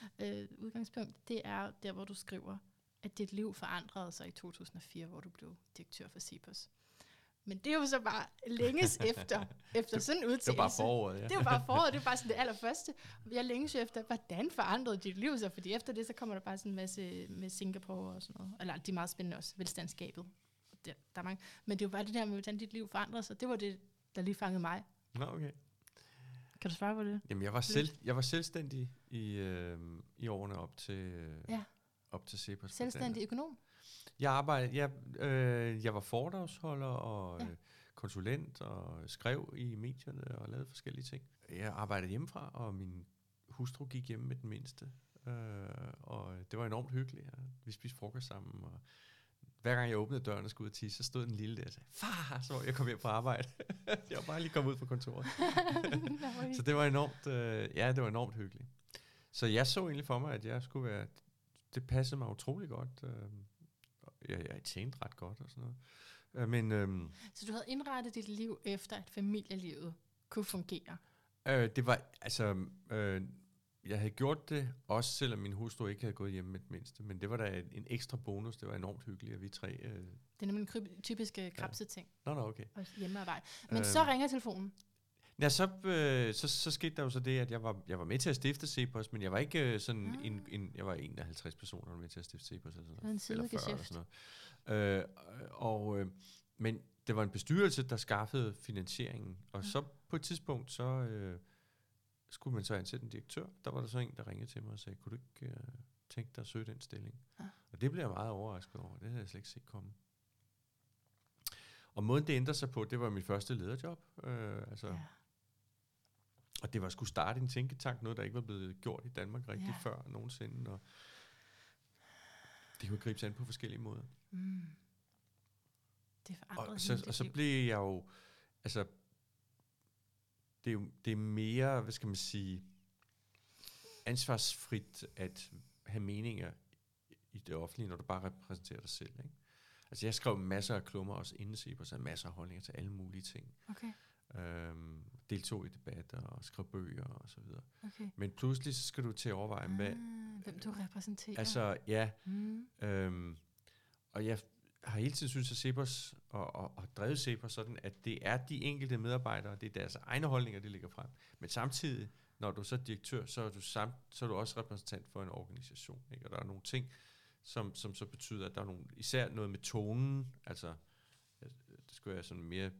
øh, udgangspunkt, det er der, hvor du skriver, at dit liv forandrede sig i to tusind og fire, hvor du blev direktør for Cepos. Men det er jo så bare længes efter, efter sådan en udtalelse. Det var bare foråret, ja. Det var bare foråret, det var bare sådan det allerførste. Jeg længes efter, hvordan forandrede dit liv sig? Fordi efter det, så kommer der bare sådan en masse med Singapore og sådan noget. Eller de er meget spændende også, velstandsskabet. Der, der er mange. Men det er jo bare det der med, hvordan dit liv forandrede sig. Det var det, der lige fangede mig. Nå, okay. Kan du svare på det? Jamen, jeg var, selv, jeg var selvstændig i, øh, i årene op til, øh, ja. op til Cepos. Selvstændig økonom? Jeg arbejdede, jeg, øh, jeg var foredragsholder og ja. øh, konsulent og skrev i medierne og lavede forskellige ting. Jeg arbejdede hjemmefra, og min hustru gik hjemme med den mindste. Øh, og det var enormt hyggeligt. Vi spiste frokost sammen, og hver gang jeg åbnede døren og skulle ud og tisse, så stod den lille der og sagde, far, så jeg kom hjem på arbejde. Jeg var bare lige kommet ud fra kontoret. Så det var enormt, øh, ja, det var enormt hyggeligt. Så jeg så egentlig for mig, at jeg skulle være, det passede mig utrolig godt. Øh, jeg, jeg tjente ret godt og sådan noget. Øh, men, øh, så du havde indrettet dit liv efter, at familielivet kunne fungere? Øh, det var, altså, øh, jeg havde gjort det, også selvom min hustru ikke havde gået hjemme med det mindste, men det var da en, en ekstra bonus, det var enormt hyggeligt, at vi tre... Øh, det er nemlig en typiske krabseting. Ja. Nå, nå, okay. Og hjemmearbejde. Men øh, øh, så ringer telefonen. Ja, så, øh, så, så skete der jo så det, at jeg var, jeg var med til at stifte Cepos, men jeg var ikke øh, sådan ah. en, en, jeg var enoghalvtreds personer med til at stifte Cepos, eller sådan noget, eller fyrre eller sådan noget. Øh, og, øh, men det var en bestyrelse, der skaffede finansieringen, og ja. Så på et tidspunkt, så øh, skulle man så ansætte en direktør. Der var der så en, der ringede til mig og sagde, kunne du ikke øh, tænke dig at søge den stilling? Ja. Og det blev jeg meget overrasket over, det havde jeg slet ikke set komme. Og måden det ændrede sig på, det var mit første lederjob, øh, altså... Ja. Og det var sgu starte en tænketank, noget der ikke var blevet gjort i Danmark rigtig ja. Før nogensinde, og det kunne gribes an på forskellige måder. Mm. Det og så, og så blev jeg jo, altså, det er jo det er mere, hvad skal man sige, ansvarsfrit at have meninger i det offentlige, når du bare repræsenterer dig selv, ikke? Altså jeg skrev masser af klummer også inden Cepos, så masser af holdninger til alle mulige ting. Okay. Øhm, deltog i debatter og skrev bøger og så videre. Okay. Men pludselig så skal du til at overveje, ah, hvad, hvem du repræsenterer. Altså ja, mm. øhm, og jeg har hele tiden synes at Cepos og, og, og drevet Cepos sådan, at det er de enkelte medarbejdere, det er deres egne holdninger, de ligger frem. Men samtidig, når du så er direktør, så er du samt, så er du også repræsentant for en organisation, ikke? Og der er nogle ting, som som så betyder, at der er nogle, især noget med tonen, altså det skulle være sådan mere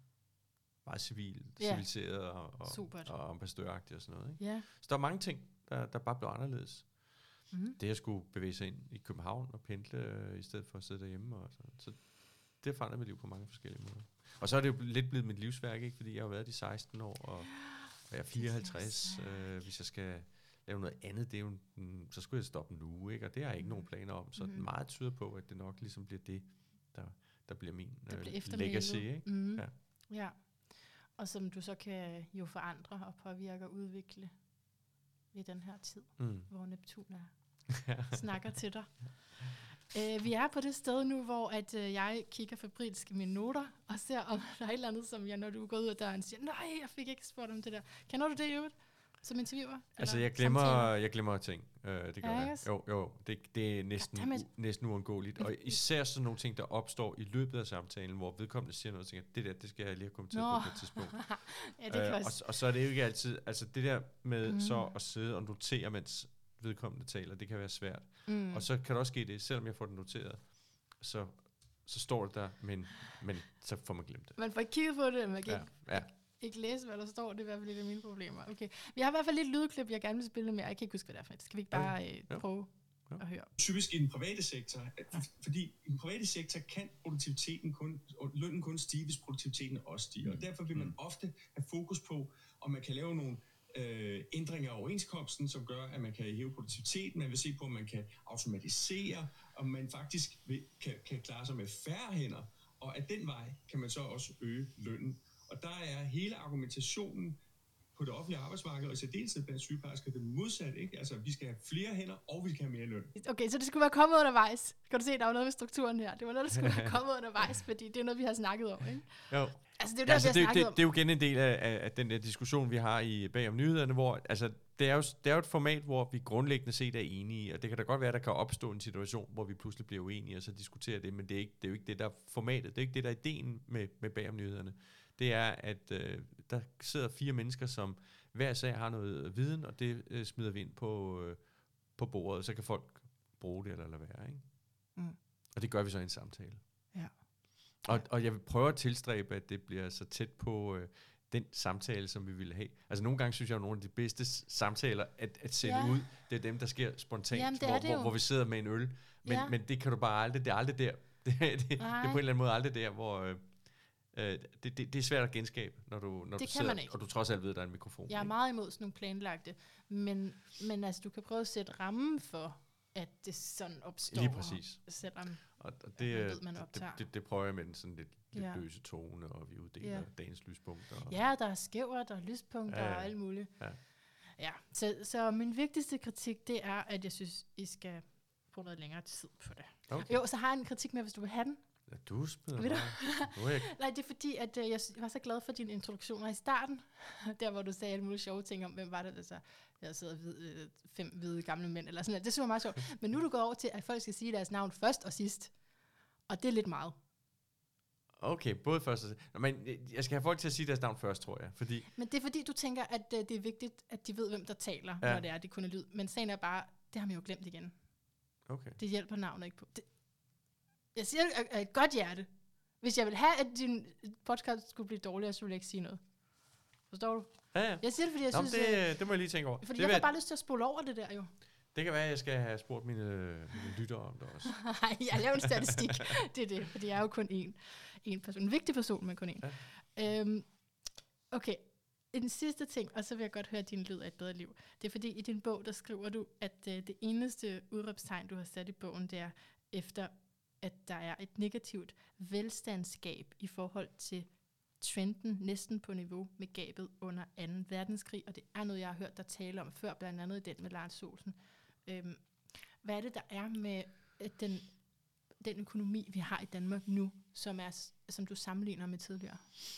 meget civil, ja. Civiliseret og, og, og ambassadøragtigt og sådan noget. Ikke? Ja. Så der er mange ting, der, der bare blev anderledes. Mm. Det, jeg skulle bevæge sig ind i København og pendle, øh, i stedet for at sidde derhjemme. Og sådan. Så det forandrede mit liv på mange forskellige måder. Og så er det jo lidt blevet mit livsværk, ikke? Fordi jeg har været de seksten år, og, og jeg er fireoghalvtreds. Øh, hvis jeg skal lave noget andet, det er jo, mm, så skulle jeg stoppe nu, ikke? Og det har jeg ikke mm. nogen planer om. Så mm. meget tyder på, at det nok ligesom bliver det, der, der bliver min øh, bliver legacy. Ikke? Mm. Ja. Ja. Og som du så kan jo forandre og påvirke og udvikle i den her tid, mm. hvor Neptun er, snakker til dig. Uh, vi er på det sted nu, hvor at, uh, jeg kigger febrilsk i mine noter, og ser, om der er et eller andet, som jeg, når du går ud af døren, siger, nej, jeg fik ikke spurgt om det der. Kender du det i øvrigt, som interviewer? Altså, jeg glemmer, jeg glemmer ting. Uh, det gør ja, jeg. Jo, jo, det, det er næsten, u, næsten uundgåeligt. Og især sådan nogle ting, der opstår i løbet af samtalen, hvor vedkommende siger noget, og tænker, det der, det skal jeg lige have kommenteret på på et tidspunkt. Ja, det kan uh, og, og så er det jo ikke altid, altså det der med mm. så at sidde og notere, mens vedkommende taler, det kan være svært. Mm. Og så kan det også ske det, selvom jeg får det noteret, så, så står det der, men, men så får man glemt det. Man får ikke kigget på det, man kan ja, ikke, ja. ikke læse, hvad der står. Det er i hvert fald lidt af mine problemer. Okay. Vi har i hvert fald lidt lydklip, jeg gerne vil spille med. Jeg kan ikke huske, hvad det er for et. Skal vi ikke bare øh, prøve ja. At høre? Typisk i den private sektor, fordi i den private sektor kan produktiviteten kun, og lønnen kun stige, hvis produktiviteten også stiger. Og derfor vil man ofte have fokus på, om man kan lave nogle Øh, ændringer af overenskomsten, som gør, at man kan hæve produktiviteten. Man vil se på, om man kan automatisere, om man faktisk vil, kan, kan klare sig med færre hænder, og af den vej kan man så også øge lønnen. Og der er hele argumentationen på det offentlige arbejdsmarked, og i særdeleshed blandt sygeplejersker, det modsatte, ikke? Altså, vi skal have flere hænder, og vi skal have mere løn. Okay, så det skulle være kommet undervejs. Kan du se, der var noget med strukturen her. Det var noget, der skulle være kommet undervejs, fordi det er noget, vi har snakket om, ikke? Jo. Altså, det er jo der, altså, vi har det, det, det er jo igen en del af, af den der diskussion, vi har i Bagom Nyhederne, hvor altså, det, er jo, det er jo et format, hvor vi grundlæggende set er enige, og det kan da godt være, at der kan opstå en situation, hvor vi pludselig bliver uenige, og så diskuterer det, men det er, ikke, det er jo ikke det, der er formatet, det er ikke det, der er ideen med, med Bagom Nyhederne. Det er, at øh, der sidder fire mennesker, som hver sag har noget viden, og det øh, smider vi ind på, øh, på bordet, og så kan folk bruge det eller lade være, ikke? Mm. Og det gør vi så i en samtale. Ja. Og, og jeg vil prøve at tilstræbe, at det bliver så tæt på øh, den samtale, som vi ville have. Altså nogle gange synes jeg, at nogle af de bedste samtaler at, at sætte Ja. ud, det er dem, der sker spontant, Jamen, det er hvor, det hvor, jo. hvor vi sidder med en øl. Men, Ja. men det kan du bare aldrig, det er aldrig der. Det, det, det, det er på en eller anden måde aldrig der, hvor... Øh, øh, det, det, det er svært at genskabe, når du, når Det du kan man sidder, ikke. og du trods alt ved, at der er en mikrofon. Jeg er ikke? meget imod sådan nogle planlagte, men, men altså, du kan prøve at sætte rammen for, at det sådan opstår. Lige præcis. Selvom Og, og at det, man øh, ved, man det, optager. det, det prøver jeg med den sådan lidt, lidt Ja. løse tone, og vi uddeler Ja. dagens lyspunkter. Og, ja, der er skæver, der er lyspunkter Ja, ja. og alt muligt. Ja. Ja, så, så min vigtigste kritik, det er, at jeg synes, I skal bruge noget længere tid på det. Okay. Jo, så har jeg en kritik med, hvis du vil have den. Ja, du spiller Ved du- bare. Nu er jeg Nej, det er fordi, at øh, jeg s- var så glad for dine introduktioner i starten. Der, hvor du sagde alle mulige sjove ting om, hvem var det, der så... Jeg sidder ved, øh, fem hvide gamle mænd, eller sådan noget. Det synes jeg var meget sjovt. Men nu er du gået over til, at folk skal sige deres navn først og sidst. Og det er lidt meget. Okay, både først og sidst. Nå, men øh, jeg skal have folk til at sige deres navn først, tror jeg. Fordi, Men det er fordi, du tænker, at øh, det er vigtigt, at de ved, hvem der taler, Ja. ja. når det er, det kun er lyd. Men sagen er bare, det har man jo glemt igen. okay. Det hjælper navnet ikke på. Det, jeg siger det af et godt hjerte. Hvis jeg vil have, at din podcast skulle blive dårligere, så vil jeg ikke sige noget. Forstår du? Ja, ja. Jeg siger det, fordi jeg Nå, synes... øh, det, det må jeg lige tænke over. Fordi det, jeg vil, får bare lyst til at spole over det der jo. det kan være, at jeg skal have spurgt mine, mine lyttere om det også. Nej, jeg laver en statistik. Det er det, fordi jeg er jo kun én, én person. En vigtig person, men kun én. Ja. Øhm, okay, en sidste ting, og så vil jeg godt høre, at din lyd er et bedre liv. Det er fordi, i din bog, der skriver du, at øh, det eneste udråbstegn, du har sat i bogen, det er efter, at der er et negativt velstandsgab i forhold til trenden næsten på niveau med gabet under anden verdenskrig, og det er noget, jeg har hørt dig tale om før, blandt andet den med Lars Olsen. Øhm, hvad er det, der er med øh, den, den økonomi, vi har i Danmark nu, som, er, som du sammenligner med tidligere?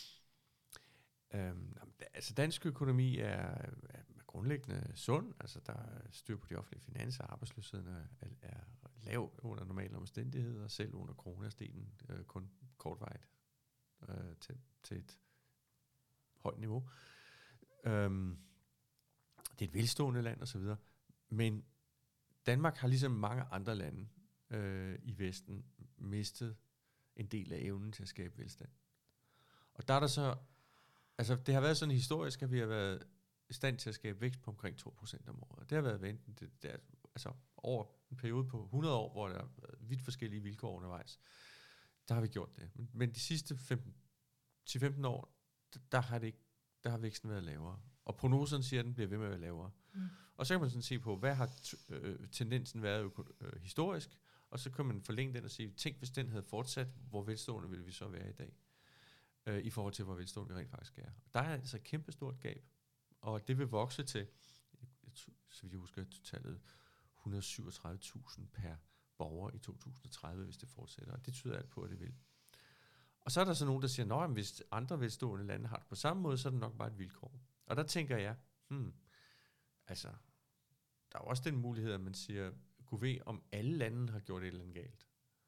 Øhm, jamen, da- altså dansk økonomi er, er grundlæggende sund. Altså der er styr på de offentlige finanser, arbejdsløsheden er, er, er lav under normale omstændigheder, selv under corona steg den øh, kun kortvarigt øh, til, til et højt niveau. Øhm, det er et velstående land og så videre, men Danmark har ligesom mange andre lande øh, i Vesten mistet en del af evnen til at skabe velstand. Og der er der så, altså det har været sådan historisk, at vi har været i stand til at skabe vækst på omkring to procent om året. Det har været enten, det, det er, altså over en periode på hundrede år, hvor der har været vidt forskellige vilkår undervejs, der har vi gjort det. Men, men de sidste femten til femten år, der, der har det ikke, der har væksten været lavere. Og prognoserne siger, at den bliver ved med at være lavere. Mm. Og så kan man sådan se på, hvad har t- øh, tendensen været øko- øh, historisk, og så kan man forlænge den og sige, tænk hvis den havde fortsat, hvor velstående ville vi så være i dag, øh, i forhold til, hvor velstående vi rent faktisk er. Der er altså et kæmpe stort gab, og det vil vokse til, så vidt jeg husker, tallet et hundrede og syvogtredive tusind per borger i to tusind og tredive, hvis det fortsætter, og det tyder alt på, at det vil. Og så er der så nogen, der siger, at hvis andre velstående lande har det på samme måde, så er det nok bare et vilkår. Og der tænker jeg, hmm, altså, der er også den mulighed, at man siger, gud ved, om alle lande har gjort et eller andet galt.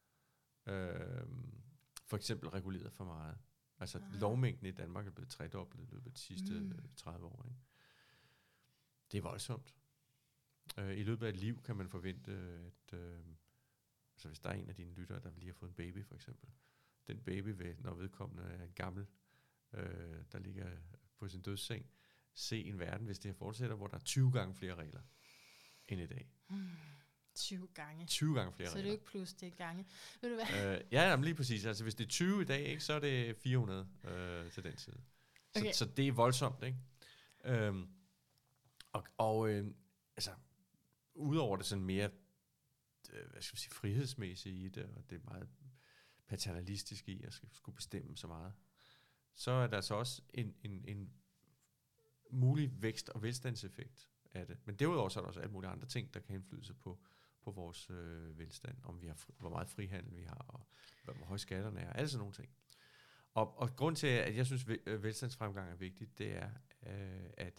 Øhm, for eksempel reguleret for meget. Altså, ah. lovmængden i Danmark er blevet tredoblet i løbet af de sidste mm. tredive år. Ikke? Det er voldsomt. Øh, I løbet af et liv kan man forvente, at øh, altså, hvis der er en af dine lyttere, der lige har fået en baby, for eksempel, den baby vil, når vedkommende er en gammel, øh, der ligger på sin dødsseng, se en verden, hvis det her fortsætter, hvor der er tyve gange flere regler end i dag. Hmm. tyve gange. tyve gange flere så regler. Så det er jo ikke plus, det er gange. Ved du hvad? Øh, ja, jamen lige præcis. Altså hvis det er tyve i dag, ikke, så er det fire hundrede øh, til den tid. Så, Okay. så det er voldsomt, ikke? Øhm, og og øh, altså, udover det sådan mere, øh, hvad skal vi sige, frihedsmæssige i det, og det er meget paternalistisk i at skulle bestemme så meget, så er der altså også en, en, en mulig vækst- og velstandseffekt af det. Men derudover så er der også alle mulige andre ting, der kan have indflydelse på, på vores øh, velstand, om vi har fri, hvor meget frihandel vi har, og hvor, hvor høje skatterne er, alle sådan nogle ting. Og, og grund til, at jeg synes, at velstandsfremgang er vigtigt, det er, øh, at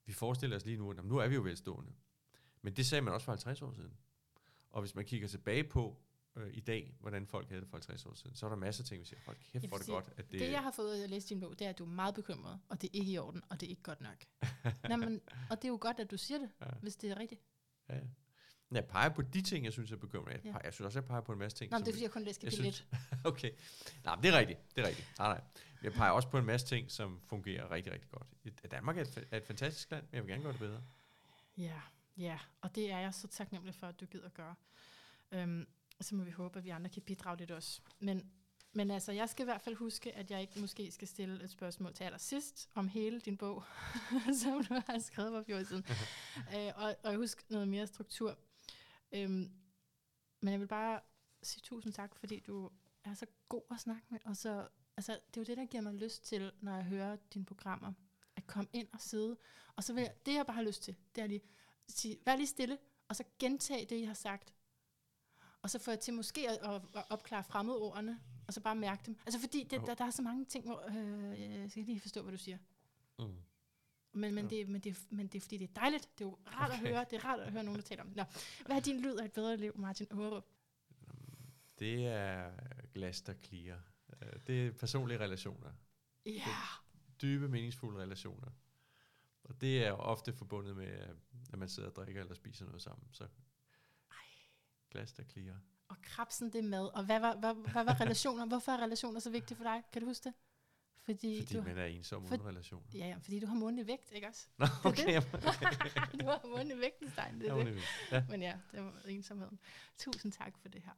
vi forestiller os lige nu, at nu er vi jo velstående. Men det sagde man også for halvtreds år siden. Og hvis man kigger tilbage på øh, i dag, hvordan folk havde det for halvtreds år siden, så er der masser af ting, vi siger, folk kæft for det godt. At det, det, jeg har fået at læse din bog, det er, at du er meget bekymret, og det er ikke i orden, og det er ikke godt nok. Nå, men, og det er jo godt, at du siger det, ja. Hvis det er rigtigt. Ja, ja. Jeg peger på de ting, jeg synes er bekymrende. Jeg, peger, ja. jeg synes også, jeg peger på en masse ting. Nå, det er fordi, jeg kun læser kapitel et. Okay. Nej, det er rigtigt. Det er rigtigt. Nej, nej. Jeg peger også på en masse ting, som fungerer rigtig, rigtig godt. Danmark er et, er et fantastisk land, men jeg vil gerne gøre det bedre. Ja, ja. Og det er jeg så taknemmelig for, at du gider gøre. Øhm, så må vi håbe, at vi andre kan bidrage lidt også. Men, men altså, jeg skal i hvert fald huske, at jeg ikke måske skal stille et spørgsmål til allersidst om hele din bog, som du har skrevet for fjorten siden. øh, og, og jeg husker noget mere struktur. Øhm, men jeg vil bare sige tusind tak, fordi du er så god at snakke med. Og så, altså, det er jo det, der giver mig lyst til, når jeg hører dine programmer, at komme ind og sidde. Og så vil jeg, det, jeg bare har lyst til, det er lige sige, vær lige stille, og så gentage det, I har sagt. Og så får jeg til måske at, at, at opklare fremmedordene, og så bare mærke dem. Altså fordi, det, der, der er så mange ting, hvor øh, jeg skal lige forstå, hvad du siger. Mm. Men, men, ja. det, men, det, men det er fordi, det er dejligt. Det er jo rart okay. at høre. Det er rart at høre nogen, der taler om det. Nå. Hvad er din lyd af et bedre liv, Martin Aarup? Det er glas, der clear. Det er personlige relationer. Ja. Yeah. Dybe, meningsfulde relationer. Og det er ofte forbundet med, at man sidder og drikker eller spiser noget sammen. Så Ej. Glas, der clear. Og krabsen, det er mad. Og hvad var, hvad, hvad var relationer? Hvorfor er relationer så vigtige for dig? Kan du huske det? Fordi, fordi du, man er ensom uden relationer. Ja, ja, fordi du har månedlig vægt, ikke også? Nå, okay. Det det. Du har månedlig vægtenstein, det er det. Ja. Men ja, det var ensomheden. Tusind tak for det her.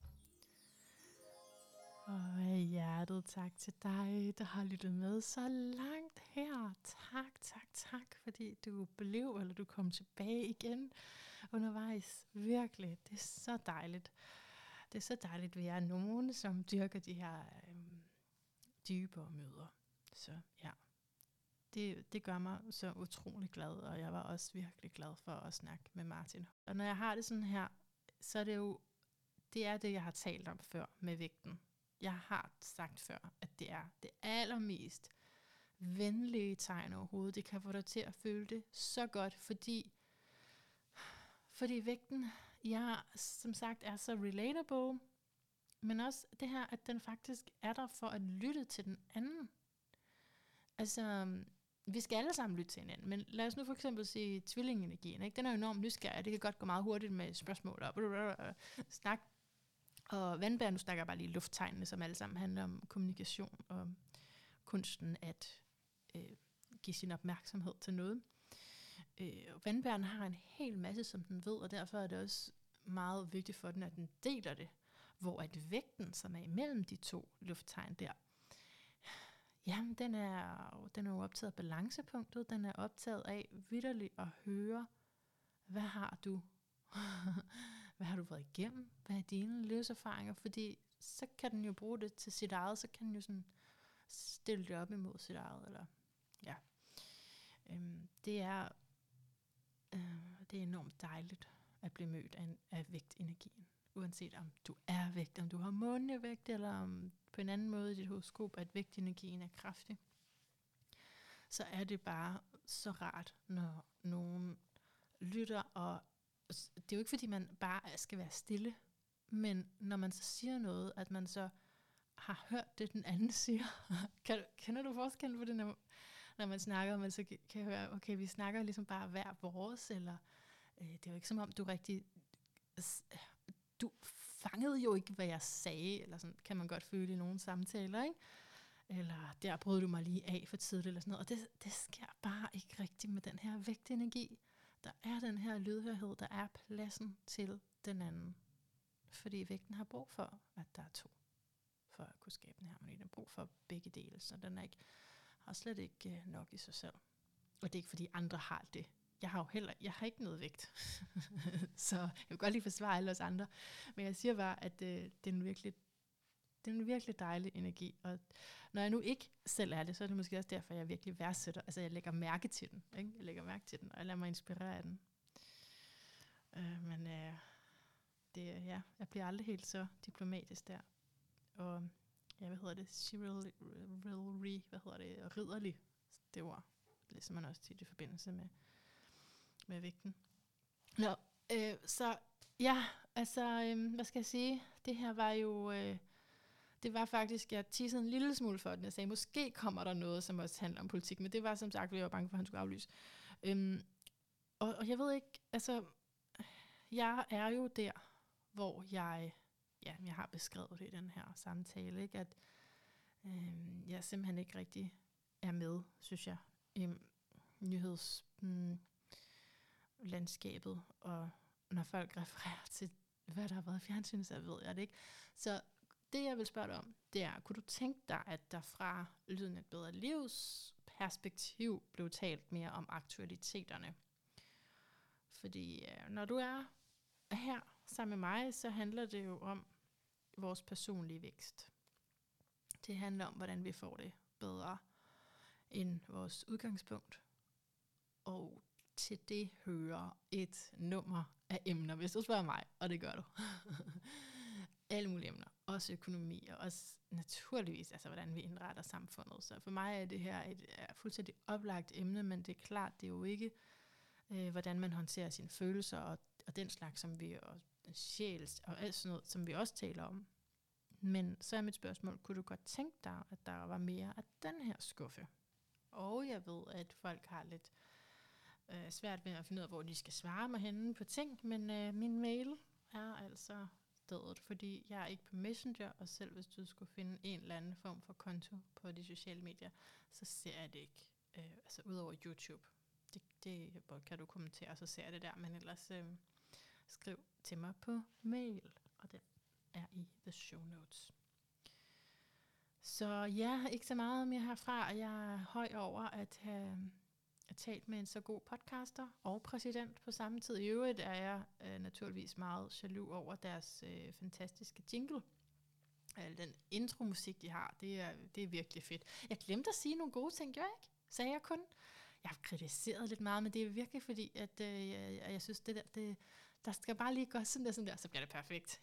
Og hjertet tak til dig, der har lyttet med så langt her. Tak, tak, tak, fordi du blev, eller du kom tilbage igen undervejs. Virkelig, det er så dejligt. Det er så dejligt, at vi er nogen, som dyrker de her øhm, dybere møder. Så ja, det, det gør mig så utrolig glad, og jeg var også virkelig glad for at snakke med Martin. Og når jeg har det sådan her, så er det jo, det er det, jeg har talt om før med vægten. Jeg har sagt før, at det er det allermest venlige tegn overhovedet. Det kan få dig til at føle det så godt, fordi, fordi vægten, ja, som sagt, er så relatable, men også det her, at den faktisk er der for at lytte til den anden. Altså, vi skal alle sammen lytte til hinanden, men lad os nu for eksempel sige tvillingenergien, ikke? Den er jo enormt nysgerrig, det kan godt gå meget hurtigt med spørgsmål og snak. Og vandbær, nu snakker jeg bare lige lufttegnene, som alle sammen handler om kommunikation og kunsten at øh, give sin opmærksomhed til noget. Øh, vandbæren har en hel masse, som den ved, og derfor er det også meget vigtigt for den, at den deler det. Hvor at vægten, som er imellem de to lufttegn der, jamen den er, den er jo optaget af balancepunktet, den er optaget af vitterligt at høre, hvad har du hvad har du været igennem? Hvad er dine livserfaringer? Fordi så kan den jo bruge det til sit eget, så kan den jo sådan stille det op imod sit eget. Eller, ja. øhm, det, er, øh, det er enormt dejligt at blive mødt af, af vægtenergien. Uanset om du er vægt, om du har månedlig vægt, eller om på en anden måde i dit horoskop, at vægtenergien er kraftig. Så er det bare så rart, når nogen lytter, og det er jo ikke fordi man bare skal være stille, men når man så siger noget, at man så har hørt det, den anden siger. kan, kender du forskellen på det, når, når man snakker, og man så kan høre, okay, vi snakker ligesom bare hver vores, eller øh, det er jo ikke som om, du rigtig, du fangede jo ikke, hvad jeg sagde, eller sådan kan man godt føle i nogle samtaler, ikke? Eller der brød du mig lige af for tidligt, eller sådan noget, og det, det sker bare ikke rigtigt med den her vægtenergi. Der er den her lydhørhed, der er pladsen til den anden. Fordi vægten har brug for, at der er to, for at kunne skabe den harmoni. Den har brug for begge dele, så den er ikke, har slet ikke nok i sig selv. Og det er ikke fordi andre har det. Jeg har jo heller, jeg har ikke noget vægt. Så jeg vil godt lige forsvare alle os andre. Men jeg siger bare, at øh, det er en virkelig, det er en virkelig dejlig energi. Og når jeg nu ikke selv er det, så er det måske også derfor, jeg virkelig værdsætter. Altså jeg lægger mærke til den. Ikke? Jeg lægger mærke til den, og jeg lader mig inspirere af den. Øh, men øh, det, ja, jeg bliver aldrig helt så diplomatisk der. Og ja, hvad hedder det? Chivalry, hvad hedder det? Ridderlig, det ord. læser man også tit i forbindelse med, med vægten. Nå, øh, så ja, altså, øh, hvad skal jeg sige? Det her var jo, øh, det var faktisk, jeg teasede en lille smule for den. Jeg sagde, måske kommer der noget, som også handler om politik, men det var som sagt, fordi jeg var bange for, at han skulle aflyse. Øhm, og, og jeg ved ikke, altså, jeg er jo der, hvor jeg, ja, jeg har beskrevet det i den her samtale, ikke? At øh, jeg simpelthen ikke rigtig er med, synes jeg, i nyhedslandskabet, mm, og når folk refererer til, hvad der har været i fjernsynet, så ved jeg det ikke. Så det, jeg vil spørge dig om, det er, kunne du tænke dig, at der fra Lyden af et bedre livs perspektiv blev talt mere om aktualiteterne? Fordi øh, når du er her sammen med mig, så handler det jo om vores personlige vækst. Det handler om, hvordan vi får det bedre end vores udgangspunkt. Og til det hører et nummer af emner, hvis du spørger mig, og det gør du. Alle mulige emner, også økonomi, og også naturligvis, altså hvordan vi indretter samfundet. Så for mig er det her et er fuldstændig oplagt emne, men det er klart, det er jo ikke, øh, hvordan man håndterer sine følelser, og, og den slags, som vi, og sjæls, og alt sådan noget, som vi også taler om. Men så er mit spørgsmål, kunne du godt tænke dig, at der var mere af den her skuffe? Og jeg ved, at folk har lidt øh, svært ved at finde ud af, hvor de skal svare mig henne på ting, men øh, min mail er altså stedet, fordi jeg er ikke på Messenger, og selv hvis du skulle finde en eller anden form for konto på de sociale medier, så ser jeg det ikke. Øh, altså udover YouTube. Det, det kan du kommentere, så ser jeg det der, men ellers øh, skriv til mig på mail, og det er i the show notes. Så ja, ikke så meget mere herfra. Jeg er høj over at have talt med en så god podcaster og præsident på samme tid. I øvrigt er jeg øh, naturligvis meget jaloux over deres øh, fantastiske jingle. Øh, den intromusik, de har, det er, det er virkelig fedt. Jeg glemte at sige nogle gode ting, gjorde jeg ikke? Sagde jeg kun? Jeg har kritiseret lidt meget, men det er virkelig fordi, at øh, jeg, jeg synes, det der, det, der skal bare lige gå sådan der, sådan der, så bliver det perfekt.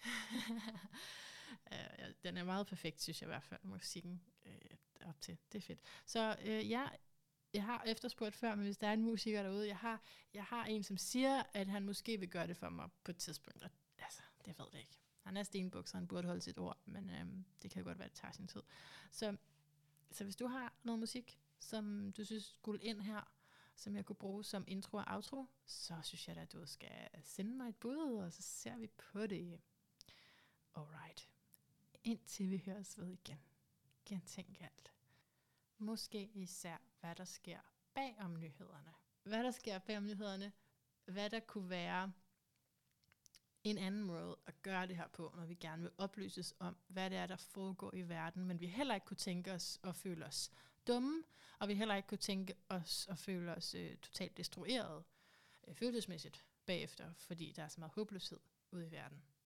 øh, den er meget perfekt, synes jeg i hvert fald, musikken øh, op til. Det er fedt. Så øh, ja, jeg har efterspurgt før, men hvis der er en musiker derude, jeg har, jeg har en, som siger, at han måske vil gøre det for mig på et tidspunkt. Og, altså, det ved jeg ikke. Han er stenbuk, så han burde holde sit ord, men øhm, det kan godt være, at det tager sin tid. Så, så hvis du har noget musik, som du synes skulle ind her, som jeg kunne bruge som intro og outro, så synes jeg da, at du skal sende mig et bud, og så ser vi på det. Alright. Indtil vi høres ved igen. Gentænk alt. Måske især, hvad der sker bag om nyhederne. Hvad der sker bag om nyhederne, hvad der kunne være en anden måde at gøre det her på, når vi gerne vil oplyses om, hvad det er, der foregår i verden, men vi heller ikke kunne tænke os og føle os dumme, og vi heller ikke kunne tænke os og føle os øh, totalt destrueret øh, følelsesmæssigt bagefter, fordi der er så meget håbløshed ude i verden.